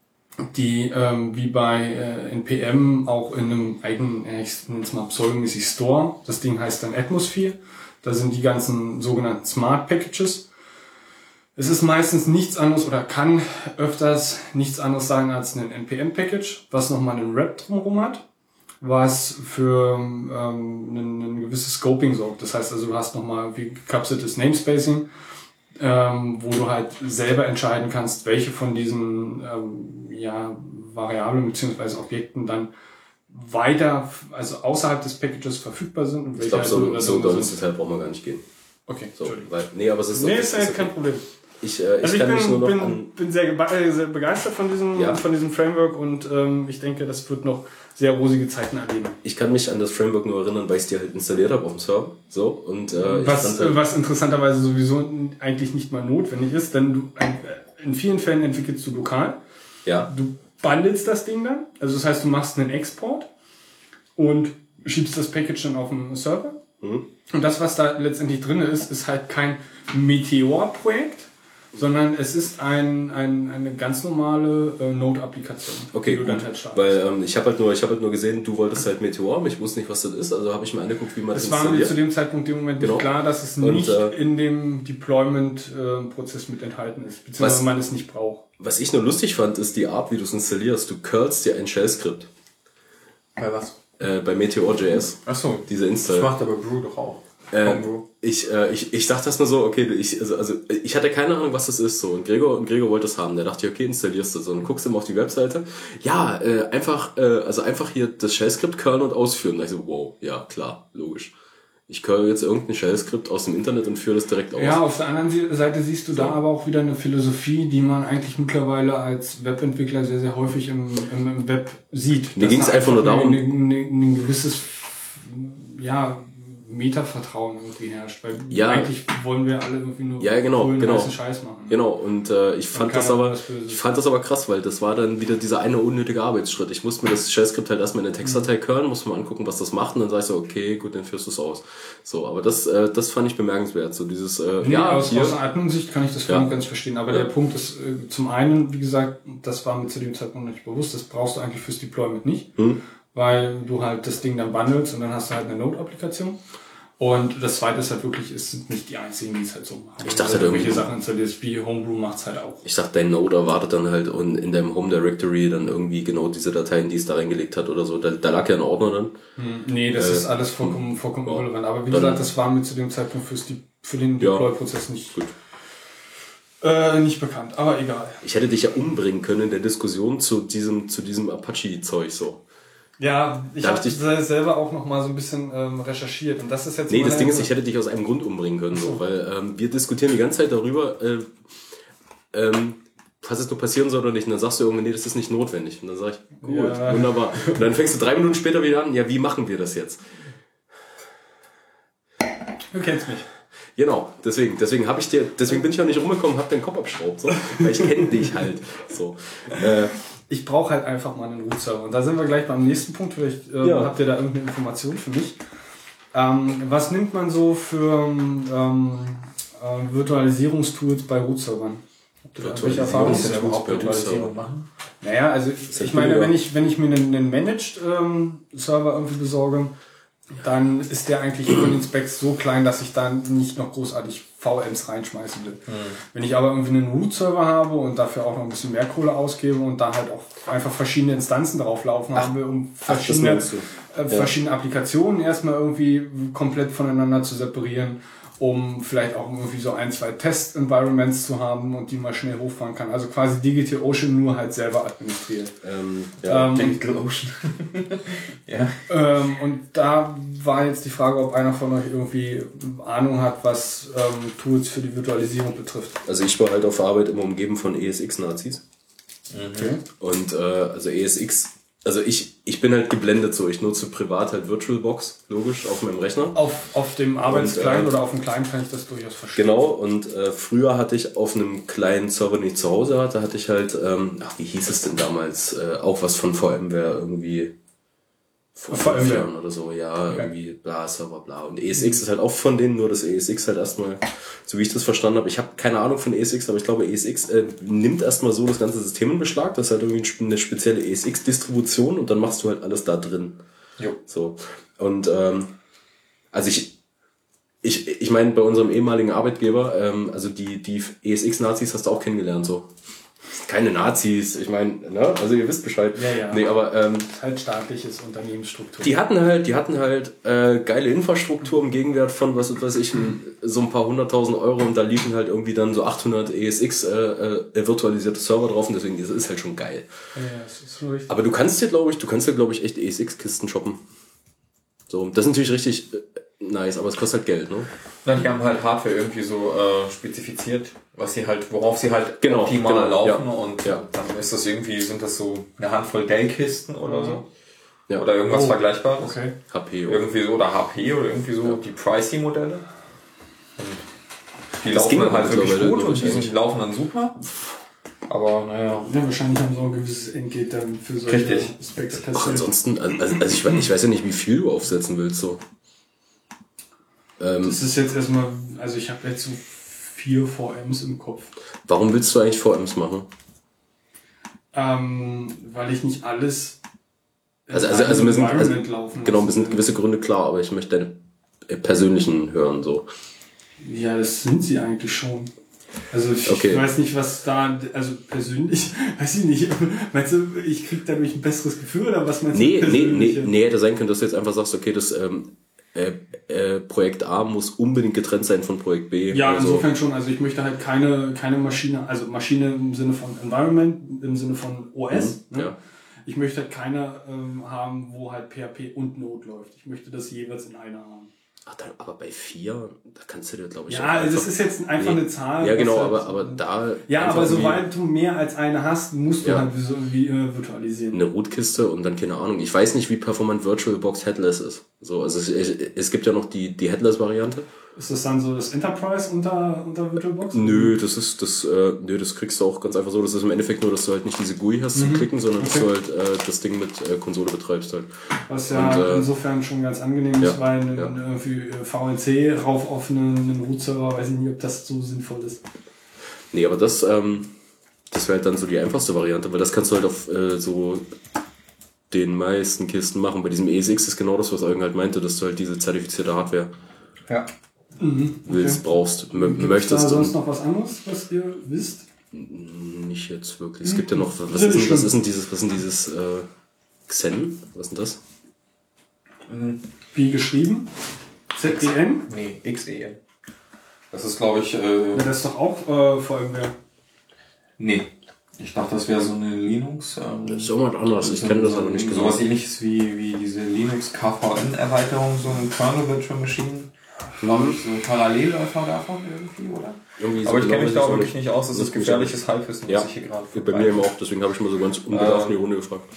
die ähm, wie bei äh, N P M auch in einem eigenen, äh, ich nenne es mal pseudomäßig Store. Das Ding heißt dann Atmosphere. Da sind die ganzen sogenannten Smart Packages. Es ist meistens nichts anderes oder kann öfters nichts anderes sein als ein N P M-Package, was nochmal einen Wrap drumherum hat, was für ähm, ein, ein gewisses Scoping sorgt. Das heißt also, du hast nochmal wie gekapseltes Namespacing, ähm, wo du halt selber entscheiden kannst, welche von diesen ähm, ja, Variablen bzw. Objekten dann weiter, also außerhalb des Packages verfügbar sind. Und Ich glaube, so, halt so ins Detail brauchen wir gar nicht gehen. Okay, So, Entschuldigung. weil, nee, aber es ist, Nee, okay, ist ja ist kein okay. Problem. Ich, äh, ich Also ich kann mich nur bin, noch bin, an... bin sehr, ge- sehr begeistert von diesem, Ja. von diesem Framework und ähm, ich denke, das wird noch sehr rosige Zeiten erleben. Ich kann mich an das Framework nur erinnern, weil ich es dir halt installiert habe auf dem Server. So, und, äh, ich Was, fand halt, was interessanterweise sowieso eigentlich nicht mal notwendig ist, denn du ein, in vielen Fällen entwickelst du lokal. ja, Du bundelst das Ding dann, also das heißt, du machst einen Export und schiebst das Package dann auf den Server. Mhm. Und das, was da letztendlich drin ist, ist halt kein Meteor-Projekt, sondern es ist ein, ein, eine ganz normale äh, Node-Applikation, okay, die du dann gut. halt startest. Weil ähm, ich habe halt nur, ich habe halt nur gesehen, du wolltest halt Meteor, ich wusste nicht, was das ist, also habe ich mir angeguckt, wie man das Es war mir installiert. zu dem Zeitpunkt im Moment Genau. nicht klar, dass es Und, nicht äh, in dem Deployment-Prozess mit enthalten ist, beziehungsweise Was- man es nicht braucht. Was ich nur lustig fand, ist die Art, wie du es installierst. Du curlst dir ein Shell-Skript Bei was? äh, bei Meteor.js, Achso, diese das Install. macht aber Brew doch auch. Äh, Homebrew. ich, äh, ich, ich dachte das nur so, okay, ich, also, also ich hatte keine Ahnung, was das ist so. Und Gregor, und Gregor wollte das haben. Der dachte, okay, installierst du so. Und guckst immer auf die Webseite. Ja, äh, einfach, äh, also einfach hier das Shell-Skript curlen und ausführen. Da ich so, wow, ja, klar, logisch. Ich curl jetzt irgendein Shell-Skript aus dem Internet und führe das direkt aus. Ja, auf der anderen Sie- Seite siehst du da aber auch wieder eine Philosophie, die man eigentlich mittlerweile als Webentwickler sehr, sehr häufig im, im, im Web sieht. Mir Dass ging's da einfach nur darum- Ein, ein, ein gewisses, ja, Meta-Vertrauen irgendwie herrscht. Weil Ja. eigentlich wollen wir alle irgendwie nur Ja, genau, coolen, genau. heißen Scheiß machen. Genau, und äh, ich fand keiner das aber, will was Böses. ich fand das aber krass, weil das war dann wieder dieser eine unnötige Arbeitsschritt. Ich musste mir das Shell-Skript halt erstmal in eine Textdatei curlen, musste mal angucken, was das macht, und dann sag ich so, okay, gut, dann führst du es aus. So, aber das, äh, das fand ich bemerkenswert. So dieses, äh, Nee, ja, aus, hier, aus Admin-Sicht kann ich das Ja. voll und ganz verstehen. Aber Ja. der Punkt ist, äh, zum einen, wie gesagt, das war mir zu dem Zeitpunkt nicht bewusst, das brauchst du eigentlich fürs Deployment nicht, Hm. weil du halt das Ding dann bundelst und dann hast du halt eine Node-Applikation. Und das zweite ist halt wirklich, es sind nicht die einzigen, die es halt so machen. Ich dachte also irgendwie- irgendwelche Sachen installierst, wie Homebrew macht's halt auch. ich dachte, dein Node erwartet dann halt und in deinem Home Directory dann irgendwie genau diese Dateien, die es da reingelegt hat oder so. Da, da lag ja ein Ordner dann. Nee, das Äh, ist alles vollkommen, vollkommen irrelevant. Aber wie Dann- gesagt, das war mir zu dem Zeitpunkt fürs, Die- für den Ja. Deploy-Prozess nicht, Gut. äh, nicht bekannt. Aber egal. Ich hätte dich ja umbringen können in der Diskussion zu diesem, zu diesem Apache-Zeug so. Ja, ich Darf habe ich- selber auch noch mal so ein bisschen ähm, recherchiert und das ist jetzt Nee, mal das Ding ist, eine- ich hätte dich aus einem Grund umbringen können, so, weil ähm, wir diskutieren die ganze Zeit darüber, äh, ähm, was es nur passieren soll oder nicht. Und dann sagst du irgendwann, nee, das ist nicht notwendig. Und dann sag ich, gut, Ja. wunderbar. Und dann fängst du drei Minuten später wieder an, ja, wie machen wir das jetzt? Du kennst mich. Genau, deswegen, deswegen habe ich dir, deswegen bin ich auch nicht rumgekommen, hab deinen Kopf abgeschraubt, so, weil ich kenne dich halt, so. Äh, Ich brauche halt einfach mal einen Root-Server. Und da sind wir gleich beim nächsten Punkt. Vielleicht äh, Ja. habt ihr da irgendeine Information für mich. Ähm, was nimmt man so für ähm, äh, Virtualisierungstools bei Root-Servern? Habt ihr da irgendwelche Erfahrungen? Virtualisierungstools denn überhaupt bei Virtualisierung Root-Servern? machen? Naja, also ist ich ja meine, billiger. wenn ich, wenn ich mir einen, einen Managed ähm, Server irgendwie besorge, dann ist der eigentlich von den Specs so klein, dass ich da nicht noch großartig V Ms reinschmeißen will. Mhm. Wenn ich aber irgendwie einen Root-Server habe und dafür auch noch ein bisschen mehr Kohle ausgebe und da halt auch einfach verschiedene Instanzen drauf laufen haben will, um verschiedene, meinst du. äh, Ja. verschiedene Applikationen erstmal irgendwie komplett voneinander zu separieren, um vielleicht auch irgendwie so ein, zwei Test-Environments zu haben und die mal schnell hochfahren kann. Also quasi DigitalOcean nur halt selber administriert. Ähm, ja. Ähm, DigitalOcean. ja. ähm, und da war jetzt die Frage, ob einer von euch irgendwie Ahnung hat, was ähm, Tools für die Virtualisierung betrifft. Also ich war halt auf der Arbeit immer umgeben von E S X-Nazis. Okay. Und äh, also E S X, also ich, ich bin halt geblendet so. Ich nutze privat halt VirtualBox, logisch, auf meinem Rechner. Auf, auf dem Arbeitskleinen Und, äh, oder auf dem Kleinen kann ich das durchaus verstehen. Genau, und äh, früher hatte ich auf einem kleinen Server, den ich zu Hause hatte, hatte ich halt, ähm, ach, wie hieß es denn damals, äh, auch was von VMware irgendwie vor fünf VMware. Jahren oder so, ja, Okay. irgendwie bla, Server, bla. Und E S X ist halt auch von denen, nur das E S X halt erstmal, so wie ich das verstanden habe, ich habe keine Ahnung von E S X, aber ich glaube, E S X äh, nimmt erstmal so das ganze System in Beschlag, das ist halt irgendwie eine spezielle E S X-Distribution und dann machst du halt alles da drin. Jo. So. Und ähm, also ich Ich, ich meine, bei unserem ehemaligen Arbeitgeber, ähm, also die, die E S X-Nazis hast du auch kennengelernt, so. Keine Nazis, ich meine, ne? Also ihr wisst Bescheid. Ja, ja. Nee, aber ähm, Halt staatliches Unternehmensstruktur. die hatten halt, die hatten halt äh, geile Infrastruktur im Gegenwert von, was weiß ich, ein, so ein paar hunderttausend Euro und da liefen halt irgendwie dann so achthundert E S X äh, äh, virtualisierte Server drauf und deswegen ist es halt schon geil. Ja, das ist schon richtig. Aber du kannst dir, glaube ich, du kannst dir, glaube ich, echt E S X-Kisten shoppen. So, das ist natürlich richtig äh, nice, aber es kostet halt Geld, ne? Na, die haben halt Hardware irgendwie so äh, spezifiziert, was sie halt, worauf sie halt Genau, optimal genau, laufen ja. und Ja. dann ist das irgendwie, sind das so eine Handvoll Dell-Kisten oder so. Ja. Oder irgendwas Oh, Vergleichbares. Okay. H P. Irgendwie so, oder H P oder irgendwie so die Pricey-Modelle. Die Das laufen ging dann halt aber wirklich mittlerweile, gut glaub und ich, die sind, eigentlich. laufen dann super. Aber naja. Ja, wahrscheinlich haben sie auch ein gewisses Entgelt dann für solche Richtig. Specs. Ach, ansonsten, also, also ich, weiß, ich weiß ja nicht, wie viel du aufsetzen willst, so. Ähm, Das ist jetzt erstmal, also ich habe jetzt so vier V Ms im Kopf. warum willst du eigentlich V Ms machen? Ähm, weil ich nicht alles in Also, also, also einem mir sind, also, Environment laufen genau, mir lassen sind will. gewisse Gründe klar, aber ich möchte deine äh, persönlichen hören, so. Ja, das sind sie eigentlich schon. Also ich Okay. weiß nicht, was da, also persönlich, weiß ich nicht, meinst du, ich krieg dadurch ein besseres Gefühl oder was meinst Nee, du? nee, nee, persönliche? nee, hätte sein können, dass du jetzt einfach sagst, okay, das ähm, äh, äh, Projekt A muss unbedingt getrennt sein von Projekt B. Ja, oder so. insofern schon. Also ich möchte halt keine, keine Maschine, also Maschine im Sinne von Environment, im Sinne von O S. Mhm, ne? ja. Ich möchte halt keine ähm, haben, wo halt P H P und Node läuft. Ich möchte das jeweils in einer haben. Ach, dann, aber bei vier, da kannst du dir, glaube ich, Ja, auch also einfach- das ist jetzt einfach Nee. eine Zahl. Ja, was genau, halt- aber, aber da. Ja, einfach aber irgendwie sobald du mehr als eine hast, musst du Ja. halt so wie äh, virtualisieren. eine Rootkiste und dann keine Ahnung. Ich weiß nicht, wie performant VirtualBox Headless ist. So, also es, es, es gibt ja noch die, die Headless-Variante. Ist das dann so das Enterprise unter, unter VirtualBox? Nö, das ist das, äh, nö, das kriegst du auch ganz einfach so. Das ist im Endeffekt nur, dass du halt nicht diese G U I hast zum Klicken, sondern dass du Okay. halt äh, das Ding mit äh, Konsole betreibst halt. Was ja Und, äh, insofern schon ganz angenehm ist, ja, weil ein, ja. irgendwie V N C rauf auf einen, einen Root-Server, weiß ich nicht, ob das so sinnvoll ist. Nee, aber das, ähm, das wäre halt dann so die einfachste Variante, weil das kannst du halt auf äh, so den meisten Kisten machen. Bei diesem E S X ist genau das, was Eugen halt meinte, dass du halt diese zertifizierte Hardware Ja. willst, brauchst, m- Gibt es da möchtest sonst und noch was anderes, was ihr wisst? nicht jetzt wirklich. Es gibt ja noch, was Das ist ist denn, nicht was schlimm. ist denn dieses, was ist denn dieses äh, Xen? Was ist denn das? Wie geschrieben? Z E N? Nee, X E N. Das ist, glaube ich, Ja, äh, das ist doch auch äh, VMware. nee. Ich dachte, das wäre so eine Linux. Ähm, Das ist irgendwas anderes, ich kenne das aber nicht genau. Sowas ähnliches wie, wie diese Linux K V N-Erweiterung, so ein Kernel Virtual Machine. Glaube ich, so ein Parallelläufer davon irgendwie, oder? Irgendwie so Aber ich genau kenne mich weiß da auch ich's wirklich nicht aus. Das Das ist muss gefährliches Halbwissen, Ja, was ich hier gerade bei mir eben auch, deswegen habe ich mal so ganz unbedarft in die Runde gefragt.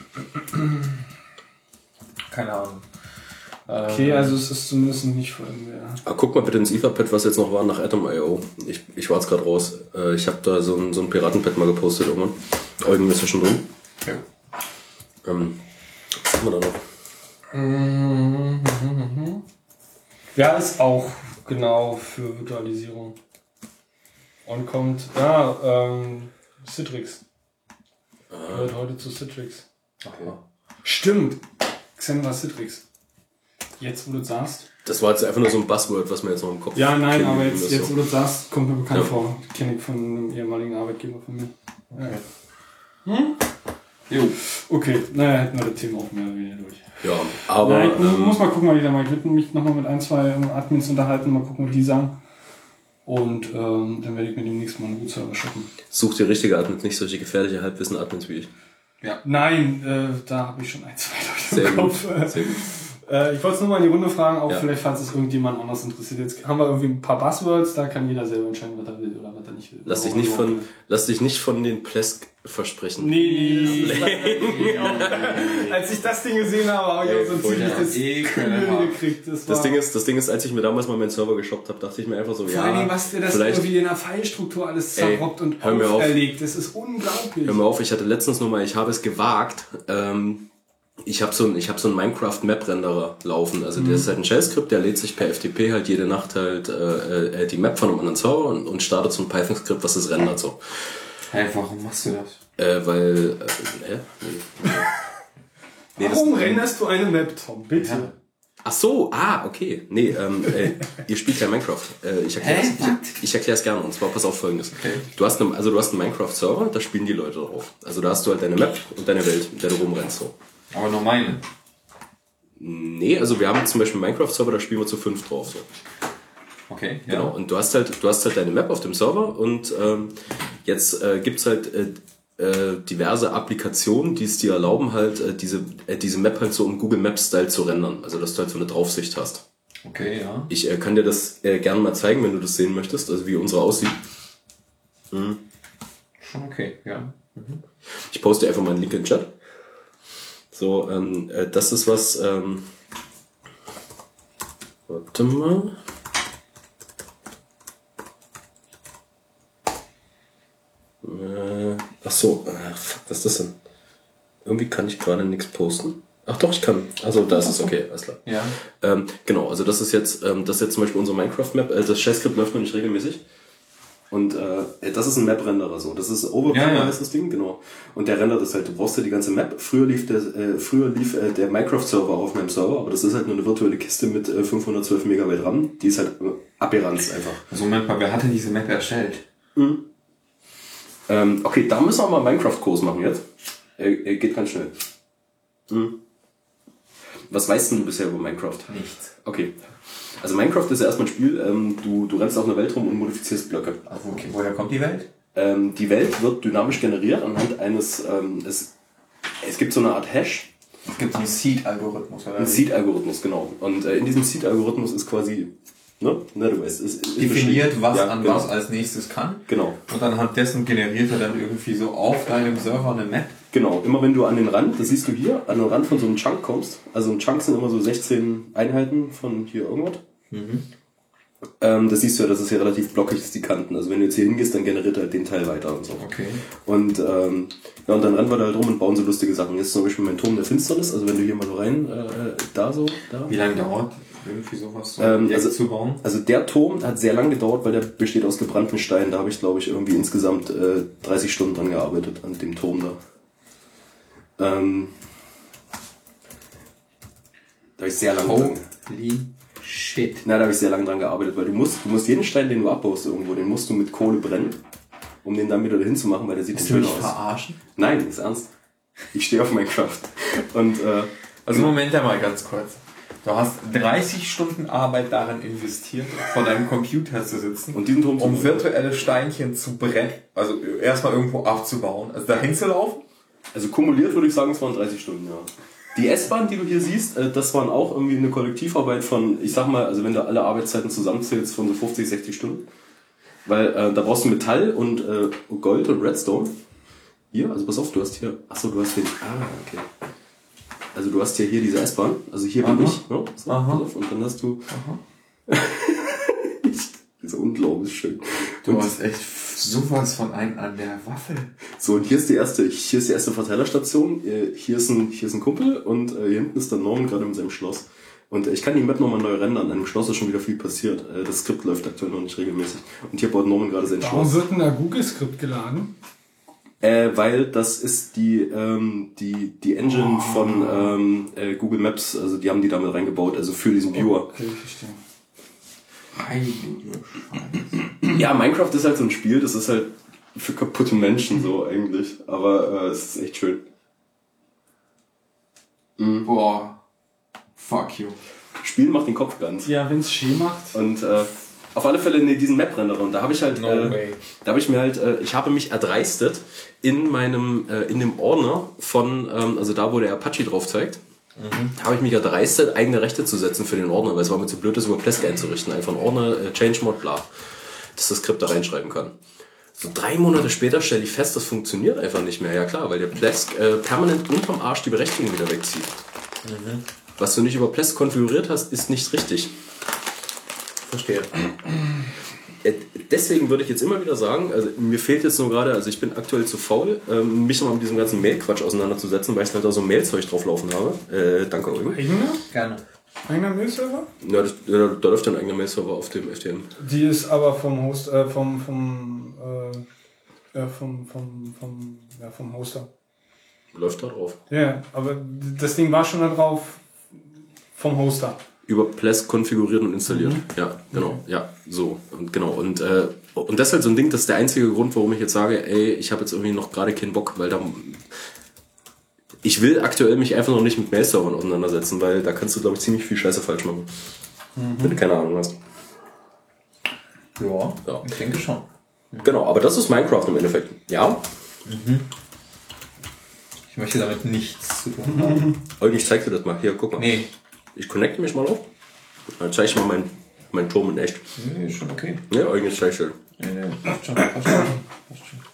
Keine Ahnung. Okay, also es ist zumindest nicht VMware. Ah, guck mal bitte ins Etherpad, was jetzt noch war nach Atom Punkt I O. Ich, ich war jetzt gerade raus. Äh, ich habe da so ein, so ein Piratenpad mal gepostet irgendwann. Eugen ist ja schon drin. Ja. Ähm, was haben wir da noch? Ja, ist auch genau für Virtualisierung. Und kommt, ja, ähm, Citrix. Gehört heute zu Citrix. Okay. Stimmt. Xen war Citrix. Jetzt, wo du sagst. Das war jetzt einfach nur so ein Buzzword, was mir jetzt noch im Kopf Ja, nein, klingelt, aber wie jetzt, das jetzt so. wo du sagst, kommt mir bekannt Ja. vor. Kenne ich von einem ehemaligen Arbeitgeber von mir. Ja. Jo. Okay, naja, hätten wir das Thema auch mehr oder weniger durch. Ja, aber Ja, ich ähm, muss mal gucken, mal wieder mal. Ich würde mich nochmal mit ein, zwei Admins unterhalten, mal gucken, was die sagen. Und ähm, dann werde ich mir demnächst mal einen Root-Server shoppen. such dir richtige Admins, nicht solche gefährliche Halbwissen-Admins wie ich. Nein, äh, da habe ich schon ein, zwei Leute Sehr im gut. Kopf. Sehr gut. Äh, ich wollte es nur mal in die Runde fragen, auch Ja. vielleicht, falls es irgendjemand anders interessiert. Jetzt haben wir irgendwie ein paar Buzzwords, da kann jeder selber entscheiden, was er will oder was er nicht will. Lass dich nicht von, lass dich nicht von den Plesk versprechen. Nee, das ist als ich das Ding gesehen habe, habe ich auch so ziemlich ja, das ekelhaft. Kribbeln gekriegt. Das, war Das Ding ist, das Ding ist, als ich mir damals mal meinen Server geshoppt habe, dachte ich mir einfach so, vor ja, allen Dingen, was dir das vielleicht, irgendwie in der Pfeilstruktur alles Ey, zerrobbt und hör mir auf. auferlegt. Das ist unglaublich. hör mal auf, ich hatte letztens noch mal, ich habe es gewagt, ähm, ich habe so ein, ich habe so einen Minecraft-Map-Renderer laufen, also der ist halt ein Shell-Skript, der lädt sich per F T P halt jede Nacht halt äh, äh, die Map von einem anderen Server und, und startet so ein Python-Skript, was das rendert so. Hey, warum machst du das? Äh, weil, äh, hä? Nee. Nee, das- Warum renderst du eine Map, Tom? Bitte. Ja. Ach so, ah, okay. Nee, ähm, äh, ihr spielt ja Minecraft. Äh, ich erkläre Hä? ich, ich erkläre es gerne. Und zwar pass auf Folgendes. Okay. Du hast einen, also du hast einen Minecraft-Server, da spielen die Leute drauf. Also da hast du halt deine Map und deine Welt, in der du rumrennst so. Aber nur meine. Nee, also wir haben zum Beispiel einen Minecraft-Server, da spielen wir zu fünf drauf so. Okay, ja. Genau. Und du hast halt, du hast halt deine Map auf dem Server und ähm, jetzt äh, gibt's halt äh, äh, diverse Applikationen, die es dir erlauben, halt äh, diese äh, diese Map halt so im Google Maps-Style zu rendern. Also dass du halt so eine Draufsicht hast. Okay, ja. Ich äh, kann dir das äh, gerne mal zeigen, wenn du das sehen möchtest, also wie unsere aussieht. Mhm. Schon okay, ja. Ich poste einfach mal einen Link in den Chat. So, ähm, äh, das ist was, ähm, warte mal. Äh, ach so, äh, fuck, was ist das denn? Irgendwie kann ich gerade nichts posten. Ach doch, ich kann. Also da ist es okay, alles klar. Ja. Ähm, genau, also das ist jetzt, ähm, das ist jetzt zum Beispiel unsere Minecraft-Map. Äh, das Shell-Skript läuft noch nicht regelmäßig. Und äh, das ist ein Map-Renderer so. Das ist Overprime Ja, ja. heißt das Ding, genau. Und der rendert das halt. Du brauchst ja die ganze Map. Früher lief der, äh, früher lief äh, der Minecraft-Server auf meinem Server, aber das ist halt nur eine virtuelle Kiste mit äh, fünfhundertzwölf Megabyte RAM. Die ist halt äh, abgeranzt einfach. Also Moment mal, wer hatte diese Map erstellt? Ähm, okay, da müssen wir mal einen Minecraft-Kurs machen jetzt. Äh, äh, geht ganz schnell. Hm. Was weißt denn du bisher über Minecraft? Nichts. Okay. Also Minecraft ist ja erstmal ein Spiel, ähm, du, du rennst auf einer Welt rum und modifizierst Blöcke. Also okay, woher kommt die Welt? Ähm, die Welt wird dynamisch generiert anhand eines, ähm, es, es gibt so eine Art Hash, Es gibt einen Seed-Algorithmus, oder? ein Seed-Algorithmus, genau. Und äh, in diesem Seed-Algorithmus ist quasi, ne, ne du weißt, ist, ist definiert, was ja, an genau. was als nächstes kann. Genau, Und anhand dessen generiert er dann irgendwie so auf deinem Server eine Map. genau. Immer wenn du an den Rand, das siehst du hier, an den Rand von so einem Chunk kommst, also ein Chunk sind immer so sechzehn Einheiten von hier irgendwas. Ähm, das siehst du ja, das ist ja relativ blockig, ist die Kanten. Also wenn du jetzt hier hingehst, dann generiert er halt den Teil weiter und so. Okay. Und ähm, ja, und dann rennen wir da halt rum und bauen so lustige Sachen. Jetzt zum Beispiel mein Turm der Finsternis, also wenn du hier mal so rein, äh, da so, da. Wie lange dauert irgendwie sowas so Ähm, ein also- Objekt zu bauen? Also der Turm hat sehr lange gedauert, weil der besteht aus gebrannten Steinen. Da habe ich, glaube ich, irgendwie insgesamt äh, dreißig Stunden dran gearbeitet, an dem Turm da. Ähm, da habe ich sehr lange dran. Holy shit. Na, da habe ich sehr lange dran gearbeitet, weil du musst, du musst jeden Stein, den du abbaust irgendwo, den musst du mit Kohle brennen, um den dann wieder dahin zu machen, weil der sieht Willst nicht du schön mich aus. verarschen? Nein, ist ernst. Ich stehe auf Minecraft. Und äh, Also Moment einmal ganz kurz. Du hast dreißig Stunden Arbeit darin investiert, vor deinem Computer zu sitzen, Und diesen Turm zu um bauen. virtuelle Steinchen zu brennen, also erstmal irgendwo abzubauen, also dahin zu laufen. also kumuliert würde ich sagen, es waren dreißig Stunden, ja. Die S-Bahn, die du hier siehst, äh, das waren auch irgendwie eine Kollektivarbeit von, ich sag mal, also wenn du alle Arbeitszeiten zusammenzählst, von so fünfzig, sechzig Stunden. Weil äh, da brauchst du Metall und äh, Gold und Redstone. Hier, also pass auf, du hast hier, achso, du hast den, ah, okay. Also du hast ja hier diese S-Bahn, also hier bin Aha. ich, ne? So, Aha. pass auf, und dann hast du, dieser unglaublich schön. Du Und hast echt sowas von einem an der Waffel. so, und hier ist die erste, hier ist die erste Verteilerstation, äh, hier ist ein, hier ist ein Kumpel und äh, hier hinten ist der Norman gerade mit seinem Schloss. Und ich kann die Map nochmal neu rendern. An dem Schloss ist schon wieder viel passiert. Das Skript läuft aktuell noch nicht regelmäßig. Und hier baut Norman gerade sein Warum Schloss. wird denn da Google-Skript geladen? Äh, weil das ist die, ähm, die, die Engine oh. von ähm, äh, Google Maps. Also die haben die damit reingebaut. Also für diesen Viewer. Okay, ich verstehe. Heilige Scheiße. Ja, Minecraft ist halt so ein Spiel. Das ist halt für kaputte Menschen so eigentlich. Aber äh, es ist echt schön. Mhm. Boah. Fuck you. Spielen macht den Kopf ganz. Ja, wenn es schön macht. Und äh, auf alle Fälle nee, diesen Map-Renderer. Und da habe ich halt, No äh, way. da habe ich mir halt, äh, ich habe mich erdreistet in meinem, äh, in dem Ordner von, ähm, also da, wo der Apache drauf zeigt, mhm. habe ich mich erdreistet, eigene Rechte zu setzen für den Ordner, weil es war mir zu blöd, das über Plesk einzurichten. Einfach einen Ordner, äh, Change Mod, bla, dass das Skript da reinschreiben kann. So drei Monate später stelle ich fest, das funktioniert einfach nicht mehr. Ja klar, weil der Plesk äh, permanent unterm Arsch die Berechtigung wieder wegzieht. Mhm. Was du nicht über Plesk konfiguriert hast, ist nicht richtig. Verstehe. Deswegen würde ich jetzt immer wieder sagen, also mir fehlt jetzt nur gerade, also ich bin aktuell zu faul, ähm, mich nochmal mit diesem ganzen Mail-Quatsch auseinanderzusetzen, weil ich halt da so ein Mail-Zeug drauflaufen habe. Äh, danke, Eugen. Eigener? Gerne. Eigener Mail-Server? Ja, das, da, da läuft ja ein eigener Mail-Server auf dem F T M. Die ist aber vom Host, äh, vom, vom, äh, ja, vom, vom, vom, ja, vom Hoster. Läuft da drauf. Ja, aber das Ding war schon da drauf vom Hoster. Über Plesk konfiguriert und installiert. Mhm. Ja, genau. Okay. Ja, so. Und genau. Und, äh, und das ist halt so ein Ding, das ist der einzige Grund, warum ich jetzt sage, ey, ich habe jetzt irgendwie noch gerade keinen Bock, weil da. Ich will aktuell mich einfach noch nicht mit Mail-Servern auseinandersetzen, weil da kannst du, glaube ich, ziemlich viel Scheiße falsch machen. Mhm. Wenn du keine Ahnung hast. Ja, ja, ich denke schon. Genau, aber das ist Minecraft im Endeffekt. Ja. Mhm. Ich möchte damit nichts zu tun haben. Eugen, ich zeig dir das mal. Hier, guck mal. Nee. Ich connecte mich mal auf. Dann zeig ich mal meinen mein Turm in echt. Nee, ist schon okay. Ja, Eugen, jetzt zeig ich dir. Nee, nee, passt schon, passt schon. Passt schon.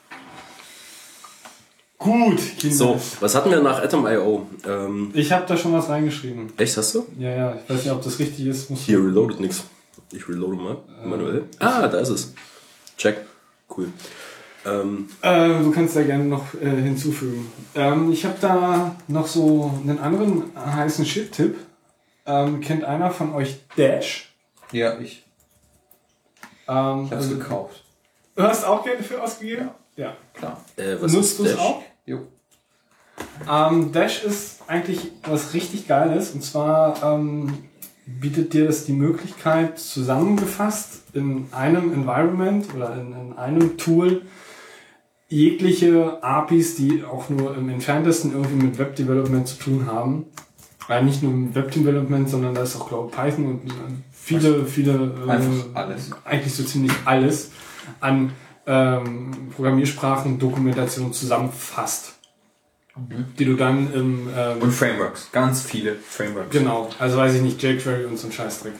Gut, Kinder. So, was hatten wir nach Atom Punkt io? Ähm, ich habe da schon was reingeschrieben. echt, hast du? Ja, ja, ich weiß nicht, ob das richtig ist. Muss Hier reloadet nix. Ich reloade mal manuell. Äh, ah, da ist es. Check. Cool. Ähm, äh, du kannst da gerne noch äh, hinzufügen. Ähm, ich habe da noch so einen anderen heißen Shit-Tipp. Ähm, kennt einer von euch Dash? Ja, ich. Ähm, Ich hab's also, gekauft. Du hast auch Geld dafür ausgegeben? Ja. Ja, Klar. äh, was Nutzt ist du es Dash? auch? Jo. Ähm, Dash ist eigentlich was richtig Geiles. Und zwar ähm, bietet dir das die Möglichkeit, zusammengefasst in einem Environment oder in, in einem Tool jegliche A P Is, die auch nur im entferntesten irgendwie mit Web-Development zu tun haben. Weil nicht nur mit Web-Development, sondern da ist auch, glaube ich, Python und viele, viele, Einfach äh, alles. eigentlich so ziemlich alles an ähm, Programmiersprachen, Dokumentation zusammenfasst. Mhm. Die du dann im... Ähm, Und Frameworks. Ganz viele Frameworks. Genau. Also weiß ich nicht, jQuery und so ein Scheißdreck.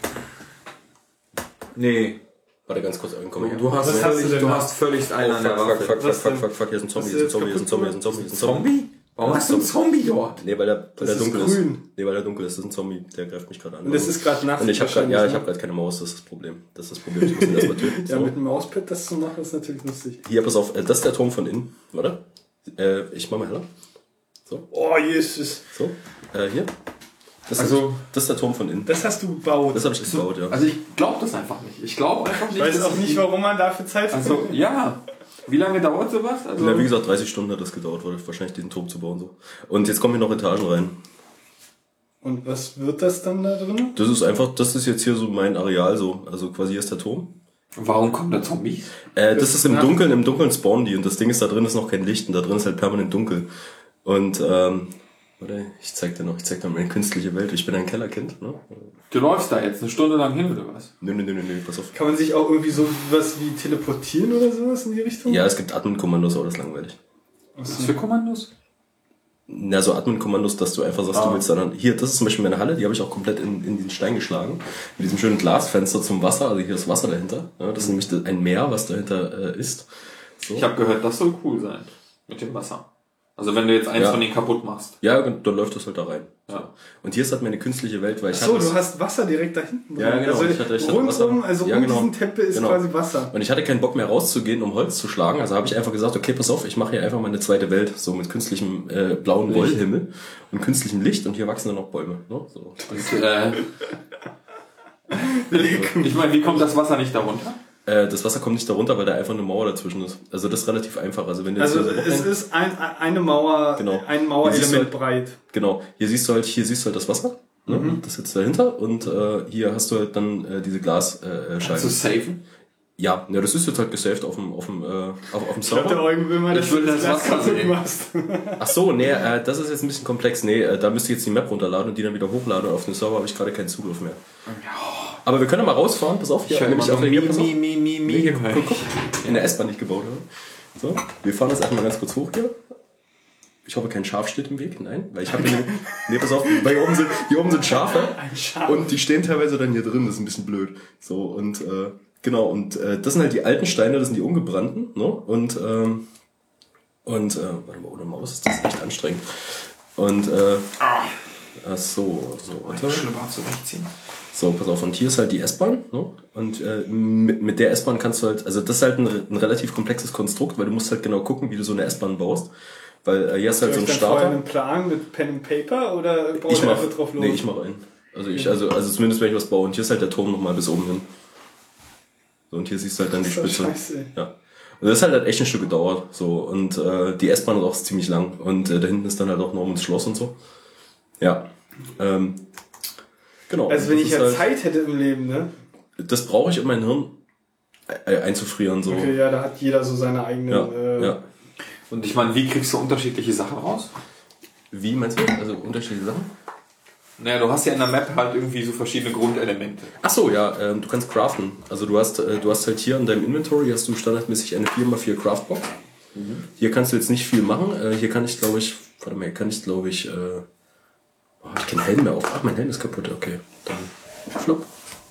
Nee. Warte ganz kurz, Eugen, komm mal her. Du hast Was hast du völlig, denn du da? hast völlig einen an der fuck, Waffe. fuck, fuck, Was fuck, denn? fuck, fuck, hier ist ein Zombie, Was hier ist ein ist Zombie, hier ist ein Zombie, hier ist ein Zombie, hier ist ein Zombie. Zombie? Warum hast du einen Zombie dort? Nee, weil der, weil Das der ist dunkel grün. ist. Nee, weil der dunkel ist. Das ist ein Zombie, der greift mich gerade an. Und es ist gerade Nacht. Und ich habe gerade, ja, ich wahrscheinlich, habe gerade keine Maus, das ist das Problem. Das ist das Problem, ich muss ihn erstmal töten. Ja, So. mit dem Mauspad das zu machen, ist natürlich lustig. Hier, pass auf, äh, das ist der Turm von innen. Warte. Äh, ich mach mal heller. Oh, Jesus. So. Äh, hier. Das, Also- ist, das ist der Turm von innen. Das hast du gebaut. Das habe ich gebaut, ja. Also ich glaube das einfach nicht. Ich glaube einfach nicht. Ich weiß dass auch nicht, ich- warum man dafür Zeit Also, ja. Wie lange dauert sowas? Also, Na, wie gesagt, dreißig Stunden hat das gedauert, wahrscheinlich diesen Turm zu bauen. So. Und jetzt kommen hier noch Etagen rein. Und was wird das dann da drin? Das ist einfach, das ist jetzt hier so mein Areal so. Also quasi hier ist der Turm. warum kommen da Zombies? Äh, das ist im Ja. Dunkeln, im Dunkeln spawnen die und das Ding ist, da drin ist noch kein Licht und da drin ist halt permanent dunkel. Und, ähm, warte, ich zeig dir noch, ich zeig dir meine künstliche Welt. Ich bin ein Kellerkind, ne? Du läufst da jetzt eine Stunde lang hin oder was? Nö, nö, nö, nö, nö, pass auf. Kann man sich auch irgendwie so was wie teleportieren oder sowas in die Richtung? Ja, es gibt Admin-Kommandos, aber das ist langweilig. Was ist das für Kommandos? Na, so Admin-Kommandos, dass du einfach sagst, Ah. du willst dann, hier, das ist zum Beispiel meine Halle, die habe ich auch komplett in, in den Stein geschlagen. Mit diesem schönen Glasfenster zum Wasser, also hier ist Wasser dahinter. Ja, das ist nämlich ein Meer, was dahinter äh, ist. So. Ich habe gehört, das soll cool sein. Mit dem Wasser. Also wenn du jetzt eins Ja. von denen kaputt machst. Ja, dann läuft das halt da rein. Ja. Und hier ist halt meine künstliche Welt, weil ich Achso, hatte du hast Wasser direkt da hinten drin. Ja, genau, Also ich hatte- ich hatte rundum, Wasser. also Ja, um genau. diesen Tempel ist Genau. quasi Wasser. Und ich hatte keinen Bock mehr rauszugehen, um Holz zu schlagen. Also habe ich einfach gesagt, okay, pass auf, ich mache hier einfach meine zweite Welt, so mit künstlichem äh, blauen Wollhimmel und künstlichem Licht und hier wachsen dann noch Bäume. Ne? So. Und, äh, ich meine, wie kommt das Wasser nicht darunter? Äh, das Wasser kommt nicht darunter, weil da einfach eine Mauer dazwischen ist. Also das ist relativ einfach. Also wenn du jetzt Also hier so es rein- ist ein, eine Mauer, Genau. ein Hier siehst du Mauerelement halt- breit. Genau, hier siehst du halt, hier siehst du halt das Wasser. Ne? Das sitzt dahinter und äh, hier hast du halt dann äh, diese Glasscheiben. Äh, Scheiben. Zu safen? Ja, ja, das ist jetzt halt gesaved auf dem, auf dem, äh, auf, auf dem Ich glaube, der Server. Eugen will mal, dass Ich will du das Wasser kaputt sehen. machst. Ach so, nee, äh, das ist jetzt ein bisschen komplex. Nee, äh, da müsst ihr jetzt die Map runterladen und die dann wieder hochladen und auf den Server habe ich gerade keinen Zugriff mehr. Aber wir können ja mal rausfahren, pass auf, hier, Ich höre immer nämlich so auf der mi, hier, pass auf. mi, mi, mi, mi. Nee, hier, guck, guck, guck. In der S-Bahn, die ich gebaut habe. So, wir fahren jetzt erstmal ganz kurz hoch hier. Ich hoffe, kein Schaf steht im Weg. Nein, weil ich habe hier... Nee, pass auf, weil hier oben sind, hier oben sind Schafe. Ein Schaf. Und die stehen teilweise dann hier drin. Das ist ein bisschen blöd. So, und äh, genau, und äh, das sind halt die alten Steine, das sind die ungebrannten. Ne? Und, ähm, und äh, warte mal, ohne Maus ist das echt anstrengend. Und, äh, ach so, so, warte. Schnurrbart zurechtziehen. So, pass auf, und hier ist halt die S-Bahn, ne? Und äh, mit, mit der S-Bahn kannst du halt, also das ist halt ein, ein relativ komplexes Konstrukt, weil du musst halt genau gucken, wie du so eine S-Bahn baust. Weil äh, hier hast du halt so einen Soll ich dann vorher Starter. einen Plan mit Pen and Paper oder baut Ich ihr mach, einfach drauf los? nee, ich mache einen. Also ich, also, also zumindest wenn ich was baue. Und hier ist halt der Turm nochmal bis oben hin. So, und hier siehst du halt dann die Das ist Spitze. doch scheiße. Ja. Und das hat halt echt ein Stück gedauert. So, und äh, die S-Bahn ist auch ziemlich lang. Und äh, da hinten ist dann halt auch Normans Schloss und so. Ja. Ähm, genau. Also wenn Das ich ist ja halt, Zeit hätte im Leben, ne? das brauche ich, um mein Hirn äh, einzufrieren. So. Okay, ja, da hat jeder so seine eigenen... Ja, äh, ja. Und ich meine, wie kriegst du unterschiedliche Sachen raus? Wie meinst du? Also unterschiedliche Sachen? Naja, du hast ja in der Map halt irgendwie so verschiedene Grundelemente. Ach so, ja, ähm, du kannst craften. Also du hast, äh, du hast halt hier in deinem Inventory hast du standardmäßig eine vier mal vier Craftbox. Mhm. Hier kannst du jetzt nicht viel machen. Äh, hier kann ich, glaube ich, warte mal, hier kann ich, glaube ich, äh, oh, ich keinen Helm mehr auf. Ach, mein Helm ist kaputt. Okay, dann schlupp.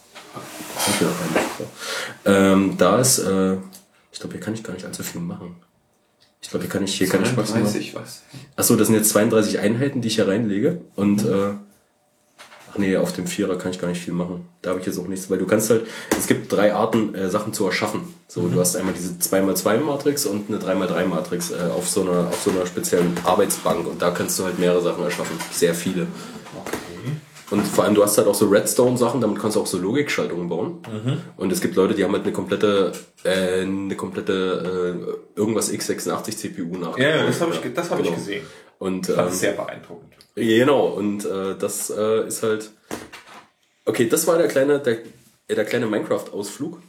Und wieder rein. So. Ähm, da ist, äh, ich glaube, hier kann ich gar nicht allzu viel machen. Ich glaube, hier kann ich, hier kann ich maximal. zweiunddreißig, was? Achso, das sind jetzt zweiunddreißig Einheiten, die ich hier reinlege. Und, äh, ach nee, auf dem Vierer kann ich gar nicht viel machen. Da habe ich jetzt auch nichts, weil du kannst halt, es gibt drei Arten, äh, Sachen zu erschaffen. So, mhm. Du hast einmal diese zwei mal zwei Matrix und eine drei mal drei Matrix äh, auf so einer, auf so einer speziellen Arbeitsbank. Und da kannst du halt mehrere Sachen erschaffen. Sehr viele. Okay. Und vor allem, du hast halt auch so Redstone-Sachen, damit kannst du auch so Logikschaltungen bauen. Mhm. Und es gibt Leute, die haben halt eine komplette, äh, eine komplette, äh, irgendwas x sechsundachtzig C P U nach. Ja, ja, das habe ich, das hab Genau. ich gesehen. Und, Das ähm, ist sehr beeindruckend. genau, und äh, das äh, ist halt. Okay, das war der kleine, der, äh, der kleine Minecraft-Ausflug.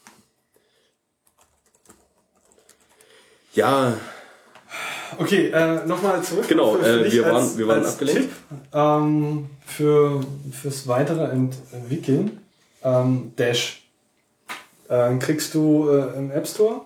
Ja, Okay, äh, nochmal zurück. Genau, Für- für äh, dich wir als- waren- wir waren als abgelenkt. Tipp, ähm, für, fürs weitere Entwickeln, ähm, Dash. Äh, kriegst du äh, im App Store.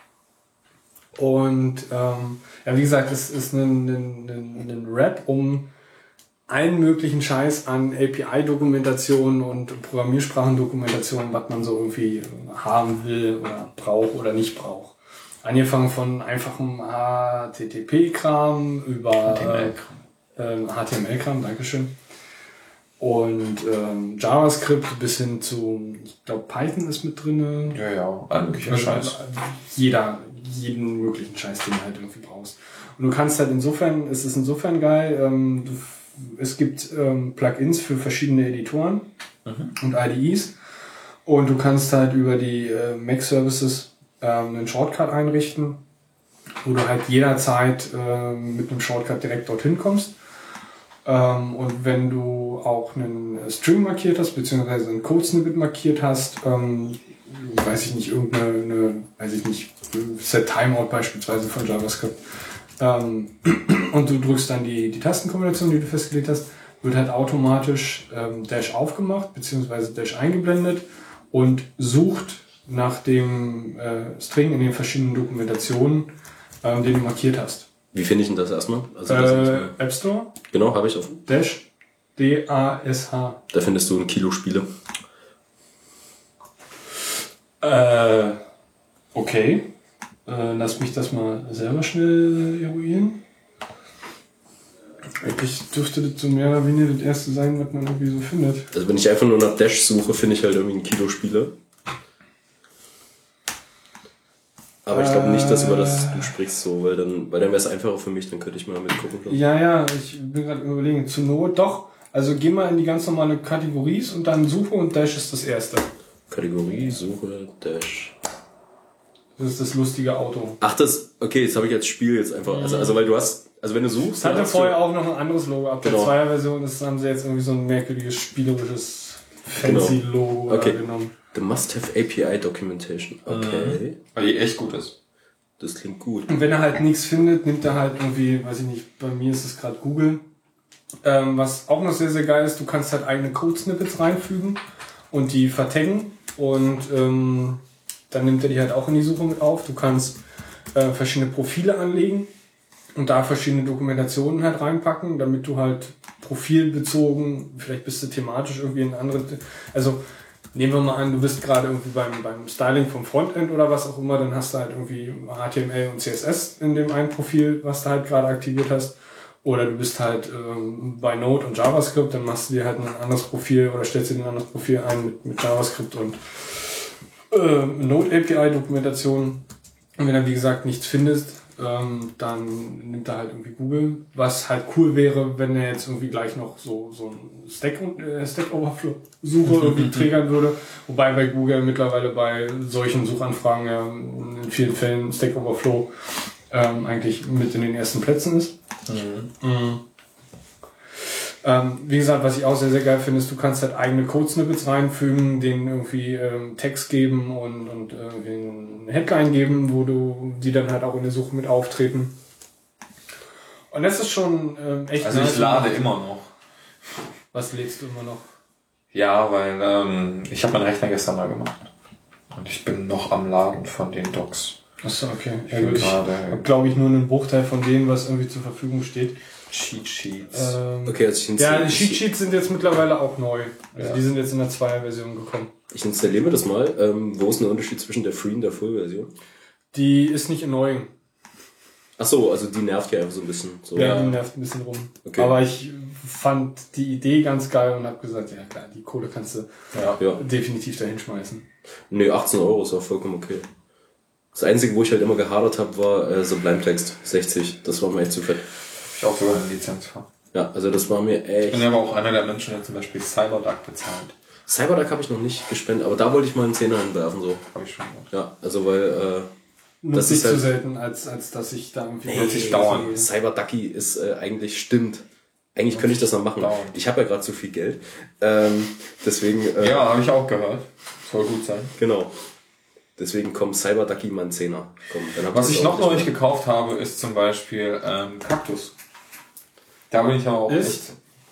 Und ähm, ja, wie gesagt, es ist ein, ein, ein, ein Wrap um allen möglichen Scheiß an A P I-Dokumentationen und Programmiersprachendokumentationen, was man so irgendwie haben will oder braucht oder nicht braucht. Angefangen von einfachem H T T P-Kram über H T M L-Kram. äh, H T M L-Kram, Dankeschön. Und ähm, JavaScript bis hin zu, ich glaube, Python ist mit drin. Ja, ja, all möglicher Also, Scheiß. Jeder, jeden möglichen Scheiß, den du halt irgendwie brauchst. Und du kannst halt insofern, es ist insofern geil, ähm, du, es gibt ähm, Plugins für verschiedene Editoren Mhm. und I D Es. Und du kannst halt über die äh, Mac-Services ähm, einen Shortcut einrichten, wo du halt jederzeit ähm, mit einem Shortcut direkt dorthin kommst. Ähm, und wenn du auch einen String markiert hast, beziehungsweise einen Code-Snippet markiert hast, ähm, weiß ich nicht, irgendeine, eine, weiß ich nicht, Set-Timeout beispielsweise von JavaScript, ähm, und du drückst dann die, die Tastenkombination, die du festgelegt hast, wird halt automatisch ähm, Dash aufgemacht, beziehungsweise Dash eingeblendet und sucht nach dem äh, String in den verschiedenen Dokumentationen, ähm, den du markiert hast. wie finde ich denn das erstmal? Also, das Äh, ist, App Store, genau, habe ich auf. Dash, D A S H. Da findest du ein Kilo Spiele. Äh, okay. Äh, lass mich das mal selber schnell eruieren. Eigentlich dürfte das so mehr oder weniger das erste sein, was man irgendwie so findet. Also wenn ich einfach nur nach Dash suche, finde ich halt irgendwie ein Kilo Spiele. Aber ich glaube nicht, dass über das du sprichst so, weil dann, weil dann wäre es einfacher für mich, dann könnte ich mal mitgucken. Glaub. Ja, ja, ich bin gerade überlegen, zur Not doch. Also geh mal in die ganz normale Kategories und dann Suche und Dash ist das erste. Kategorie, Suche, Dash. Das ist das lustige Auto. Ach, das, okay, das habe ich als Spiel jetzt einfach, also, also weil du hast, also wenn du suchst... Es hatte hast vorher du, auch noch ein anderes Logo. Ab der Genau. Zweier-Version das haben sie jetzt irgendwie so ein merkwürdiges, spielerisches, fancy Genau. Logo Okay. genommen. The Must-Have A P I Documentation. Okay. Weil die echt gut ist. Das klingt gut. Und wenn er halt nichts findet, nimmt er halt irgendwie, weiß ich nicht, bei mir ist es gerade Google. Ähm, was auch noch sehr, sehr geil ist, du kannst halt eigene Code-Snippets reinfügen und die vertaggen und ähm, dann nimmt er die halt auch in die Suche mit auf. Du kannst äh, verschiedene Profile anlegen und da verschiedene Dokumentationen halt reinpacken, damit du halt profilbezogen, vielleicht bist du thematisch irgendwie in andere, also nehmen wir mal an, du bist gerade irgendwie beim, beim Styling vom Frontend oder was auch immer, dann hast du halt irgendwie H T M L und C S S in dem einen Profil, was du halt gerade aktiviert hast. Oder du bist halt ähm, bei Node und JavaScript, dann machst du dir halt ein anderes Profil oder stellst dir ein anderes Profil ein mit, mit JavaScript und äh, Node A P I Dokumentation. Und wenn du, wie gesagt, nichts findest, ähm, dann nimmt er halt irgendwie Google. Was halt cool wäre, wenn er jetzt irgendwie gleich noch so, so ein Stack, äh, Stack Overflow Suche irgendwie triggern würde. Wobei bei Google mittlerweile bei solchen Suchanfragen ja in vielen Fällen Stack Overflow ähm, eigentlich mit in den ersten Plätzen ist. Mhm. Mhm. Ähm, wie gesagt, was ich auch sehr, sehr geil finde, ist, du kannst halt eigene Code-Snippets reinfügen, denen irgendwie ähm, Text geben und, und irgendwie eine Headline geben, wo du die dann halt auch in der Suche mit auftreten. Und das ist schon ähm, echt Also nice ich lade gemacht. immer noch. Was lädst du immer noch? Ja, weil ähm, ich habe meinen Rechner gestern mal gemacht. Und ich bin noch am Laden von den Docs. Achso, okay. Ich Ja, bin gut, ich gerade habe, glaube ich, nur einen Bruchteil von dem, was irgendwie zur Verfügung steht. Cheat Sheets. Ähm, Okay, also ich ja, installiere, die Cheat Sheets sind jetzt mittlerweile auch neu. Also Ja. die sind jetzt in der Zweier-Version gekommen. ich installiere mir das mal. Ähm, wo ist denn der Unterschied zwischen der Free und der Full-Version? Die ist nicht annoying. Ach so, also die nervt ja einfach so ein bisschen. So. Ja, die nervt ein bisschen rum. Okay. Aber ich fand die Idee ganz geil und habe gesagt, ja klar, die Kohle kannst du Ja. Ja. definitiv da hinschmeißen. Nee, achtzehn Euro ist auch vollkommen okay. Das Einzige, wo ich halt immer gehadert habe, war äh, Sublime Text sechzig. Das war mir echt zu fett. Ich auch sogar eine Lizenz für. Ja, also das war mir Ich echt... bin aber auch einer der Menschen, der zum Beispiel Cyberduck bezahlt. Cyberduck habe ich noch nicht gespendet, aber da wollte ich mal einen Zehner hinwerfen. So. Habe ich schon gemacht. Ja, also weil... Äh, Nutze Das ich ist zu halt- selten, als, als dass ich da irgendwie... Nee, Wird sich dauern. Cyberducky ist äh, eigentlich stimmt. Eigentlich könnte ich das noch machen. Dauern. Ich habe ja gerade zu viel Geld. Ähm, deswegen... Äh, Ja, habe ich auch gehört. Soll gut sein. Genau. Deswegen kommt Cyberducky mal ein Zehner. Komm, dann hab Was das ich auch noch neulich nicht gekauft habe, ist zum Beispiel ähm, Kaktus. Da bin ich aber auch Ist? echt...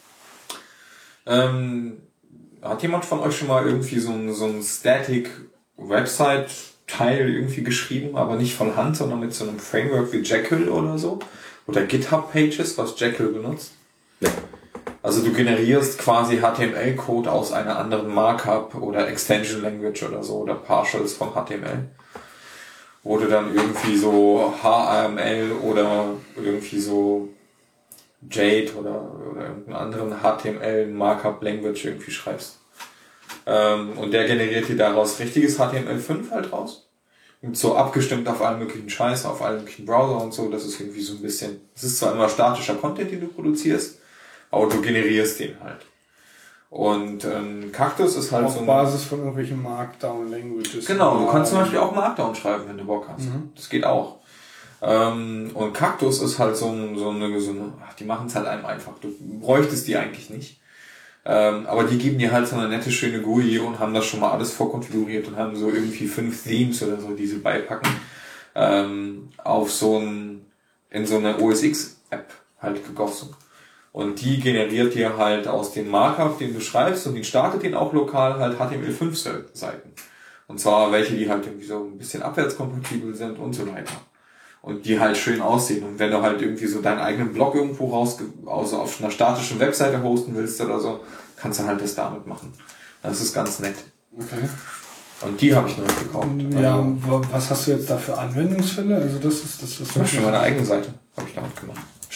Ähm, hat jemand von euch schon mal irgendwie so ein, so ein Static-Website-Teil irgendwie geschrieben, aber nicht von Hand, sondern mit so einem Framework wie Jekyll oder so? Oder GitHub-Pages, was Jekyll benutzt? Nee. Also du generierst quasi H T M L-Code aus einer anderen Markup oder Extension Language oder so oder Partials von H T M L. Wo du dann irgendwie so H M L oder irgendwie so Jade oder, oder irgendeinen anderen H T M L Markup Language irgendwie schreibst. Ähm, und der generiert dir daraus richtiges H T M L fünf halt raus. Und so abgestimmt auf allen möglichen Scheiß, auf allen möglichen Browser und so. Das ist irgendwie so ein bisschen, es ist zwar immer statischer Content, den du produzierst, aber du generierst den halt. Und ähm, Kaktus ist halt Auf so ein... Basis von irgendwelchen Markdown-Languages. Genau, du kannst zum Beispiel auch Markdown schreiben, wenn du Bock hast. Mhm. Das geht auch. Ähm, und Kaktus ist halt so, ein, so eine, so eine, ach, die machen es halt einem einfach. Du bräuchtest die eigentlich nicht. Ähm, aber die geben dir halt so eine nette, schöne G U I und haben das schon mal alles vorkonfiguriert und haben so irgendwie fünf Themes oder so, die sie beipacken, ähm, auf so ein, in so eine O S X-App halt gegossen. Und die generiert dir halt aus dem Markup, den du schreibst, und die startet den auch lokal halt H T M L fünf Seiten. Und zwar welche, die halt irgendwie so ein bisschen abwärtskompatibel sind und so weiter. Und die halt schön aussehen. Und wenn du halt irgendwie so deinen eigenen Blog irgendwo raus, also auf einer statischen Webseite hosten willst oder so, kannst du halt das damit machen. Das ist ganz nett. Okay. Und die habe ich noch gekauft. Ja, Also, wa- was hast du jetzt da für Anwendungsfälle? Also das ist das, was zum Beispiel meine eigene Seite habe ich damit gemacht.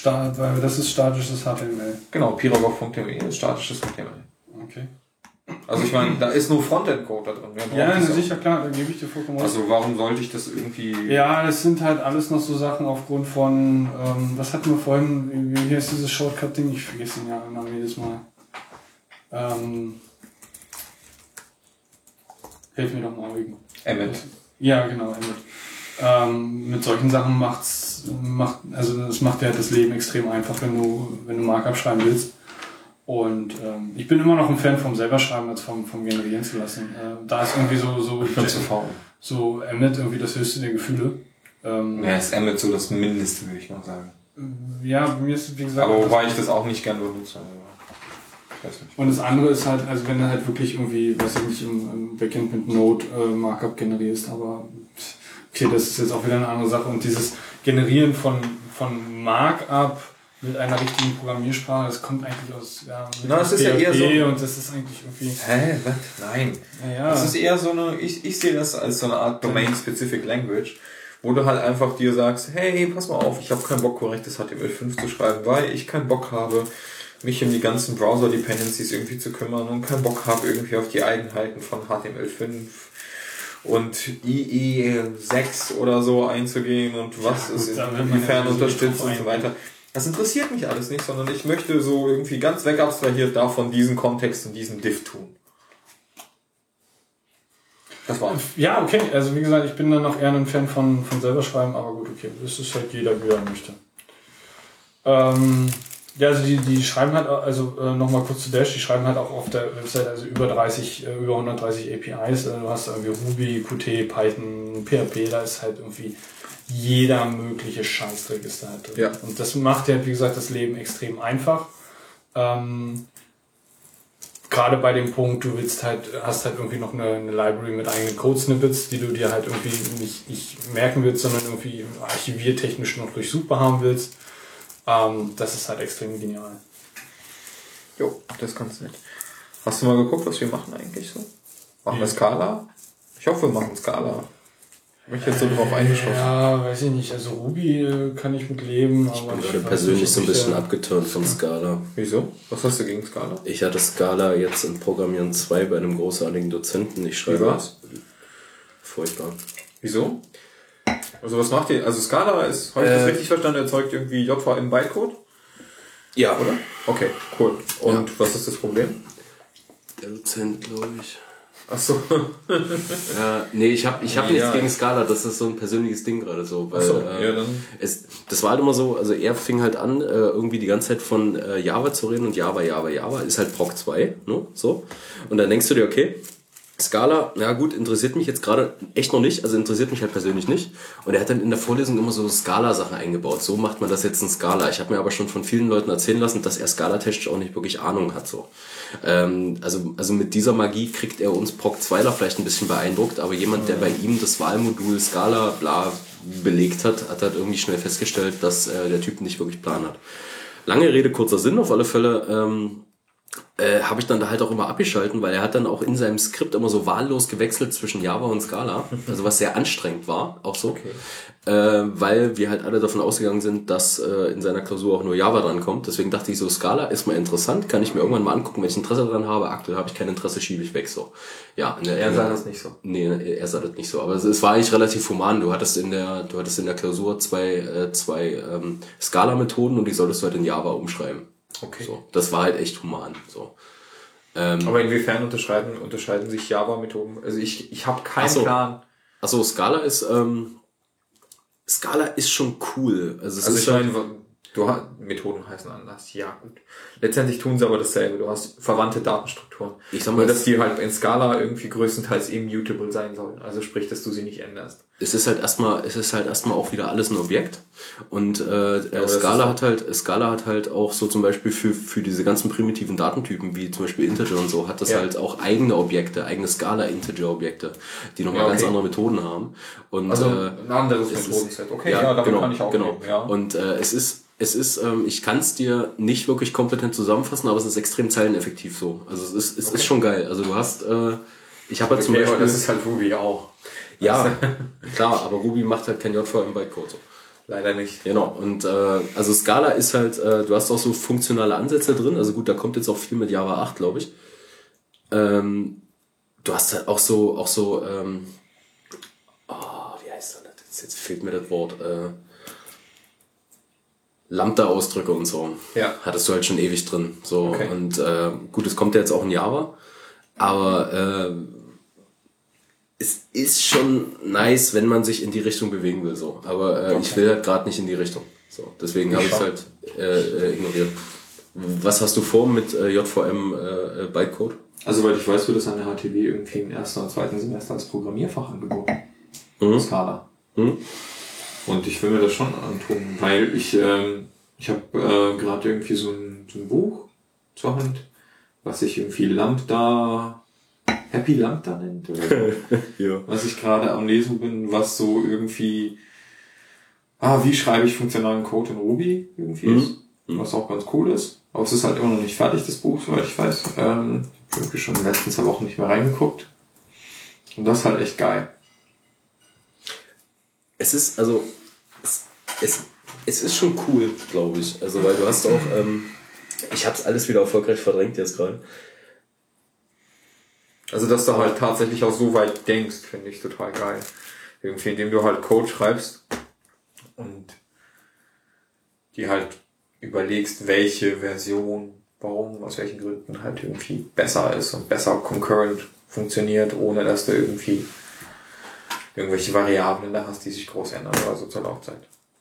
Sta- weil das ist statisches H T M L. Genau, pirogov punkt d e ist statisches H T M L. Okay. Also ich meine, da ist nur Frontend-Code da drin. Wir Ja, brauchen das auch. sicher, klar, da gebe ich dir vollkommen recht. Also warum sollte ich das irgendwie... Ja, das sind halt alles noch so Sachen aufgrund von, ähm, was hatten wir vorhin, wie heißt dieses Shortcut-Ding? Ich vergesse den ja Namen jedes Mal. Ähm, hilf mir doch mal wegen. Emmet. Ja, genau, Emmet. Ähm, mit solchen Sachen macht's, macht, also das macht dir halt das Leben extrem einfach, wenn du, wenn du Markup schreiben willst. Und ähm, ich bin immer noch ein Fan vom selber schreiben, als vom, vom generieren zu lassen. Äh, da ist irgendwie so, so, Ich bin zu faul. so Emmet irgendwie das höchste der Gefühle. Ähm, Ja, ist Emmet so das Mindeste, würde ich mal sagen. Ja, bei mir ist, wie gesagt... Aber das- wobei ich das auch nicht gern benutze. Also, ich weiß nicht. Und das andere ist halt, also wenn du halt wirklich irgendwie, weiß ich nicht, im, im Backend mit Node äh, Markup generierst, aber okay, das ist jetzt auch wieder eine andere Sache. Und dieses Generieren von, von Markup mit einer richtigen Programmiersprache, das kommt eigentlich aus, ja, mit Na, es ist ja eher so- und das ist eigentlich irgendwie, Hä? Was? Nein. naja, Das ist eher so eine, ich, ich sehe das als so eine Art Domain-Specific Language, wo du halt einfach dir sagst, hey, pass mal auf, ich habe keinen Bock, korrektes H T M L fünf zu schreiben, weil ich keinen Bock habe, mich um die ganzen Browser-Dependencies irgendwie zu kümmern und keinen Bock habe, irgendwie auf die Eigenheiten von H T M L fünf und I E sechs oder so einzugehen und was Ja, es gut, da wird man inwiefern ja sowieso unterstützt drauf und so eingehen. weiter. Das interessiert mich alles nicht, sondern ich möchte so irgendwie ganz wegabstrahiert davon diesen Kontext und diesen Diff tun. Das war's. ja, okay, also wie gesagt, ich bin dann noch eher ein Fan von, von selber schreiben, aber gut, okay, das ist halt jeder, wie er möchte. Ähm, ja, also die, die schreiben halt, also äh, nochmal kurz zu Dash, die schreiben halt auch auf der Website also über dreißig, äh, über hundertdreißig A P Is, äh, du hast irgendwie Ruby, Qt, Python, P H P, da ist halt irgendwie jeder mögliche Scheißdreck ist da halt drin. Ja. Und das macht ja, wie gesagt, das Leben extrem einfach. Ähm, Gerade bei dem Punkt, du willst halt, hast halt irgendwie noch eine, eine Library mit eigenen Code-Snippets, die du dir halt irgendwie nicht, nicht merken willst, sondern irgendwie archiviertechnisch noch durchsuchbar haben willst. Ähm, das ist halt extrem genial. Jo, das ist ganz nett. Hast du mal geguckt, was wir machen eigentlich so? Machen wir Scala? Ich hoffe, wir machen Scala. Ich bin jetzt so drauf eingeschossen. Ja, weiß ich nicht. Also Ruby äh, kann ich mit leben, aber Ich bin ich gerade weiß persönlich nicht, so ein ob ich, bisschen äh, abgeturnt von Scala. Wieso? Was hast du gegen Scala? Ich hatte Scala jetzt in Programmieren zwei bei einem großartigen Dozenten. Ich schreibe... Wie war's? Furchtbar. Wieso? Also was macht ihr? Also Scala ist, habe ich das Äh, richtig verstanden, erzeugt irgendwie J V M Bytecode? Ja, Oder? Okay, cool. Und was ist das Problem? Der Dozent, glaube ich. Ach so. Ja, nee, ich habe ich hab nichts Ja. gegen Scala, das ist so ein persönliches Ding gerade so. Weil, Ach so, äh, ja, dann. es, das war halt immer so, also er fing halt an, äh, irgendwie die ganze Zeit von äh, Java zu reden und Java, Java, Java, ist halt Proc zwei, ne, so. Und dann denkst du dir, okay, Scala, na gut, interessiert mich jetzt gerade echt noch nicht, also interessiert mich halt persönlich nicht. Und er hat dann in der Vorlesung immer so Scala-Sachen eingebaut. So macht man das jetzt in Scala. Ich habe mir aber schon von vielen Leuten erzählen lassen, dass er Scala-technisch auch nicht wirklich Ahnung hat. So. Ähm, also, also mit dieser Magie kriegt er uns Proc zweiler vielleicht ein bisschen beeindruckt, aber jemand, der bei ihm das Wahlmodul Scala bla belegt hat, hat halt irgendwie schnell festgestellt, dass äh, der Typ nicht wirklich Plan hat. Lange Rede, kurzer Sinn, auf alle Fälle. Ähm, Äh, habe ich dann da halt auch immer abgeschalten, weil er hat dann auch in seinem Skript immer so wahllos gewechselt zwischen Java und Scala, also was sehr anstrengend war, auch so, Okay. äh, weil wir halt alle davon ausgegangen sind, dass äh, in seiner Klausur auch nur Java dran kommt. Deswegen dachte ich so, Scala ist mal interessant, kann ich mir irgendwann mal angucken, wenn ich Interesse dran habe. Aktuell habe ich kein Interesse, schiebe ich weg so. Ja, in der, Er sah das nicht so. Nee, er sah das nicht so. Aber es, es war eigentlich relativ human. Du hattest in der, du hattest in der Klausur zwei, äh, zwei ähm, Scala-Methoden und die solltest du halt in Java umschreiben. Okay. So, das war halt echt human. So. Ähm, Aber inwiefern unterscheiden, unterscheiden sich Java-Methoden? Also ich, ich habe keinen Ach so. Plan. Achso, Scala ist ähm, Scala ist schon cool. Also es Also ist ich halt, meine, du hast, Methoden heißen anders. Ja, gut. Letztendlich tun sie aber dasselbe. Du hast verwandte Datenstrukturen. Ich sag mal, Nur, dass die halt in Scala irgendwie größtenteils immutable sein sollen. Also sprich, dass du sie nicht änderst. es ist halt erstmal, es ist halt erstmal auch wieder alles ein Objekt. Und äh, äh, das Scala ist- hat halt, Scala hat halt auch so zum Beispiel für für diese ganzen primitiven Datentypen wie zum Beispiel Integer und so hat das Ja. halt auch eigene Objekte, eigene Scala-Integer-Objekte, die nochmal Ja, ganz okay. andere Methoden haben. Und Also äh, ein anderes es ist- Methodenset. Okay, ja, damit genau, kann ich auch genau. leben. Ja. Und äh, es ist, es ist, ähm, ich kann es dir nicht wirklich kompetent zusammenfassen, aber es ist extrem zeileneffektiv so. Also es ist, es Okay. ist schon geil. Also du hast, äh, ich habe halt zum Okay, aber Beispiel, das ist halt Ruby auch. ja, klar, aber Ruby macht halt kein J V M Bytecode so. Leider nicht. Genau, und äh, also Scala ist halt, äh, du hast auch so funktionale Ansätze drin, also gut, da kommt jetzt auch viel mit Java acht, glaube ich. Ähm, du hast halt auch so, auch so, ähm, oh, wie heißt das? Jetzt, jetzt fehlt mir das Wort, äh, Lambda-Ausdrücke und so. Ja. Hattest du halt schon ewig drin. So, Okay. und äh, gut, es kommt ja jetzt auch in Java, aber äh, es ist schon nice, wenn man sich in die Richtung bewegen will, so. Aber äh, Okay. ich will halt gerade nicht in die Richtung. So, deswegen habe ich es schon. halt äh, ignoriert. Was hast du vor mit äh, J V M äh, Bytecode? Also, weil ich weiß, wird das an der H T W irgendwie im ersten und zweiten Semester als Programmierfach angeboten. Mhm. Scala. Mhm. Und ich will mir das schon antun, weil ich, ähm, ich habe äh, gerade irgendwie so ein, so ein Buch zur Hand, was sich irgendwie Lambda, Happy Lambda nennt, oder so. Ja. Was ich gerade am Lesen bin, was so irgendwie, ah, wie schreibe ich funktionalen Code in Ruby irgendwie Mhm. ist, was auch ganz cool ist. Aber es ist halt immer noch nicht fertig, das Buch, soweit ich weiß. Ähm, ich habe irgendwie schon in den letzten zwei Wochen nicht mehr reingeguckt. Und das ist halt echt geil. Es ist, also, es, es, es ist schon cool, glaube ich. Also, weil du hast auch, ähm, ich habe es alles wieder erfolgreich verdrängt jetzt gerade. Also, dass du halt tatsächlich auch so weit denkst, finde ich total geil. Irgendwie, indem du halt Code schreibst und die halt überlegst, welche Version, warum, aus welchen Gründen halt irgendwie besser ist und besser concurrent funktioniert, ohne dass du irgendwie irgendwelche Variablen da hast, die sich groß ändern oder so zur Laufzeit.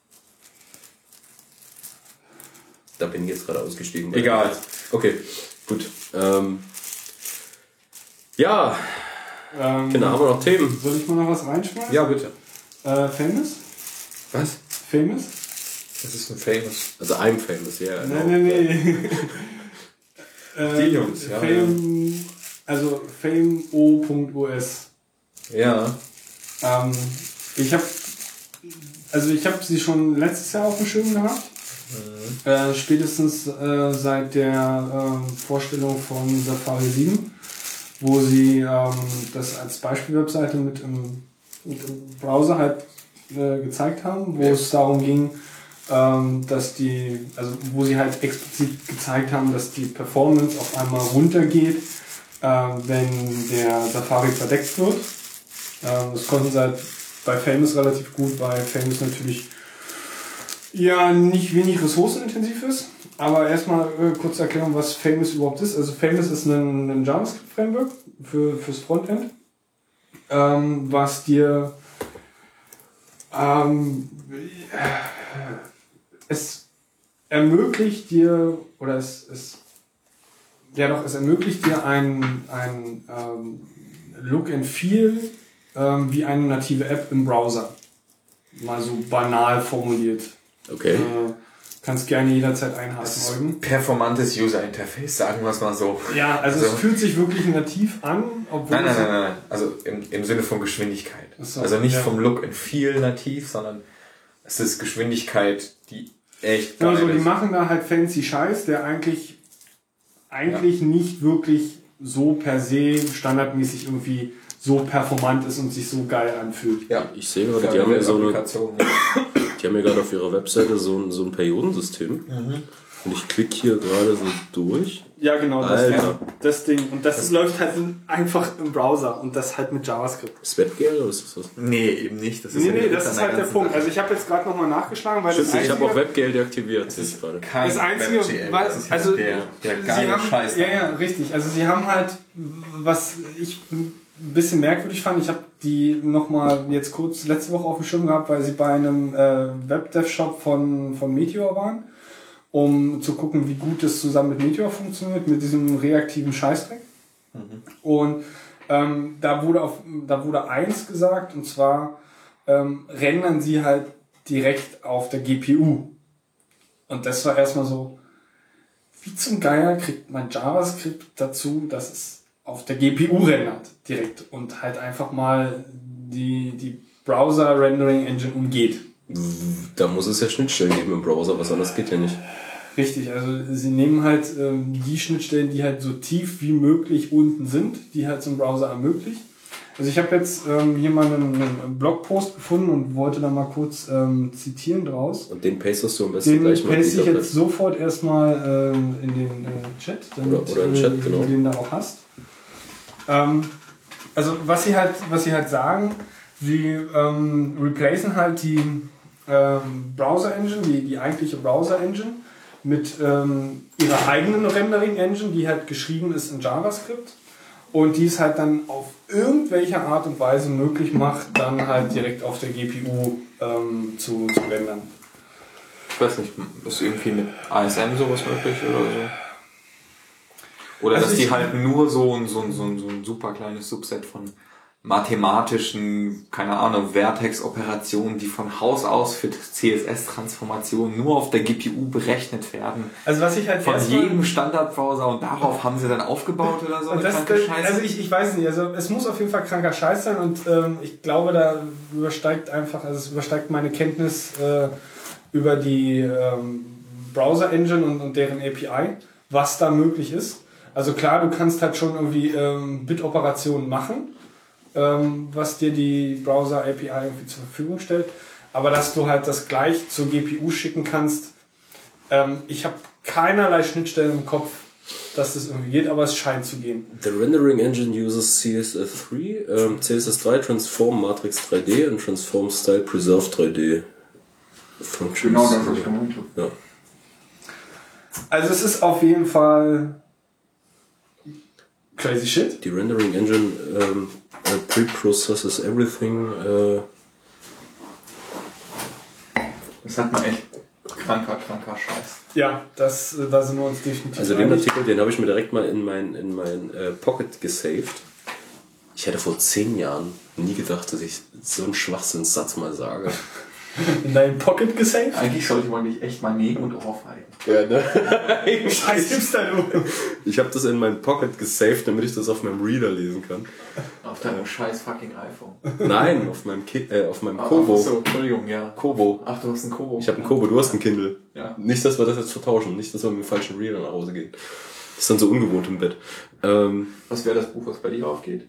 Da bin ich jetzt gerade ausgestiegen. Egal. Okay, gut. Ähm, ja, Ähm, genau, haben wir noch Themen? Soll ich mal noch was reinschmeißen? Ja, bitte. Äh, famous? Was? Famous? Das ist ein Famous. Also I'm famous, ja. Nee, nee, nee. äh, Die Jungs, ja, Fame, also fame.o.os. Ja. Ähm, ich habe also ich habe sie schon letztes Jahr auf dem Schirm gehabt. Mhm. Äh, spätestens äh, seit der äh, Vorstellung von Safari sieben, wo sie ähm, das als Beispielwebseite mit im, mit im Browser halt äh, gezeigt haben, wo Ja. es darum ging, ähm, dass die, also wo sie halt explizit gezeigt haben, dass die Performance auf einmal runtergeht, äh, wenn der Safari verdeckt wird. Ähm, das konnten sie halt bei Famous relativ gut, weil Famous natürlich ja nicht wenig ressourcenintensiv ist. Aber erstmal äh, kurz erklären, was Famous überhaupt ist. Also Famous ist ein, ein JavaScript-Framework für, fürs Frontend, ähm, was dir ähm, es ermöglicht dir, oder es, es ja doch, es ermöglicht dir ein, ein ähm, Look and Feel ähm, wie eine native App im Browser. Mal so banal formuliert. Okay. Äh, kannst gerne jederzeit einhaken, Eugen. Performantes User Interface, sagen wir es mal so. Ja, also, Also- es fühlt sich wirklich nativ an, obwohl Nein, nein, es- nein, nein, nein. Also im, im Sinne von Geschwindigkeit. Ach so, also nicht ja. vom Look and Feel nativ, sondern es ist Geschwindigkeit, die echt Ja, geil also die ist. machen da halt fancy Scheiß, der eigentlich eigentlich nicht wirklich so per se standardmäßig irgendwie so performant ist und sich so geil anfühlt. Ja, Ich sehe gerade, die haben ja so eine, Applikation. die haben ja gerade auf ihrer Webseite so ein, so ein Periodensystem. Und ich klicke hier gerade so durch. Ja, genau, das, Alter. das Ding. Und das, läuft halt einfach im Browser und das halt mit JavaScript. Sweatgear oder was ist das? Nee, eben nicht. Das ist Nee, ja nee, der das Witz ist an halt der ganzen Punkt. Sache. Also ich habe jetzt gerade nochmal nachgeschlagen, weil das Stimmt, ich habe auch Einzige- Webgear deaktiviert, sehe ich gerade. Kein Das Einzige, WebGL, weil, das ist also, der, der sie geile haben, Scheiß. ja, ja, richtig. Also sie haben halt, was ich ein bisschen merkwürdig fand, ich habe die nochmal jetzt kurz letzte Woche auf dem Schirm gehabt, weil sie bei einem äh, Webdev-Shop von, von Meteor waren, um zu gucken, wie gut es zusammen mit Meteor funktioniert, mit diesem reaktiven Scheißdreck. Mhm. Und ähm, da wurde auf, da wurde eins gesagt, und zwar ähm, rendern sie halt direkt auf der G P U. Und das war erstmal so, wie zum Geier kriegt man JavaScript dazu, dass es auf der G P U rendert direkt und halt einfach mal die, die Browser-Rendering-Engine umgeht. Da muss es ja Schnittstellen geben im Browser, was anderes geht ja nicht. Richtig, also sie nehmen halt ähm, die Schnittstellen, die halt so tief wie möglich unten sind, die halt so ein Browser ermöglicht. Also ich habe jetzt ähm, hier mal einen, einen Blogpost gefunden und wollte da mal kurz ähm, zitieren draus. Und den pastest du am besten Den gleich mal. paste ich jetzt sofort erstmal ähm, in den äh, Chat, damit Oder- oder in den Chat, äh, genau. du den da auch hast. Ähm, also was sie halt, was sie halt sagen, sie ähm, replacen halt die ähm, Browser Engine, die, die eigentliche Browser Engine, mit ähm, ihrer eigenen Rendering Engine, die halt geschrieben ist in JavaScript. Und die es halt dann auf irgendwelche Art und Weise möglich macht, dann halt direkt auf der G P U ähm, zu, zu rendern. Ich weiß nicht, ist irgendwie mit A S M sowas möglich oder so? Oder Also dass die ich- halt nur so ein, so, ein, so, ein, so ein super kleines Subset von mathematischen, keine Ahnung, Vertex-Operationen, die von Haus aus für C S S-Transformationen nur auf der G P U berechnet werden. Also was ich halt Von erstmal- jedem Standardbrowser und darauf haben sie dann aufgebaut oder so. Und eine das, kranke das, Scheiße. also ich, ich weiß nicht, also es muss auf jeden Fall kranker Scheiß sein und ähm, ich glaube, da übersteigt einfach, also es übersteigt meine Kenntnis äh, über die ähm, Browser-Engine und, und deren A P I, was da möglich ist. Also klar, du kannst halt schon irgendwie ähm, Bit-Operationen machen, ähm, was dir die Browser-A P I irgendwie zur Verfügung stellt, aber dass du halt das gleich zur G P U schicken kannst, ähm, ich habe keinerlei Schnittstellen im Kopf, dass das irgendwie geht, aber es scheint zu gehen. The rendering engine uses C S S drei, ähm, C S S drei Transform Matrix drei D und Transform Style Preserve drei D Functions. Genau das, was ich vermutet. Ja. Also es ist auf jeden Fall crazy shit. Die rendering engine ähm, äh, pre-processes everything. Äh, Das hat man echt kranker, kranker Scheiß. Ja, das, äh, da sind wir uns definitiv also den einig. Artikel, den habe ich mir direkt mal in mein, in mein äh, Pocket gesaved. Ich hätte vor zehn Jahren nie gedacht, dass ich so einen Schwachsinnssatz mal sage. In deinem Pocket gesaved? Eigentlich sollte man dich echt mal nehmen und aufhalten. Ja, ne? Scheiß Hipster, du. Ich habe das in mein Pocket gesaved, damit ich das auf meinem Reader lesen kann. Auf deinem scheiß fucking iPhone. Nein, auf meinem, Ki äh, auf meinem Ach Kobo. so, Entschuldigung, ja. Kobo. Ach, du hast einen Kobo. Ich habe einen Kobo, du hast einen Kindle. Ja. Nicht, dass wir das jetzt vertauschen, nicht, dass wir mit dem falschen Reader nach Hause gehen. Das ist dann so ungewohnt im Bett. Ähm, Was wäre das Buch, was bei dir aufgeht?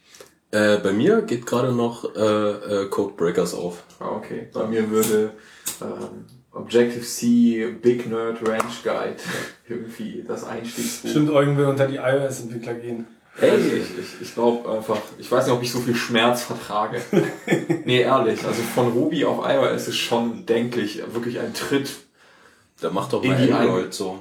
äh, bei mir geht gerade noch äh, äh, Code Breakers auf. Ah, okay. Bei mir würde ähm, Objective-C Big Nerd Ranch Guide irgendwie das Einstiegsbuch. Stimmt, Eugen will unter die iOS-Entwickler gehen. Hey, also ich, ich, ich glaube einfach, ich weiß nicht, ob ich so viel Schmerz vertrage. Nee, ehrlich, also von Ruby auf iOS ist schon, denke ich, wirklich ein Tritt. Da macht doch In mal die Android so.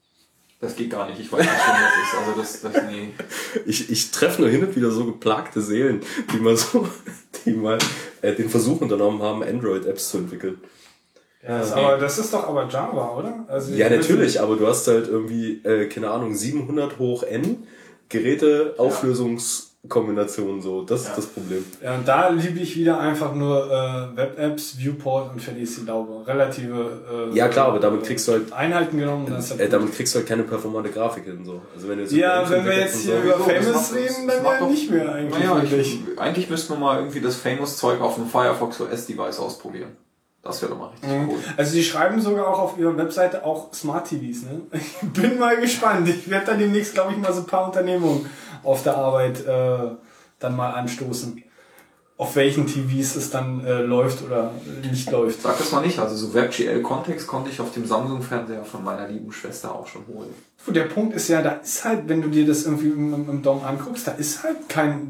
Das geht gar nicht, ich weiß nicht, wie das ist. Also das, das, nee. Ich, ich treffe nur hin und wieder so geplagte Seelen, die mal so, die mal äh, den Versuch unternommen haben, Android-Apps zu entwickeln. Ja, das, aber das ist doch aber Java, oder? Also Ja, ich- natürlich, aber du hast halt irgendwie, äh, keine Ahnung, siebenhundert hoch N Geräte, Auflösungskombinationen so. Das Ja. ist das Problem. Ja, und da liebe ich wieder einfach nur äh, Web-Apps, Viewport und verließ die Laube. Relative äh, Ja klar, aber damit kriegst du halt, Einheiten genommen. Und dann ist halt äh, damit kriegst du halt keine performante Grafik hin so. Also wenn du jetzt ja, über wenn wir Engine jetzt entwickelst hier und über das Famous macht- reden, das dann macht ja doch- nicht mehr eigentlich. Naja, wirklich. ich, eigentlich müssten wir mal irgendwie das Famous-Zeug auf einem Firefox O S-Device ausprobieren. Das wäre doch mal richtig cool. Also die schreiben sogar auch auf ihrer Webseite auch Smart T Vs. Ne? Ich bin mal gespannt. Ich werde dann demnächst, glaube ich, mal so ein paar Unternehmungen auf der Arbeit äh, dann mal anstoßen. Auf welchen T Vs es dann äh, läuft oder nicht läuft. Sag das mal nicht, also so WebGL-Kontext konnte ich auf dem Samsung-Fernseher von meiner lieben Schwester auch schon holen. Der Punkt ist ja, da ist halt, wenn du dir das irgendwie im, im, im D O M anguckst, da ist halt kein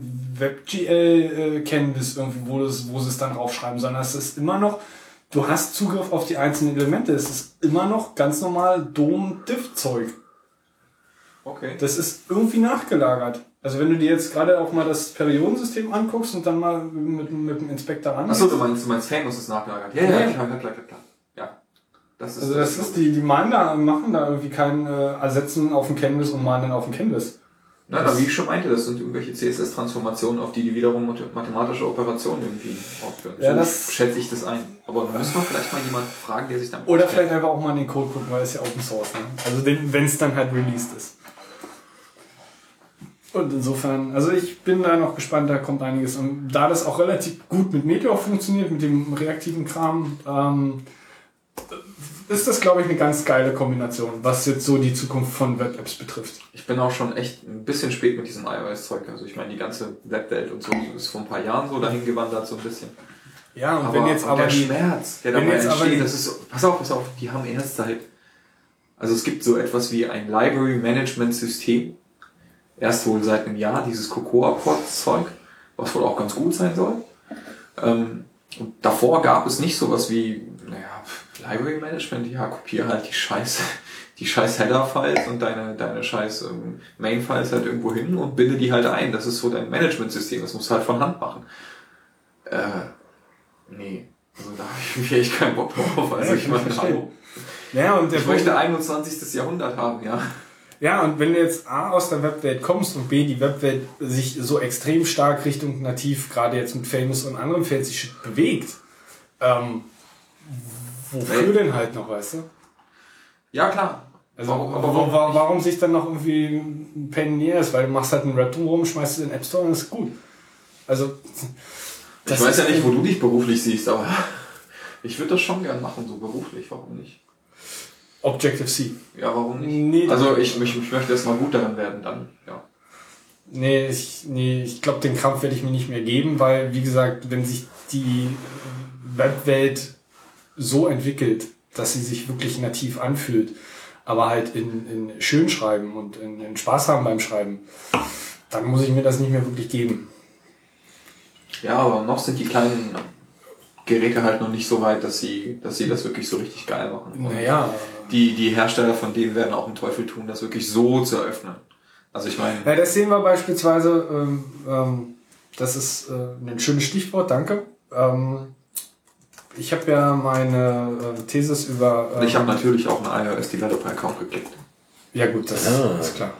WebGL-Canvas irgendwie, wo, das, wo sie es dann draufschreiben, sondern es ist immer noch, du hast Zugriff auf die einzelnen Elemente. Es ist immer noch ganz normal D O M-Diff-Zeug. Okay. Das ist irgendwie nachgelagert. Also wenn du dir jetzt gerade auch mal das Periodensystem anguckst und dann mal mit, mit dem Inspektor ran. Achso, du meinst, du meinst Famous ist nachgelagert. Ja, ja, Ja. klar, klar, klar, klar. Ja. Das ist, Also das ist die, die meinen da, machen da irgendwie kein äh, Ersetzen auf dem Canvas und malen dann auf dem Canvas. Nein, aber wie ich schon meinte, das sind irgendwelche C S S-Transformationen, auf die die wiederum mathematische Operationen irgendwie ausführen. Ja, so das- schätze ich das ein. Aber da müssen wir vielleicht mal jemanden fragen, der sich damit Oder auskennt. vielleicht einfach auch mal in den Code gucken, weil es ja Open Source, ne? Also wenn es dann halt released ist. Und insofern, also ich bin da noch gespannt, da kommt einiges. Und da das auch relativ gut mit Meteor funktioniert, mit dem reaktiven Kram, ähm, ist das, glaube ich, eine ganz geile Kombination, was jetzt so die Zukunft von Web-Apps betrifft. Ich bin auch schon echt ein bisschen spät mit diesem iOS-Zeug. Also ich meine, die ganze Webwelt und so ist vor ein paar Jahren so dahin gewandert, so ein bisschen. Ja, und Aber, wenn jetzt und aber der die, Schmerz, der wenn dabei jetzt aber entsteht, die- das ist so, pass auf, pass auf, die haben erst seit, also es gibt so etwas wie ein Library-Management-System, erst wohl seit einem Jahr, dieses Cocoa-Pod-Zeug, was wohl auch ganz gut sein soll. Ähm, und davor gab es nicht sowas wie, naja, Library Management, ja, kopiere halt die scheiß, die scheiß Header-Files und deine, deine scheiß ähm, Main-Files halt irgendwo hin und binde die halt ein. Das ist so dein Management-System, das musst du halt von Hand machen. Äh, nee. Also da habe ich echt keinen Bock drauf. Also Ja, ich kann meine, ich verstehen. hallo. ja, und der Ich möchte einundzwanzigstes Jahrhundert haben, ja. Ja, und wenn du jetzt A aus der Webwelt kommst und B die Webwelt sich so extrem stark Richtung nativ, gerade jetzt mit Famous und anderem Fancy Shit bewegt, ähm, wofür Nee. denn halt noch, weißt du? Ja, klar. Also, Warum- aber warum, warum, warum sich dann noch irgendwie ein Pain in the ass? Weil du machst halt einen Rap drumherum, schmeißt du in den App Store und ist gut. Also, Ich weiß ja nicht, wo du dich beruflich siehst, aber ich würde das schon gern machen, so beruflich. Warum nicht? Objective-C. Ja, warum nicht? Nee, also ich, ich, ich möchte erst mal gut darin werden, dann, ja. Nee, ich, nee, ich glaube, den Krampf werde ich mir nicht mehr geben, weil, wie gesagt, wenn sich die Webwelt so entwickelt, dass sie sich wirklich nativ anfühlt, aber halt in, in schön schreiben und in, in Spaß haben beim Schreiben, dann muss ich mir das nicht mehr wirklich geben. Ja, aber noch sind die kleinen Geräte halt noch nicht so weit, dass sie, dass sie das wirklich so richtig geil machen. Und Naja, die, die Hersteller von denen werden auch einen Teufel tun, das wirklich so zu eröffnen. Also ich meine, ja, das sehen wir beispielsweise, ähm, ähm, das ist äh, ein schönes Stichwort, danke. Ähm, ich habe ja meine äh, Thesis über... Ähm, ich habe natürlich auch einen iOS Developer Account geklickt. Ja gut, das Ah. ist klar.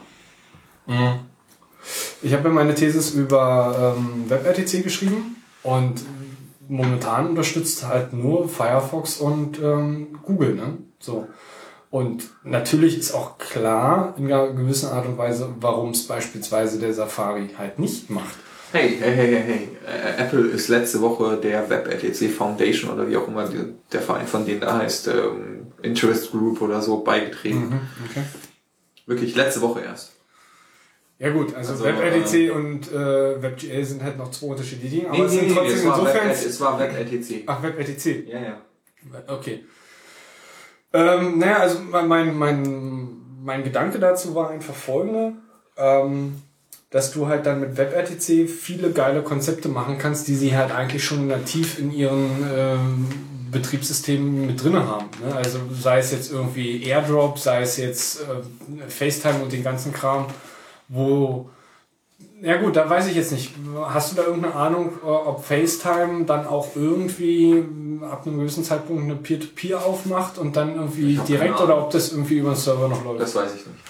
Ich habe ja meine Thesis über ähm, WebRTC geschrieben und momentan unterstützt halt nur Firefox und ähm, Google, ne? So. Und natürlich ist auch klar in einer gewissen Art und Weise, warum es beispielsweise der Safari halt nicht macht. Hey, hey, hey, hey, hey. Äh, Apple ist letzte Woche der WebRTC Foundation oder wie auch immer die, der Verein von denen da heißt, ähm, Interest Group oder so beigetreten. Okay. Wirklich letzte Woche erst. Ja gut, also, Also, WebRTC und äh, WebGL sind halt noch zwei unterschiedliche Dinge, aber Nee, es nee, sind nee, trotzdem es war, insofern... Web, es war WebRTC. Ach, WebRTC. Ja, ja. Okay. Ähm, naja, also mein, mein, mein Gedanke dazu war einfach folgender, ähm, dass du halt dann mit WebRTC viele geile Konzepte machen kannst, die sie halt eigentlich schon nativ in ihren ähm, Betriebssystemen mit drin haben. Ne? Also sei es jetzt irgendwie AirDrop, sei es jetzt äh, FaceTime und den ganzen Kram, wo... Ja gut, da weiß ich jetzt nicht. Hast du da irgendeine Ahnung, ob FaceTime dann auch irgendwie ab einem gewissen Zeitpunkt eine Peer-to-Peer aufmacht und dann irgendwie Ich hab direkt keine oder Ahnung. ob das irgendwie über den Server noch läuft? Das weiß ich nicht.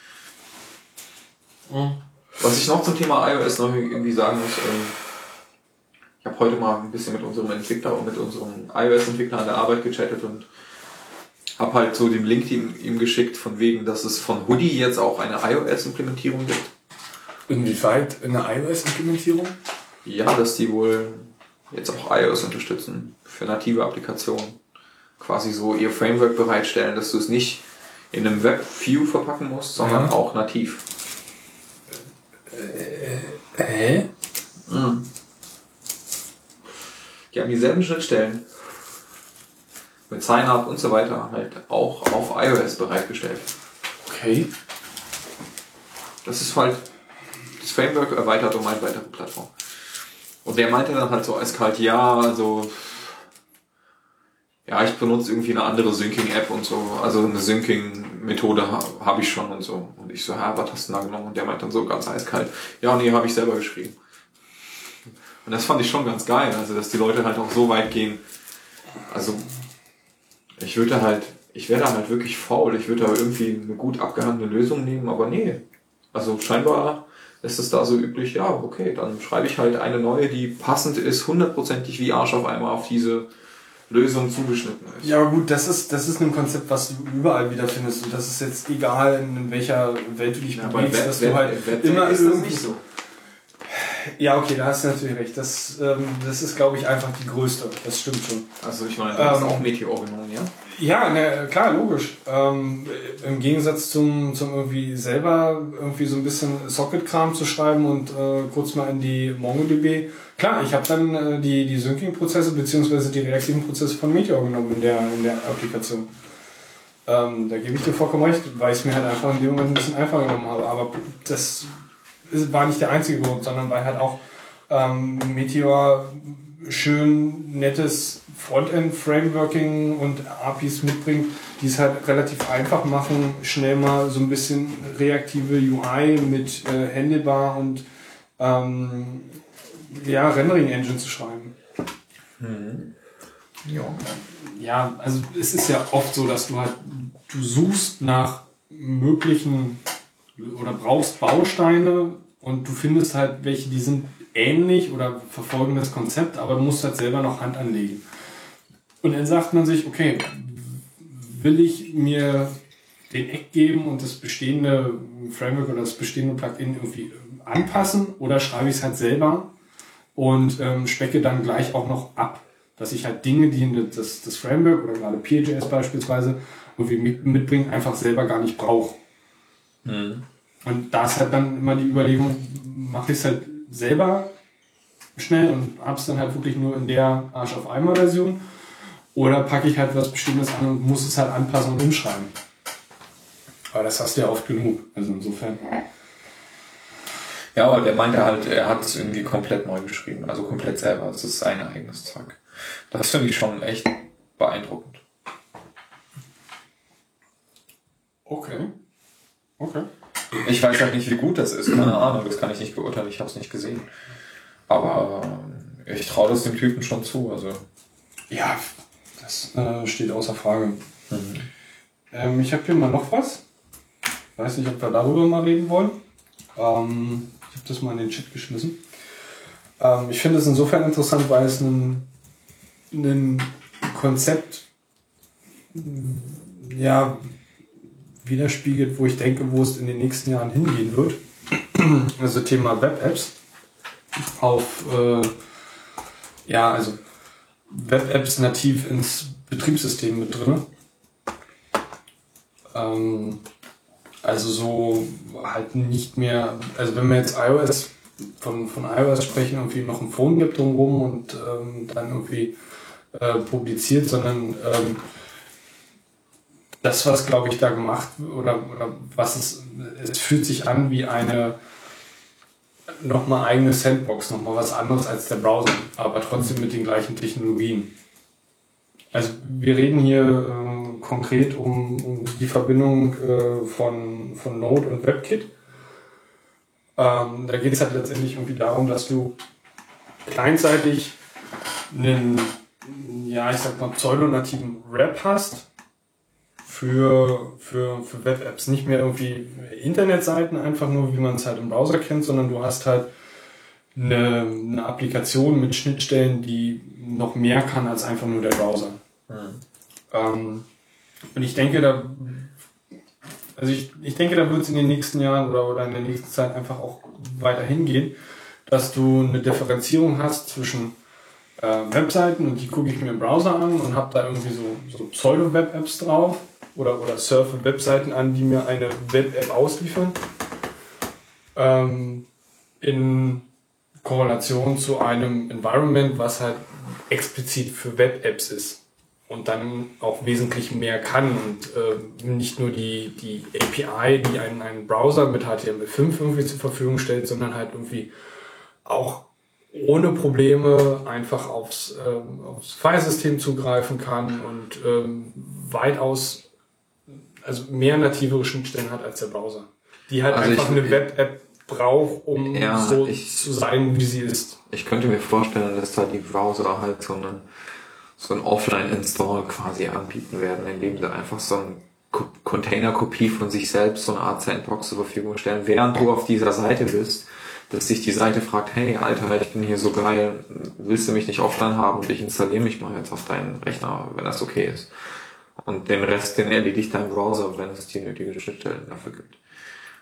Was ich noch zum Thema iOS noch irgendwie sagen muss, ähm, ich habe heute mal ein bisschen mit unserem Entwickler und mit unserem iOS-Entwickler an der Arbeit gechattet und habe halt so den Link ihm, ihm geschickt, von wegen, dass es von Hoodie jetzt auch eine iOS-Implementierung gibt. Inwieweit eine iOS-Implementierung? Ja, dass die wohl jetzt auch iOS unterstützen für native Applikationen. Quasi so ihr Framework bereitstellen, dass du es nicht in einem Web-View verpacken musst, sondern Ja. auch nativ. Hä? Mhm. Die haben dieselben Schnittstellen mit Sign-up und so weiter halt auch auf iOS bereitgestellt. Okay. Das ist halt das Framework erweitert um eine weitere Plattform. Und der meinte dann halt so eiskalt, ja, also ja, ich benutze irgendwie eine andere Syncing-App und so, also eine Syncing-Methode ha, habe ich schon und so. Und ich so, ha, was hast du denn da genommen? Und der meint dann so ganz eiskalt, ja, nee, habe ich selber geschrieben. Und das fand ich schon ganz geil, also dass die Leute halt auch so weit gehen. Also ich würde halt, ich wäre da halt wirklich faul, ich würde da irgendwie eine gut abgehandelte Lösung nehmen, aber nee. Also scheinbar ist es da so üblich, ja, okay, dann schreibe ich halt eine neue, die passend ist, hundertprozentig wie Arsch auf einmal auf diese Lösung zugeschnitten ist. Ja, aber gut, das ist, das ist ein Konzept, was du überall wiederfindest. Und das ist jetzt egal, in welcher Welt du dich Ja, bei bewegst, Web, dass Web, du halt Web immer ist das irgendwie... nicht so. Ja, okay, da hast du natürlich recht. Das, ähm, das ist, glaube ich, einfach die größte. Das stimmt schon. Also ich meine, du hast Ähm, auch Meteor genommen, ja? Ja, ne, klar, logisch. Ähm, Im Gegensatz zum, zum irgendwie selber irgendwie so ein bisschen Socket-Kram zu schreiben und äh, kurz mal in die MongoDB. Klar, ich habe dann äh, die, die Syncing-Prozesse beziehungsweise die reaktiven Prozesse von Meteor genommen in der, in der Applikation. Ähm, da gebe ich dir vollkommen recht, weil ich es mir halt einfach in dem Moment ein bisschen einfacher genommen habe. Aber das ist, war nicht der einzige Grund, sondern weil halt auch ähm, Meteor schön nettes Frontend-Frameworking und A P Is mitbringt, die es halt relativ einfach machen, schnell mal so ein bisschen reaktive U I mit äh, Handlebar und ähm, ja, Rendering-Engine zu schreiben. Mhm. Ja. Ja, also es ist ja oft so, dass du halt, du suchst nach möglichen oder brauchst Bausteine und du findest halt welche, die sind ähnlich oder verfolgen das Konzept, aber du musst halt selber noch Hand anlegen. Und dann sagt man sich, okay, will ich mir den Eck geben und das bestehende Framework oder das bestehende Plugin irgendwie anpassen oder schreibe ich es halt selber und ähm, specke dann gleich auch noch ab, dass ich halt Dinge, die das, das Framework oder gerade P J S beispielsweise irgendwie mit, mitbringen, einfach selber gar nicht brauche. Mhm. Und da ist halt dann immer die Überlegung, mache ich es halt selber schnell und hab's dann halt wirklich nur in der Arsch-auf-Eimer-Version oder packe ich halt was Bestimmtes an und muss es halt anpassen und umschreiben. Aber das hast du ja oft genug, also insofern. Ja, aber der meinte halt, er hat es irgendwie komplett neu geschrieben, also komplett selber, es ist sein eigenes Zeug. Das finde ich schon echt beeindruckend. Okay. Okay. Ich weiß halt nicht, wie gut das ist, keine Ahnung, das kann ich nicht beurteilen, ich habe es nicht gesehen. Aber äh, ich traue das dem Typen schon zu, also. Ja, das äh, steht außer Frage. Mhm. Ähm, ich habe hier mal noch was. Weiß nicht, ob wir darüber mal reden wollen. Ähm, ich habe das mal in den Chat geschmissen. Ähm, ich finde es insofern interessant, weil es ein, ein Konzept ja, widerspiegelt, wo ich denke, wo es in den nächsten Jahren hingehen wird. Also Thema Web-Apps. Auf, äh, ja, also Web-Apps nativ ins Betriebssystem mit drin. Ähm, also so halt nicht mehr, also wenn wir jetzt iOS von, von iOS sprechen, irgendwie noch ein Phone gibt drumherum und ähm, dann irgendwie äh, publiziert, sondern ähm, das, was glaube ich da gemacht oder, oder was es, es fühlt sich an wie eine nochmal eigene Sandbox, nochmal was anderes als der Browser, aber trotzdem mit den gleichen Technologien. Also wir reden hier äh, konkret um, um die Verbindung äh, von, von Node und WebKit. Ähm, da geht es halt letztendlich irgendwie darum, dass du kleinseitig einen, ja ich sag mal, pseudonativen Wrap hast für, für, für Web-Apps. Nicht mehr irgendwie Internetseiten, einfach nur wie man es halt im Browser kennt, sondern du hast halt eine, eine Applikation mit Schnittstellen, die noch mehr kann als einfach nur der Browser. Mhm. Ähm, und ich denke, da also ich, ich denke, da wird es in den nächsten Jahren oder, oder in der nächsten Zeit einfach auch weiter hingehen, dass du eine Differenzierung hast zwischen äh, Webseiten und die gucke ich mir im Browser an und habe da irgendwie so, so Pseudo-Web-Apps drauf oder, oder surfe Webseiten an, die mir eine Web-App ausliefern. Ähm, in Korrelation zu einem Environment, was halt explizit für Web-Apps ist und dann auch wesentlich mehr kann und äh, nicht nur die, die A P I, die einen, einen Browser mit H T M L fünf irgendwie zur Verfügung stellt, sondern halt irgendwie auch ohne Probleme einfach aufs, ähm, aufs Filesystem zugreifen kann und ähm, weitaus also mehr native Schnittstellen hat als der Browser. Die halt also einfach ich, eine Web-App braucht, um ja, so ich, zu sein, wie sie ist. Ich könnte mir vorstellen, dass da die Browser halt so einen, so einen Offline-Install quasi anbieten werden, indem sie einfach so eine Container-Kopie von sich selbst, so eine Art Sandbox zur Verfügung stellen, während du auf dieser Seite bist, dass sich die Seite fragt, hey Alter, ich bin hier so geil, willst du mich nicht offline haben und ich installiere mich mal jetzt auf deinen Rechner, wenn das okay ist. Und den Rest, den erledigt dein Browser, wenn es die nötigen Schnittstellen dafür gibt.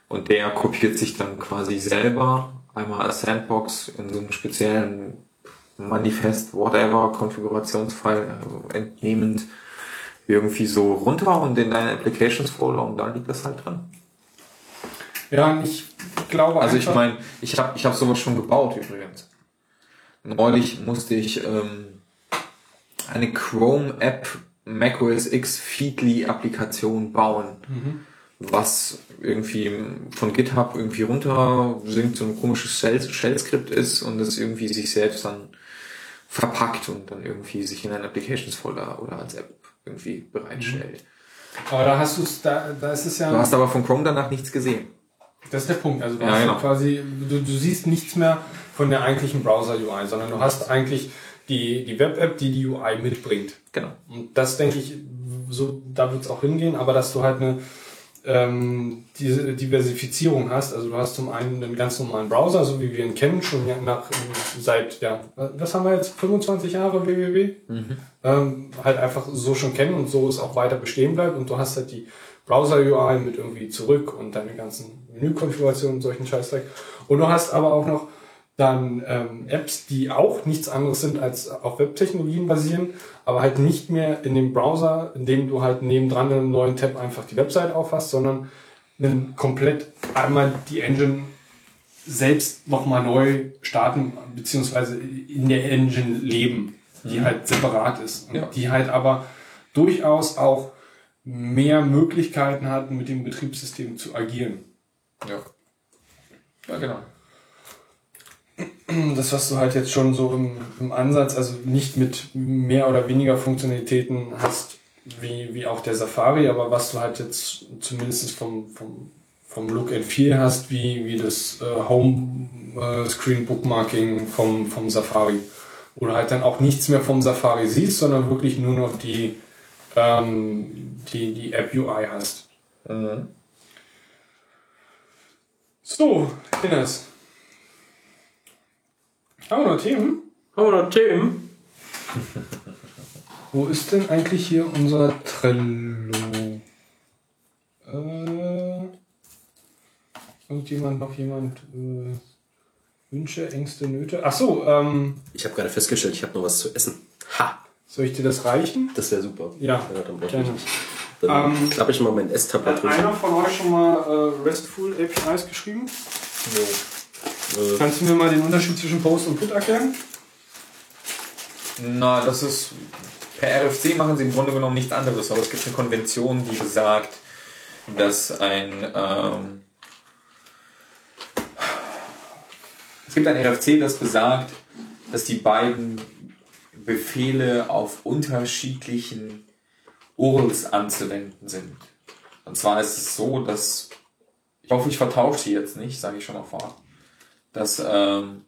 und der kopiert sich dann quasi selber einmal als Sandbox in so einem speziellen Manifest, whatever, Konfigurationsfile äh, entnehmend irgendwie so runter und in deine Applications Folder und da liegt das halt drin. Ja, ich glaube Also ich einfach- meine, ich habe ich hab sowas schon gebaut übrigens. Neulich musste ich ähm, eine Chrome-App macOS X Feedly-Applikation bauen, Mhm. was irgendwie von GitHub irgendwie runter sinkt, so ein komisches Shell- Shell-Skript ist und das irgendwie sich selbst dann verpackt und dann irgendwie sich in einen Applications-Folder oder als App irgendwie bereitstellt. Aber da hast du es, da, da ist es ja. Du hast aber von Chrome danach nichts gesehen. Das ist der Punkt. Also du Ja, hast genau. ja quasi, du, du siehst nichts mehr von der eigentlichen Browser-U I, sondern du hast eigentlich die, die Web-App, die die U I mitbringt. Genau. Und das denke ich, so, da wird es auch hingehen, aber dass du halt eine ähm, diese Diversifizierung hast, also du hast zum einen einen ganz normalen Browser, so wie wir ihn kennen, schon ja nach seit, ja, was haben wir jetzt, fünfundzwanzig Jahre W W W? Mhm. Ähm, halt einfach so schon kennen und so es auch weiter bestehen bleibt und du hast halt die Browser-U I mit irgendwie zurück und deine ganzen Menükonfigurationen und solchen Scheißdreck. Und du hast aber auch noch dann ähm, Apps, die auch nichts anderes sind als auf Webtechnologien basieren, aber halt nicht mehr in dem Browser, in dem du halt nebendran in einem neuen Tab einfach die Website aufhast, sondern einen komplett einmal die Engine selbst nochmal neu starten, beziehungsweise in der Engine leben, die halt separat ist. Und Ja. die halt aber durchaus auch mehr Möglichkeiten hat, mit dem Betriebssystem zu agieren. Ja. Ja, genau. Das, was du halt jetzt schon so im, im Ansatz, also nicht mit mehr oder weniger Funktionalitäten hast, wie, wie auch der Safari, aber was du halt jetzt zumindest vom, vom, vom Look and Feel hast, wie, wie das äh, Home äh, Screen Bookmarking vom, vom Safari. Wo du halt dann auch nichts mehr vom Safari siehst, sondern wirklich nur noch die, ähm, die, die App-U I hast. Mhm. So, Ines. Haben wir noch Themen? Haben wir noch Themen? Wo ist denn eigentlich hier unser Trello? Äh, irgendjemand, noch jemand? Äh, Wünsche, Ängste, Nöte? Ach so, ähm, Ich habe gerade festgestellt, ich habe noch was zu essen. Ha! soll ich dir das reichen? Das wäre super. Ja, dann brauche ich gerne. nicht. Dann Ähm, klappe ich mal mein Esstablett Hat durch. einer von euch schon mal äh, RESTful A P Is geschrieben? Äh, Kannst du mir mal den Unterschied zwischen Post und Put erklären? Na, das ist, per R F C machen sie im Grunde genommen nichts anderes, aber es gibt eine Konvention, die besagt, dass ein, ähm, es gibt ein R F C, das besagt, dass die beiden Befehle auf unterschiedlichen U R Ls anzuwenden sind. Und zwar ist es so, dass, ich hoffe, ich vertausche sie jetzt nicht, sage ich schon mal vor, dass ähm,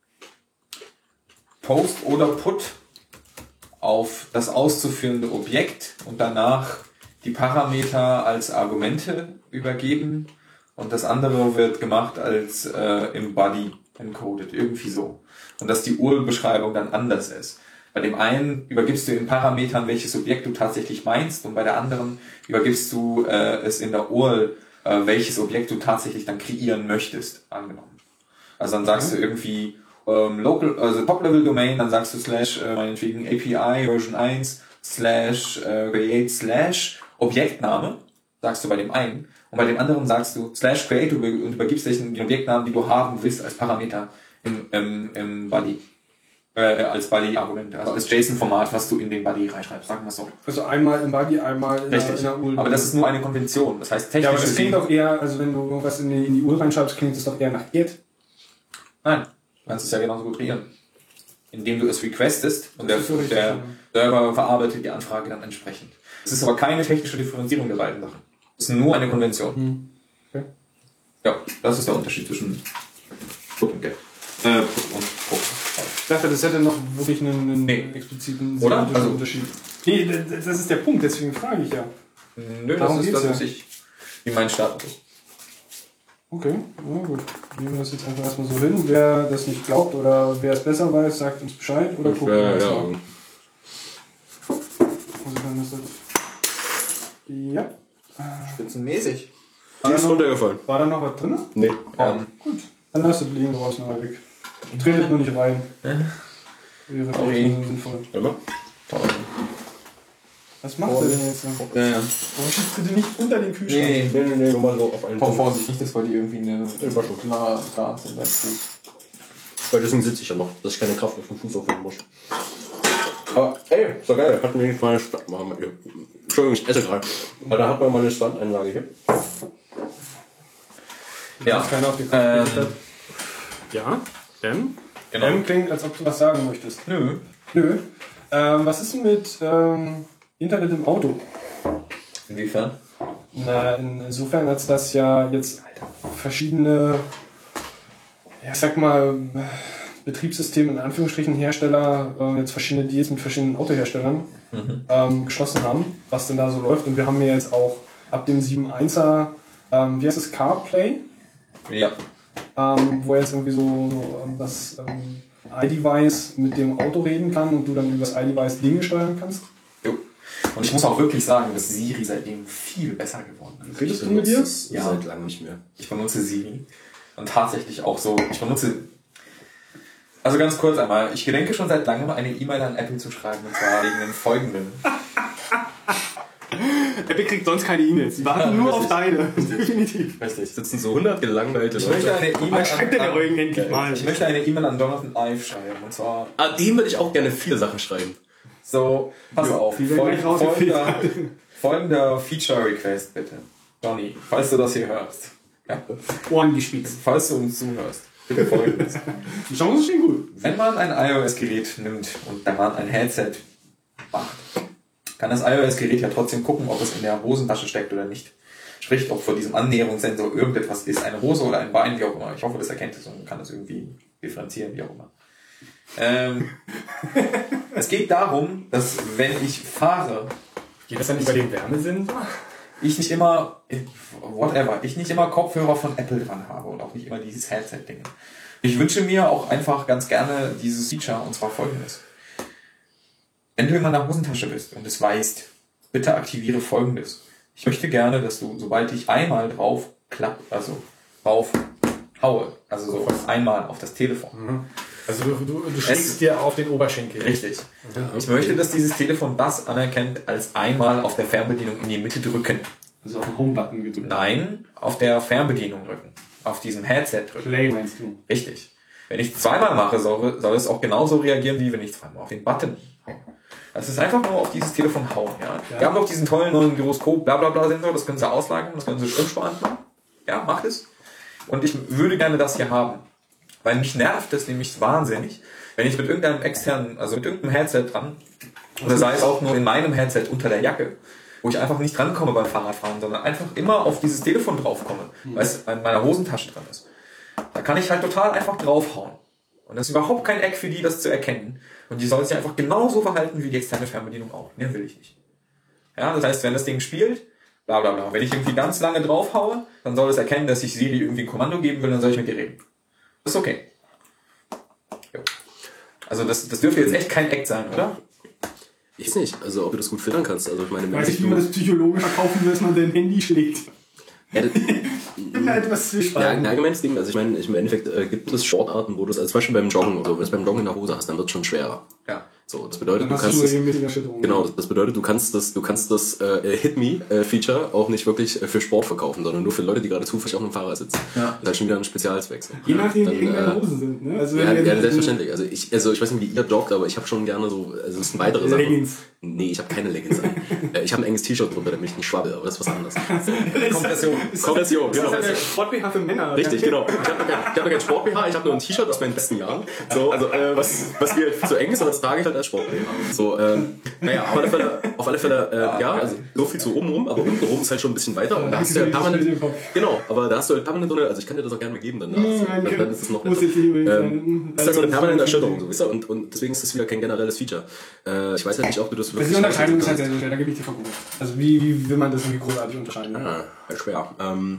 Post oder Put auf das auszuführende Objekt und danach die Parameter als Argumente übergeben und das andere wird gemacht als äh, im Body encoded, irgendwie so. Und dass die U R L-Beschreibung dann anders ist. Bei dem einen übergibst du in Parametern, welches Objekt du tatsächlich meinst und bei der anderen übergibst du äh, es in der U R L, äh, welches Objekt du tatsächlich dann kreieren möchtest, angenommen. Also dann sagst du irgendwie ähm, Local, also Top-Level-Domain, dann sagst du slash, äh, meinetwegen A P I Version eins slash äh, create slash Objektname, sagst du bei dem einen. Und bei dem anderen sagst du slash create und übergibst den Objektnamen, die du haben willst, als Parameter im, im, im Body. Äh, als Body-Argument, also als JSON-Format, was du in den Body reinschreibst, sagen wir es so. Also einmal im Body, einmal in der, in Richtig. der U R L. Aber das ist nur eine Konvention. Das heißt, technisch Ja, aber das gesehen- klingt doch eher, also wenn du was in die, in die U R L reinschreibst, klingt das doch eher nach Get. Nein, du kannst es ja genauso gut kreieren. Indem du es requestest und der, Das ist so richtig, der ja. Server verarbeitet die Anfrage dann entsprechend. Es ist aber keine technische Differenzierung der beiden Sachen. Es ist nur eine Konvention. Okay. Ja, das ist der Unterschied zwischen Put und Get. Äh, Put und Put. Ich dachte, das hätte noch wirklich einen, einen Nee. expliziten Oder? semantischen Also- Unterschied. Nee, das das ist der Punkt, deswegen frage ich ja. Nö, Darum das ist geht's das, ja. was ich, wie mein Status ist. Okay, na gut. Nehmen wir das jetzt einfach erstmal so hin. Wer das nicht glaubt oder wer es besser weiß, sagt uns Bescheid oder gucken wir ja, das ja. mal. Also dann ist das. Ja. Spitzenmäßig. Die ist runtergefallen. War da noch was drin? Nee. Ähm, Gut. Dann lasst es liegen draußen mal weg. Tretet nur nicht rein. Ihre Reaktionen sind sinnvoll. Warte mal. Was macht ihr denn jetzt? ja, ja. Warum schießt bitte nicht unter den Kühlschrank? Nee, Nee, nee, nee, nur mal so auf einen Komm, Vorsicht, nicht, dass wir die irgendwie eine war schon. klar da sind. Das ist gut. Weil deswegen sitze ich ja noch, dass ich keine Kraft auf den Fuß aufwenden muss. Aber ey, ist doch geil, hat mir mal eine Stand. Entschuldigung, ich esse gerade. Aber da hat man mal eine Standeinlage hier. Ja. Dass keiner auf die Kopf Ähm, hat. Ja, M? Genau. M klingt, als ob du was sagen möchtest. Nö. Nö. Ähm, was ist denn mit ähm, Internet im Auto? Inwiefern? Na, insofern, als dass ja jetzt verschiedene, ja, ich sag mal, Betriebssysteme, in Anführungsstrichen Hersteller, äh, jetzt verschiedene Deals mit verschiedenen Autoherstellern Mhm. ähm, geschlossen haben, was denn da so läuft. Und wir haben ja jetzt auch ab dem sieben Punkt eins er, ähm, wie heißt es, CarPlay, Ja. ähm, wo jetzt irgendwie so, so ähm, das ähm, iDevice mit dem Auto reden kann und du dann über das iDevice Dinge steuern kannst. Jo. Und ich muss auch wirklich sagen, dass Siri seitdem viel besser geworden ist. Redest du mit dir? Das Ja. seit langem nicht mehr. Ich benutze Siri. Und tatsächlich auch so, ich benutze... Also ganz kurz einmal, ich gedenke schon seit langem eine E-Mail an Apple zu schreiben, und zwar wegen dem folgenden. Apple kriegt sonst keine E-Mails. Die warten Ja, nur richtig. auf deine. Definitiv. Richtig. Sitzen so hundert gelangweilte Ich möchte Leute. eine E-Mail Schreibt der an, Eugen endlich mal. ich möchte eine E-Mail an Jonathan Ive schreiben, und zwar Ah, dem würde ich auch gerne viele Sachen schreiben. so, pass Ja, auf, die werden folg, gleich rausgefiltert. folgender, folgender Feature-Request bitte. Johnny, falls du das hier hörst, ja, Ohren gespitzt. falls du uns zuhörst, bitte folgendes. Die Chancen stehen gut. Wenn man ein iOS-Gerät nimmt und da man ein Headset macht, kann das iOS-Gerät ja trotzdem gucken, ob es in der Hosentasche steckt oder nicht. Sprich, ob vor diesem Annäherungssensor irgendetwas ist, eine Hose oder ein Bein, wie auch immer. Ich hoffe, das erkennt es und kann es irgendwie differenzieren, wie auch immer. Ähm, es geht darum, dass wenn ich fahre, Geht das dann über den Wärmesensor? ich nicht immer, whatever, ich nicht immer Kopfhörer von Apple dran habe und auch nicht immer dieses Headset-Ding. Ich wünsche mir auch einfach ganz gerne dieses Feature, und zwar folgendes. Wenn du in meiner Hosentasche bist und es weißt, bitte aktiviere folgendes. Ich möchte gerne, dass du, sobald ich einmal drauf klapp, also drauf haue, also so einmal auf das Telefon. Also du, du, du Es- schlägst dir auf den Oberschenkel. Richtig. Ich möchte, dass dieses Telefon das anerkennt als einmal auf der Fernbedienung in die Mitte drücken. Also auf den Home-Button gedrückt. Nein, auf der Fernbedienung drücken. Auf diesem Headset drücken. Play meinst du? Richtig. Wenn ich zweimal mache, soll, soll es auch genauso reagieren, wie wenn ich zweimal auf den Button haue. Das ist einfach nur auf dieses Telefon hauen. Ja? Ja. Wir haben noch diesen tollen neuen Gyroskop, bla bla bla Sensor, das können Sie auslagern, das können Sie stimmsparend machen. Ja, macht es. Und ich würde gerne das hier haben. Weil mich nervt es nämlich wahnsinnig, wenn ich mit irgendeinem externen, also mit irgendeinem Headset dran, oder sei es auch nur in meinem Headset unter der Jacke, wo ich einfach nicht drankomme beim Fahrradfahren, sondern einfach immer auf dieses Telefon draufkomme, weil es in meiner Hosentasche dran ist. Da kann ich halt total einfach draufhauen. Und das ist überhaupt kein Eck für die, das zu erkennen. Und die soll sich einfach genauso verhalten wie die externe Fernbedienung auch. Mehr will ich nicht. Ja, das heißt, wenn das Ding spielt, bla bla bla. Wenn ich irgendwie ganz lange draufhaue, dann soll es erkennen, dass ich Siri irgendwie ein Kommando geben will, dann soll ich mit ihr reden. Das ist okay. Jo. Also das, das dürfte jetzt echt kein Eck sein, oder? Ich weiß nicht, also ob du das gut filtern kannst. Also ich meine, wenn Weiß sich ich, wie man du, das psychologisch verkaufen will, dass man sein Handy schlägt. ja, das, Immer etwas ja, ein zwischenspalten. allgemeines Ding, also ich meine, im Endeffekt äh, gibt es Sportarten, wo du es, also zum Beispiel beim Joggen oder so, wenn du es beim Joggen in der Hose hast, dann wird es schon schwerer. Ja. So, das bedeutet, Dann du hast du kannst schon es, regelmäßig Erschütterungen. genau, das bedeutet, du kannst das, du kannst das äh, Hit Me äh, Feature auch nicht wirklich äh, für Sport verkaufen, sondern nur für Leute, die gerade zufällig auf einem Fahrrad sitzen. Ja. Das ist halt schon wieder ein Spezialzweck. So. Je nachdem, Dann, wie eng deine äh, Hosen sind. Ne? Also wenn Ja, du ja, jetzt- selbstverständlich. Also ich, also ich weiß nicht, wie ihr joggt, aber ich habe schon gerne so, also es sind weitere Sachen. Leggings. Nee, ich habe keine Leggings an. Äh, ich habe ein enges T-Shirt drunter, damit ich nicht schwabbel, aber das ist was anderes. Kompression. Kompression, Das genau. ist ja der Sport-B H für Männer. Richtig, genau. Ich habe noch kein, ich hab noch kein Sport-B H, ich habe nur ein T-Shirt aus meinen besten Jahren. So, also äh, was, was mir zu eng ist, aber das trage ich halt als Sport-B H. So, ähm, naja, auf alle Fälle, auf alle Fälle äh, ja, also so viel zu oben rum, aber unten rum ist halt schon ein bisschen weiter. Und da hast du ja permanent, genau, aber da hast du halt permanent so eine, also ich kann dir das auch gerne mal geben, dann, dann, dann ist es noch Muss netter. jetzt nicht übrigens Ähm, sein. das ist halt so eine permanente Erschütterung, so, weißt du? Und, und deswegen ist das wieder kein generelles Feature. Äh, ich weiß halt nicht, ob du das Das wirklich... ist die Unterscheidung ist halt sehr, sehr schwer, da gebe ich dir vollkommen recht. Also wie, wie will man das irgendwie großartig unterscheiden? Ne? Ah, halt schwer. Ähm,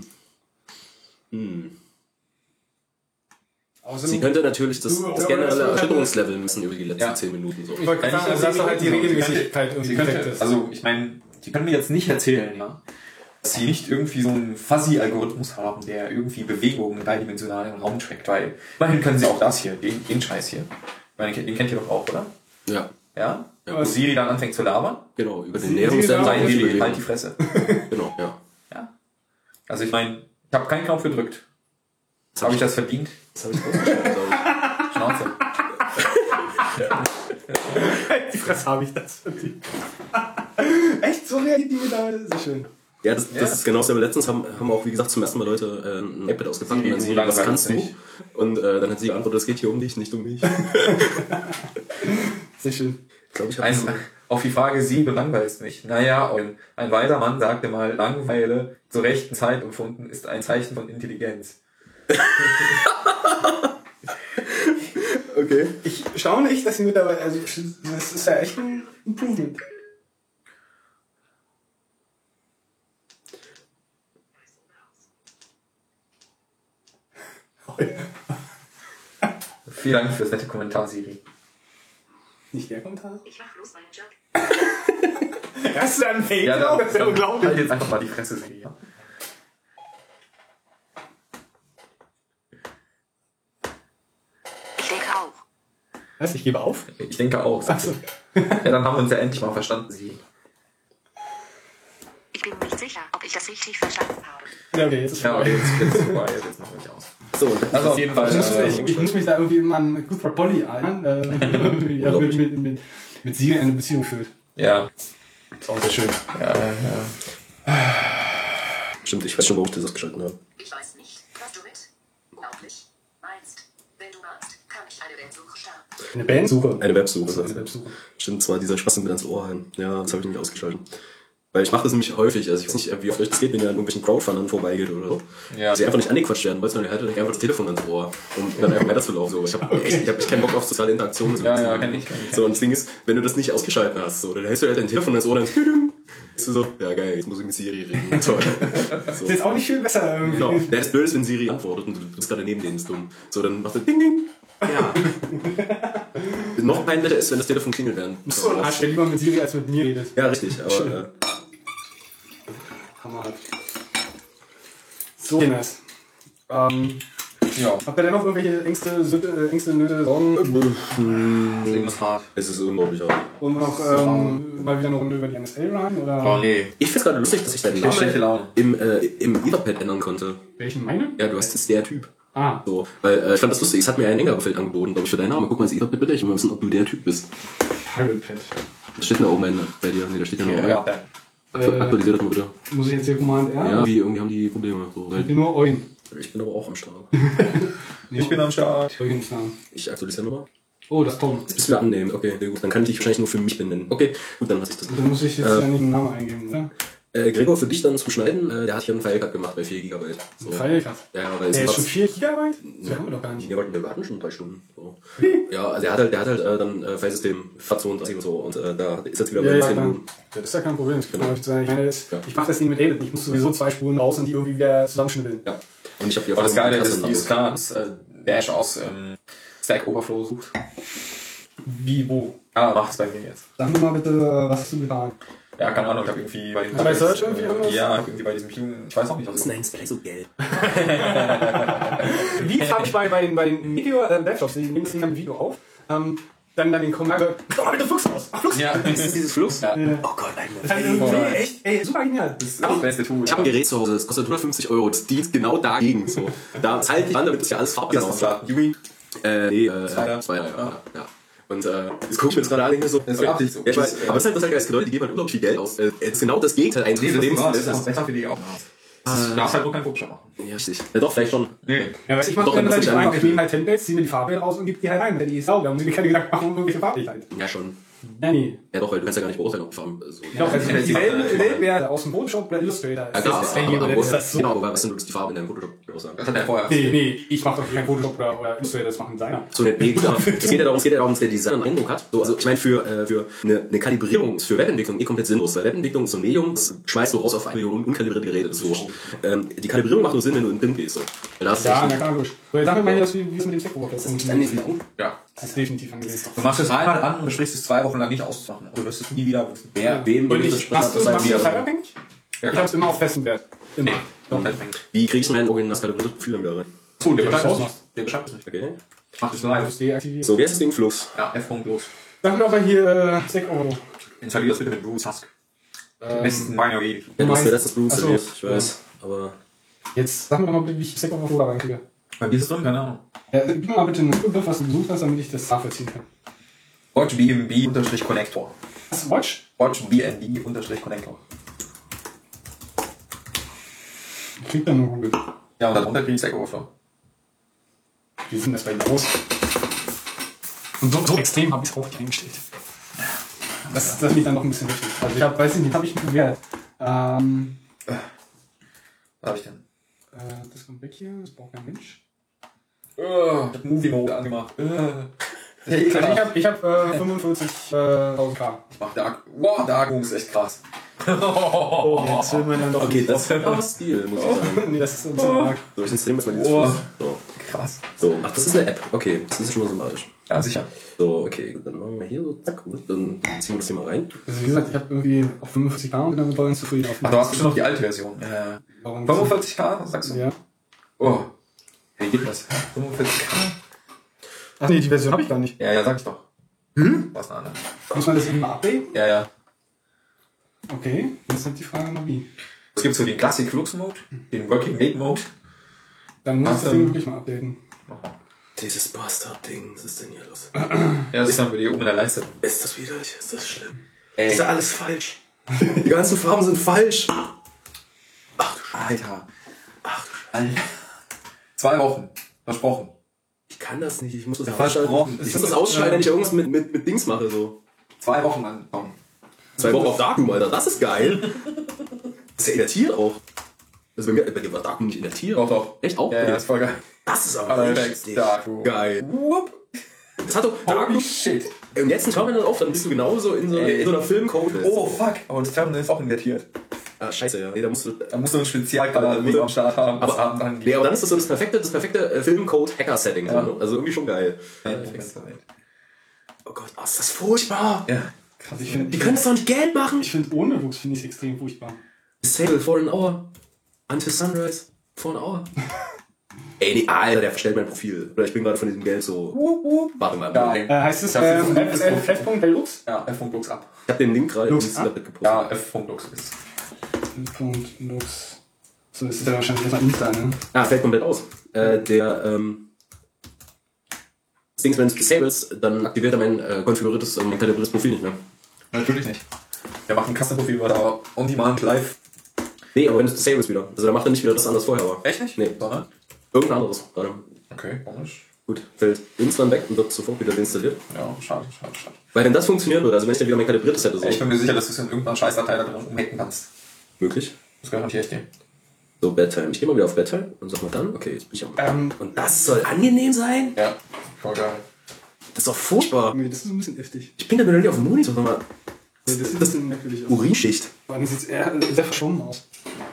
Außerdem, sie könnte natürlich das, Du, das aber generelle das- Erschütterungslevel messen über die letzten Ja. zehn Minuten. So. ich wollte gerade sagen, also dass du halt die Regelmäßigkeit irgendwie Sie perfekt könnte, ist. also ich meine, die können mir jetzt nicht erzählen, ja, dass sie nicht irgendwie so einen Fuzzy-Algorithmus haben, der irgendwie Bewegungen in dreidimensionalen Raum trackt, weil immerhin können sie auch das hier, den, den Scheiß hier. Ich meine, den kennt ihr doch auch, oder? Ja. Ja? Ja. Wo Siri dann anfängt zu labern? Genau, über den Sie- Näherungssensor. Nein, und die Siri, Bewegung. halt die Fresse. Genau, ja. Ja. Also ich meine, ich habe keinen Knopf gedrückt. Habe ich das verdient? Das habe ich ausgeschaltet, glaube ich. Schnauze. Die Fresse habe ich das verdient. Echt? So reagiert die Mitarbeiter? Sehr schön. Ja, das, das ist genau dasselbe. Letztens haben, haben auch, wie gesagt, zum ersten Mal Leute äh, ein iPad ausgepackt Siri, und dann du sie, was langweilst kannst du? nicht. Und äh, dann hat sie geantwortet, es geht hier um dich, nicht um mich. Sehr schön. Ich glaube, ich habe Ein, auf die Frage, sie belangweilst mich. Naja, ein, ein weiser Mann sagte mal, Langeweile zur rechten Zeit empfunden ist ein Zeichen von Intelligenz. Okay. Ich staune echt, dass die Mitarbeiter, also das ist ja echt ein Improvement. Vielen Dank fürs nette Kommentar, Siri. Nicht der Kommentar? Ich mach bloß meinen Job. Das ist ja ein Fake, Ja, dann, das ist ja dann unglaublich. halt jetzt einfach mal die Fresse, Siri. Ja? Ich denke auch. Was? Ich gebe auf? Ich denke auch. Ach so. Ja, dann haben wir uns ja endlich mal verstanden, Siri. Ich bin nicht sicher, ob ich das richtig verstanden habe. Ja, okay, jetzt ist Ja, vorbei. okay, jetzt, jetzt ist vorbei, jetzt machen wir nicht aus. So, und Also auf jeden Fall. Ich muss, äh, ich, ich muss mich da irgendwie mal an Good for Polly ein, äh, ja, mit, mit, mit, mit Siri eine Beziehung führt. ja, Ist auch sehr schön. ja, ja. stimmt, ich weiß schon, warum ich das ausgeschaltet habe. Ich weiß nicht, was du mit unglaublich meinst. Wenn du magst, kann ich eine Bandsuche starten. Eine Bandsuche. Eine Websuche. Eine Websuche. Stimmt, zwar dieser Spaß mit ans Ohr rein. Ja, das habe ich nämlich ausgeschaltet. Weil ich mache das nämlich häufig. Also ich weiß nicht, wie oft euch das geht, wenn ihr an irgendwelchen Crowdfundern vorbeigeht oder so. Ja. Sie einfach nicht angequatscht werden, weil man halt einfach das Telefon ans Ohr, um dann einfach weiterzulaufen. So. Ich habe Okay. echt, ich hab echt keinen Bock auf soziale Interaktionen. So. Ja, ja, kenn ich, kenn ich. So, und das Ding ist, wenn du das nicht ausgeschaltet hast, so, dann hältst du halt dein Telefon ans Ohr, dann bist du so, ja geil, jetzt muss ich mit Siri reden. Toll. So. Ist jetzt auch nicht viel besser irgendwie. Genau. Ja, das Blöde ist, wenn Siri antwortet und du bist gerade neben denen, ist dumm. So, dann macht er Ding, Ding. Ja. Noch peinlicher ist, wenn das Telefon klingelt während. So, ah, stell lieber mit Siri als mit mir redet. Ja, richtig, aber äh, Hammerhaft. So, Kinders. Ähm, Ja, habt ihr denn noch irgendwelche Ängste, Sütte, Ängste, Nöte, Sorgen? das Ding ist hart. es ist unglaublich. Aber Und noch ähm, mal wieder eine Runde über die N S L rein? Oder Oh nee. ich find's gerade lustig, dass ich deinen hab schlechte Namen Laune. im, äh, im Etherpad ändern konnte. welchen meine? Ja, du hast jetzt der Typ. Ah, So, weil äh, ich fand das lustig, es hat mir ein Engerfeld angeboten, glaube ich, für deinen Namen. Guck mal ins Etherpad bitte, ich will mal wissen, ob du der Typ bist. Pirate Pad. Das steht da oben ein, bei dir. Nee, da steht ja noch. Ja, Ja. ja. Äh, Aktualisier das mal bitte. muss ich jetzt hier Command R? Ja, wie irgendwie haben die Probleme. So, Ich weil bin nur Eugen. ich bin aber auch am Start. Ich bin am Start. Eugen ist Name. Ich aktualisiere nochmal. Oh, das ist Tom. Bist du annehmen? Okay, sehr gut. Dann kann ich dich wahrscheinlich nur für mich benennen. Okay, gut, dann lasse ich das. Dann muss ich jetzt Äh, ja nicht einen Namen eingeben, oder? Äh, Gregor, für dich dann zum Schneiden, äh, der hat hier einen Filecut gemacht bei vier Gigabyte. So. Filecut. Ja, ja, weil es Der ist was- schon vier Gigabyte? So haben wir doch gar nicht. Ja, wir hatten schon drei Stunden. So. Ja, also der hat halt, der hat halt äh, dann äh, Filesystem F A T zweiunddreißig und so und äh, da ist jetzt wieder Ja, bei ja, zehn klar. Minuten. Das ist ja kein Problem. Das kann ich sagen. Ich meine, das, Ja. ich mache das nicht mit Edit. Ich muss sowieso zwei Spuren raus und die irgendwie wieder zusammenschnibbeln. Ja. Und ich habe die Aber das Geile ist, Klasse- die ist klar, dass äh, Dash aus ähm, Stack Overflow sucht. Wie, wo? Ah, macht's bei mir jetzt. Sag mir mal bitte, äh, was hast du getan? Ja, keine Ahnung, ich habe irgendwie bei den Bei Search irgendwie irgendwas? Ja, irgendwie bei diesem Team, ich weiß auch nicht, was Das ist ein gleich so Geld. Wie jetzt habe ich bei, bei den, bei den Video, äh, Webshops, die nehmen das Ding am Video auf, ähm, dann, dann den Kommentar, komm mal mit dem Flux raus. Ach, Flux. Ja, Das ist dieses Flux? Ja. Oh Gott, nein. Das habe ich irgendwie echt, ey, super genial. das ist das beste Tool. Ich habe ein Gerät zu Hause, das kostet hundertfünfzig Euro, das dient genau dagegen. So. Da zahlt ich an, damit es ja alles farbgenau das ist. ist Yui. Äh, nee, äh, Zweiter. Zweiter, ja. ja. Und äh, das gucke ich mir jetzt gerade an, denke mir so. Das ist okay. Absicht so. Ja, ich weiß, aber es ist halt das halt geil, Leute, die geben halt unglaublich viel Geld aus. Äh, es ist genau das Gegenteil eigentlich Nee, von das dem, ist, was das es ist ist. besser für die auch. Du darfst halt nur kein Photoshop machen. Ja, richtig. Ja, doch, vielleicht schon. Nee. Ja, was ich mache Doch, dann das ist relativ einfach. einfach- Ich nehme halt Templates, ziehe mir die Farbe raus und gebe die halt rein. Wenn die ist sauber, muss ich mir keine Gedanken machen um irgendwelche Farbigkeit. Ja, schon. Ja, nee. Ja, doch, weil du kannst ja gar nicht beurteilen, ob die Farben äh, so. Doch, also Ja, das dieselben ist- dieselben Werte aus dem Photoshop oder Illustrator. Ja, Das klar, ist, aber, aber, das ist das so. genau, aber was sind jetzt die Farben in deinem Photoshop aussagen? Das hat er vorher. Nee, nee, ich mache doch kein Photoshop oder, oder Illustrator, das machen Designer. So eine nee, gut, aber es geht ja darum, es geht ja darum, dass der Designer einen Eindruck hat. So, also ich meine, für, äh, für eine, eine Kalibrierung ist für Webentwicklung eh komplett sinnlos, weil Webentwicklung ist so ein Medium, das schmeißt du raus auf eine Million unkalibrierte Geräte. Das ist so. Ähm, die Kalibrierung macht nur Sinn, wenn du in Print gehst. So. Weil da hast du Ja, echt- na klar, logisch. So, jetzt sag mir mal, dass wir, wie es mit dem Stack-Oberfläche funktioniert. Ja. Das ist definitiv angelegt. Du machst es einmal an und besprichst es zwei Wochen lang nicht auszumachen. Du wirst es nie wieder wissen. Wer, wem Und das ich, machst du, das machst du wieder- das zeitabhängig? Ich hab's immer auf festen Wert. Immer. Wie kriegst du mein originales Profil dann wieder rein? So, der beschreibt beschreibt es es nicht. Der beschreibt es nicht. Okay. Mach es live. Deaktiviert. So, wie heißt das Ding? Flux. Ja, F-Punkt los. Dann haben wir hier äh, Stack Overflow. Installier das bitte mit Brew Tusk. Ähm, Besten Binary. Ja, du hast meinst- mir letztes Blut Ach so, installiert, ich weiß. Aber Jetzt sag mir doch mal, wie ich Stack Overflow da reinkriege. Bei mir ist es drin, keine Ahnung. Ja, gib mir mal bitte einen Begriff, was du gesucht hast, damit ich das nachvollziehen kann. Watch B M B-Connector. Was? Watch? Watch B M B-Connector. Ich krieg da nur Google. Ja, und darunter krieg ich Stack Overflow. Wie sieht das bei dir aus? Und so, so extrem habe ich es auch nicht eingestellt. Das, das liegt dann noch ein bisschen wichtig. Also ich hab, weiß ich nicht, habe ich einen Wert. Ähm, Was hab ich denn? äh, das kommt weg hier, das braucht kein Mensch. Oh, ich hab Movie Mode angemacht. Uh, Also ich habe ich hab, äh, fünfundvierzigtausend K. Ich mach Dark. Wow, Dark Moon ist echt krass. Oh, jetzt will man dann doch okay, nicht das drauf. ist Stil, muss ich sagen. Nee, das ist ein bisschen arg. So, ich installiere jetzt mal dieses Oh. Flux. So. Krass. so. Ach, das ist eine App. Okay, das ist schon mal sympathisch. Ja, sicher. So, okay, dann machen wir hier so, zack, und dann ziehen wir das hier mal rein. Also wie gesagt, ich habe irgendwie auf fünfundvierzig K und bin damit voll unzufrieden auf. Ach, du hast bestimmt noch die alte Version. Ja. Warum- fünfundvierzig K, was sagst du? Ja. Oh. Wie geht das? fünfundvierzig K? Ach nee, die Version habe ich gar nicht. Ja, ja, sag ich doch. Hm? Was eine andere. Muss man das irgendwie mal updaten? Ja, ja. Okay, jetzt ist die Frage mal wie. Es gibt so den Classic Flux Mode, den Working Mate Mode. Dann muss Ach, ich das ähm, Ding wirklich mal updaten. Dieses Bastard-Ding, was ist denn hier los? Ja, das ist dann bei dir oben in der Leiste. Ist das widerlich? Ist das schlimm? Ey. Ist ja alles falsch. Die ganzen Farben sind falsch. Ach du Alter. Ach du Alter. Zwei Wochen. Versprochen. Ich kann das nicht, ich muss das Versprochen. ausschalten. Ich muss das ausschalten, wenn ich irgendwas mit, mit, mit Dings mache, so. Zwei Wochen lang. Komm. Zwei Wochen auf Darkroom, Alter, das ist geil. Das ist ja invertiert auch. Also bei mir, bei dir war Darkroom nicht invertiert. Doch, doch. Echt auch? Ja, ja, ist voll geil. Das ist aber Allerdings richtig Darkroom. geil. Whoop. Das hat doch Holy Darkroom. shit. Und jetzt ein Terminal auf, dann bist du genauso in so, Ey. in so einer Filmcode. Oh fuck. Aber das Terminal ist auch invertiert. Ah, scheiße, ja. Nee, da musst du. Da musst du einen Spezialkanal am Start haben. Aber, haben dann nee, aber dann ist das so das perfekte, das perfekte äh, Filmcode-Hacker-Setting. Ja. So, ne? Also irgendwie schon geil. Oh Gott, oh, ist das furchtbar. Ja. Krass. Ich finde, Die können das doch nicht Geld machen. ich finde ohne Lux finde ich es extrem furchtbar. Disable for an hour. Until sunrise for an hour. Ey, nee, Alter, der verstellt mein Profil. Oder ich bin gerade von diesem Geld so. Warte mal. Geil. Äh, heißt es Das ist ähm, ein F- gutes F- F.Lux? Ja, F.Lux ab. Ich hab den Link gerade Lux ins ab? Snapchat gepostet. Ja, F.Lux ist. F.Lux. So, das ist ja wahrscheinlich erstmal Insta, ne? Ah, fällt komplett aus. Äh, der, ähm. Das Ding ist, wenn du es disables, dann aktiviert er mein äh, konfiguriertes, ähm, kalibriertes Profil nicht mehr. Natürlich nicht. Wir machen ein Custom-Profil, weil da on demand live. Nee, aber wenn du es disables wieder. Also da macht er nicht wieder das, anders vorher war. Echt nicht? Nee. Sondern? Irgendein anderes gerade. Okay, komisch. Gut, fällt instant weg und wird sofort wieder deinstalliert. Ja, schade, schade, schade. Weil wenn das funktionieren würde, also wenn ich dann wieder mein kalibriertes hätte, so. Ich bin mir sicher, dass du es in irgendeiner Scheißdatei da drin umhacken kannst. Möglich. Das garantiere ich dir. So, Bedtime. Ich gehe mal wieder auf Bedtime und sag mal dann, okay, jetzt bin ich am. Ähm, Und das soll angenehm sein? Ja, voll geil. Das ist doch furchtbar. Nee, das ist ein bisschen heftig. Ich bin da wieder nicht auf dem Monitor, sag mal. Nee, das sieht ein bisschen merkwürdig aus. Urinschicht. Vor allem sieht es eher sehr verschwommen aus.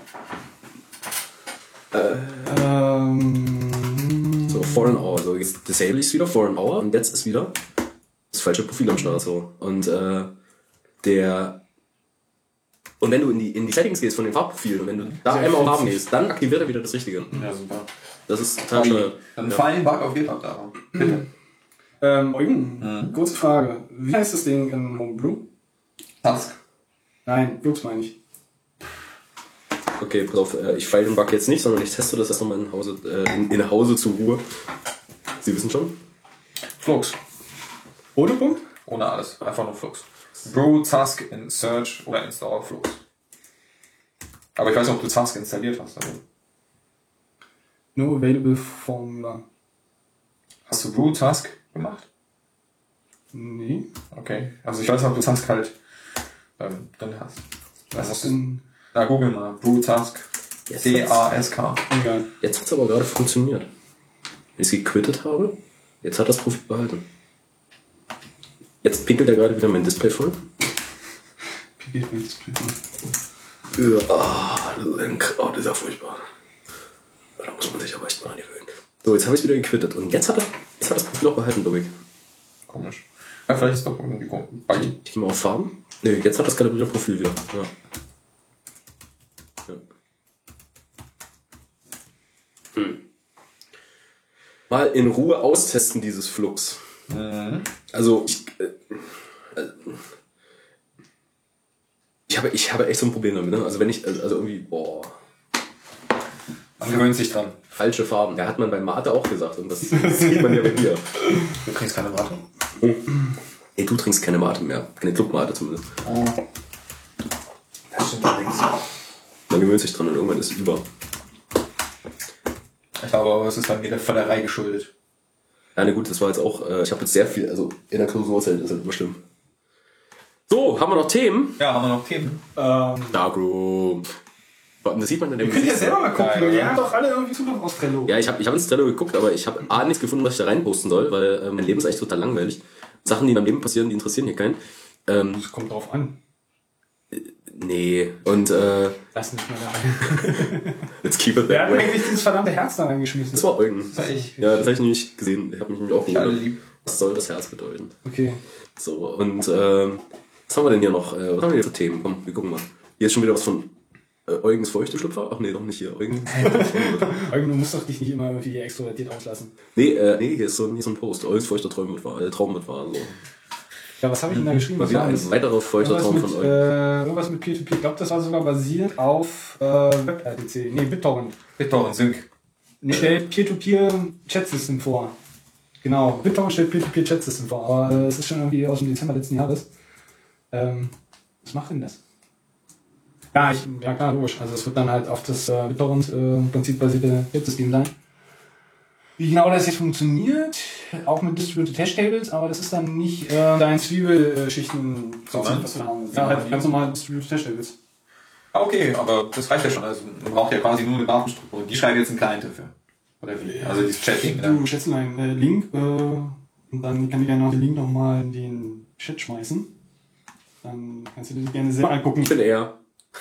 Ähm. So, for an hour. So, jetzt disable ich es wieder, for an hour. Und jetzt ist wieder das falsche Profil am Start. So. Und äh, der. Und wenn du in die, in die Settings gehst von den Farbprofilen und wenn du da Sehr einmal auf Farben fancy. gehst, dann aktiviert er wieder das Richtige. Ja, super. Das ist total schade. Dann Ja. fallen Bug auf GitHub da. Bitte. Ähm, Eugen, kurze Frage. Wie heißt das Ding in Homebrew? Task. Nein, Lux meine ich. Okay, pass auf, äh, ich feile den Bug jetzt nicht, sondern ich teste das erst nochmal in Hause, äh, in, in Hause zur Ruhe. Sie wissen schon? Flux. Ohne Punkt? Ohne alles. Einfach nur Flux. Brew, Task, in Search oder Install Flux. Aber ich weiß nicht, ob du Task installiert hast. Also. No available formula. Hast du Brew, Task gemacht? Nee. Okay. Also ich weiß nicht, ob du Task halt ähm, drin hast. Was Was ist denn? Na, google mal. Brew, Task. Jetzt C A S K. Egal. Jetzt hat es aber gerade funktioniert. Wenn ich es gequittet habe, jetzt hat das Profil behalten. Jetzt pickelt er gerade wieder mein Display voll. Wie geht mein Display? Ja, oh, das ist ja furchtbar. Da muss man sich aber echt mal an gewöhnen. So, jetzt habe ich es wieder gequittet. Und jetzt hat er jetzt hat das Profil auch behalten, glaube ich. Komisch. Ja, vielleicht ist doch irgendwie komisch. Bei Ich gehe mal auf Farben. Ne, jetzt hat das kalibrierte Profil wieder. Ja. Ja. Hm. Mal in Ruhe austesten, dieses Flux. Mhm. Also, ich, äh, ich, habe, ich habe echt so ein Problem damit. Ne? Also, wenn ich, also irgendwie, boah, Man gewöhnt sich dran. falsche Farben. Ja, hat man bei Mate auch gesagt. Und das, das sieht man ja bei dir. Du kriegst keine Mate. Ey, du trinkst keine Mate mehr. Keine Clubmate zumindest. Das stimmt allerdings. Man gewöhnt sich dran und irgendwann ist es über. Ich glaube aber, es ist dann wieder Völlerei geschuldet. Ja, ne, gut, das war jetzt auch, äh, ich habe jetzt sehr viel, also in der Klausurzeit ist das immer schlimm. So, haben wir noch Themen? Ja, haben wir noch Themen? Ähm, Darkroom. Das sieht man in dem ihr könnt ja selber mal gucken. Geil, Ihr oder? habt doch alle irgendwie Zugriff aus Trello. Ja, ich habe ich hab ins Trello geguckt, aber ich habe A, nichts gefunden, was ich da reinposten soll, weil ähm, mein Leben ist eigentlich total langweilig. Sachen, die in meinem Leben passieren, die interessieren hier keinen. Ähm, Das kommt drauf an. nee, und äh, Lass nicht mehr da. let's keep it Wer that hat way. eigentlich dieses verdammte Herz da reingeschmissen? Das war Eugen. Das war ich. Ja, das habe ich nämlich gesehen. Ich habe mich nämlich auch alle gewundert. lieb. Was soll das Herz bedeuten? Okay. So, und ähm, was haben wir denn hier noch? Äh, was haben wir hier für Themen? Komm, wir gucken mal. Hier ist schon wieder was von äh, Eugens feuchte Schlüpfer. Ach nee, doch nicht hier. Eugen. Eugen, du musst doch dich nicht immer irgendwie extrovertiert auslassen. nee, äh, nee, hier ist so ein, hier ist so ein Post. Eugens feuchter Traum mit war, äh, Traum mit war. So. Ja, was habe ich denn da geschrieben? Mal Was wieder war ein das? weiterer feuchter Irgendwas Traum mit, von Eugen. äh, irgendwas mit Peer-to-Peer. Ich glaube, das war sogar basiert auf äh, WebR T C. Nee, BitTorrent. BitTorrent Sync. Nee, stellt Peer-to-Peer-Chat-System vor. Genau, BitTorrent stellt Peer-to-Peer-Chat-System vor. Aber äh, es ist schon irgendwie aus dem Dezember letzten Jahres. Ähm, was macht denn das? Ja, ich, ja klar, logisch. Also es wird dann halt auf das äh, BitTorrent-Prinzip basierte Chat-System sein. Wie genau das jetzt funktioniert, auch mit Distributed Hash Tables, aber das ist dann nicht äh, dein Zwiebelschichten, Sondern? was wir haben. Ja, halt ganz normal Distributed Hash Tables. Ah, okay, aber das reicht ja schon. Also man braucht ja quasi nur eine Datenstruktur. Die schreibt jetzt einen Client dafür. Oder wie? Also dieses Chatting. Du Ne? schätzt einen äh, Link äh, und dann kann ich gerne noch den Link nochmal in den Chat schmeißen. Dann kannst du dir das gerne selber angucken. Ich bin eher.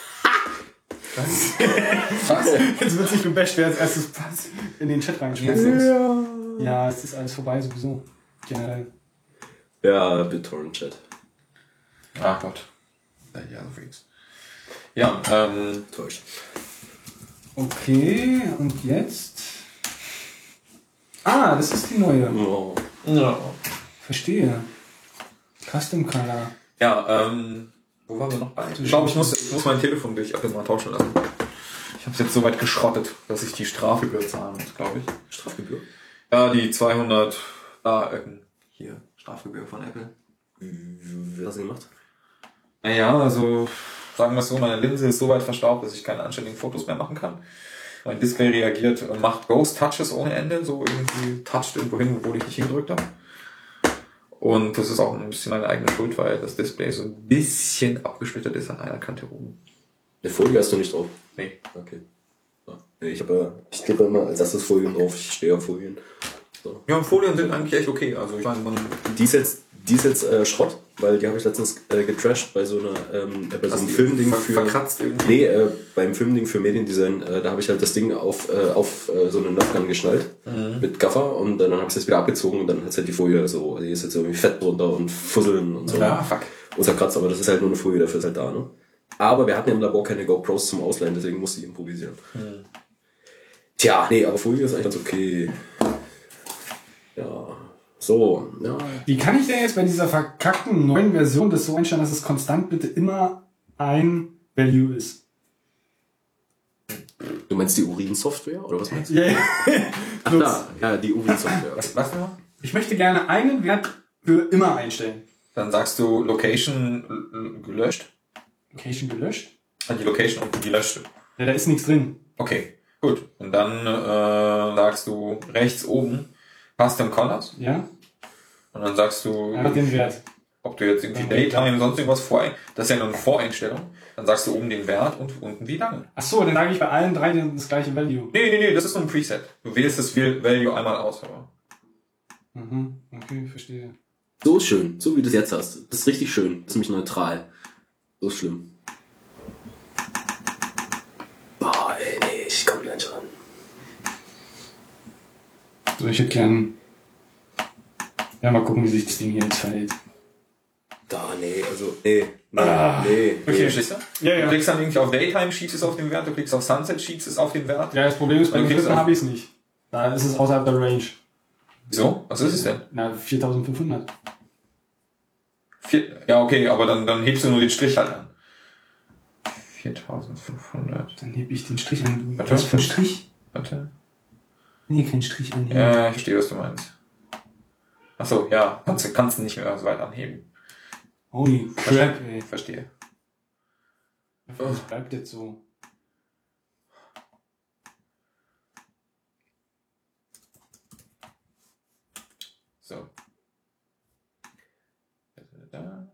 Was? Jetzt wird sich gebasht, wer als erstes Pass in den Chat reinschmeißt. Ja. ja, es ist alles vorbei sowieso. Generell. Ja, BitTorrent-Chat. Ach Gott. Ja, so Freaks. Ja, ähm, Täuscht. Okay, und jetzt? Ah, das ist die neue. Oh. ja. Verstehe. Custom Color. Ja, ähm, wo waren wir noch bei? Ich glaube, ich muss, ich muss mein Telefon durch Apple mal tauschen lassen. Ich habe es jetzt so weit geschrottet, dass ich die Strafgebühr zahlen muss, glaube ich. Strafgebühr? Ja, die zweihundert da Öcken. Hier, Strafgebühr von Apple. Wie hast du gemacht? Naja, also, sagen wir es so, meine Linse ist so weit verstaubt, dass ich keine anständigen Fotos mehr machen kann. Mein Display reagiert und macht Ghost-Touches ohne Ende, so irgendwie toucht irgendwo hin, wo ich nicht hingedrückt habe. Und das ist auch ein bisschen meine eigene Schuld, weil das Display so ein bisschen abgesplittert ist an einer Kante oben. Eine Folie hast du nicht drauf? Nee. Okay. Ja. Nee, ich habe ich tippe immer als erstes Folien drauf, ich stehe auf Folien. So. Ja, und Folien sind eigentlich echt okay. Also ich meine, man Die ist jetzt, die ist jetzt äh, Schrott, weil die habe ich letztens äh, getrashed bei so einer ähm, bei so einem Hast du Filmding ver- für. verkratzt irgendwie? Nee, äh, beim Filmding für Mediendesign, äh, da habe ich halt das Ding auf, äh, auf äh, so einen Nerfgun geschnallt mit Gaffer und dann habe ich das wieder abgezogen und dann hat halt die Folie so, die ist jetzt irgendwie fett drunter und fusseln und so. Ja, fuck. Und zerkratzt, aber das ist halt nur eine Folie, dafür ist halt da, ne? Aber wir hatten ja im Labor keine GoPros zum Ausleihen, deswegen musste ich improvisieren. Hm. Tja, nee, aber Folie ist eigentlich ganz okay. Ja, so, ja. Wie kann ich denn jetzt bei dieser verkackten neuen Version das so einstellen, dass es konstant bitte immer ein Value ist? Du meinst die Urin-Software, oder was meinst du? Yeah. Ach, da, ja, die Urin-Software. Was, was noch? Ich möchte gerne einen Wert für immer einstellen. Dann sagst du Location l- gelöscht. Location gelöscht? Die Location und die gelöschte. Ja, da ist nichts drin. Okay, gut. Und dann äh, sagst du rechts oben Custom Colors. Ja? Und dann sagst du, Einfach den Wert. ob du jetzt irgendwie Okay. Daytime und sonst irgendwas vor. Das ist ja nur eine Voreinstellung. Dann sagst du oben den Wert und unten wie lange. Ach so, dann sage ich bei allen drei das gleiche Value. Nee, nee, nee, das ist nur ein Preset. Du wählst das Value einmal aus. Aber Mhm, okay, verstehe. So schön, so wie du es jetzt hast. Das ist richtig schön, ziemlich neutral. So schlimm. Boah, ey, nee, ich komm gleich ran. So, ich hätte gern... Ja, mal gucken, wie sich das Ding hier jetzt verhält. Da, nee, also Also, nee, nee, Ah, nee. okay. nee. Verstehst du? Ja, ja. Du klickst dann irgendwie auf Daytime Sheets ist auf den Wert, du klickst auf Sunset Sheets ist auf den Wert. Ja, das Problem ist, bei Okay, den Flippen so. habe ich es nicht. Da ist es außerhalb der Range. Wieso? Was ist es denn? Na, viertausendfünfhundert. Vier, ja, okay, aber dann, dann hebst du nur den Strich halt an. viertausendfünfhundert. Dann hebe ich den Strich an. Warte. Was für ein Strich? Warte. Nee, kein Strich anheben. Ja, ich verstehe, was du meinst. Achso, ja, kannst du kannst du nicht mehr so weit anheben. Holy crap, ey. Ich verstehe. Was bleibt jetzt so? So. Da.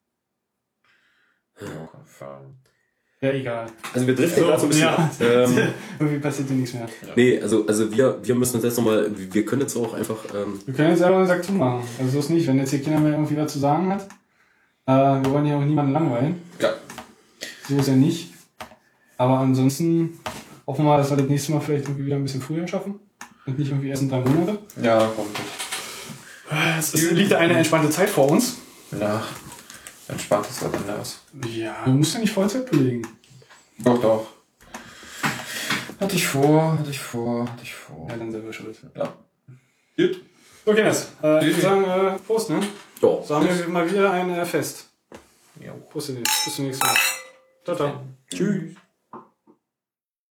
Ja, confirm. Ja, egal. Also wir driften gerade so ein bisschen ja. ab. Ähm, Irgendwie passiert hier nichts mehr. nee, also, also wir, wir müssen uns jetzt nochmal, wir können jetzt auch einfach, ähm, Wir können jetzt einfach den Sack zumachen. Also so ist nicht, wenn jetzt hier keiner mehr irgendwie was zu sagen hat. Äh, wir wollen ja auch niemanden langweilen. Ja. So ist ja nicht. Aber ansonsten hoffen wir mal, dass wir das nächste Mal vielleicht irgendwie wieder ein bisschen früher schaffen. Und nicht irgendwie erst in drei Monate. Ja, hoffentlich. Es ist, liegt da eine entspannte Zeit vor uns. Ja. Entspannt ist was anderes. Ja. Du musst ja nicht Vollzeit belegen. Doch, doch. Hatte ich vor, hatte ich vor, hatte ich vor. Ja, dann selber schuld. Ja. Gut. Okay, das. Äh, ich würde sagen, äh, Prost, ne? ja. So haben wir mal wieder ein äh, Fest. Ja. Prost, bis zum nächsten Mal. Ciao, ciao. Tschüss.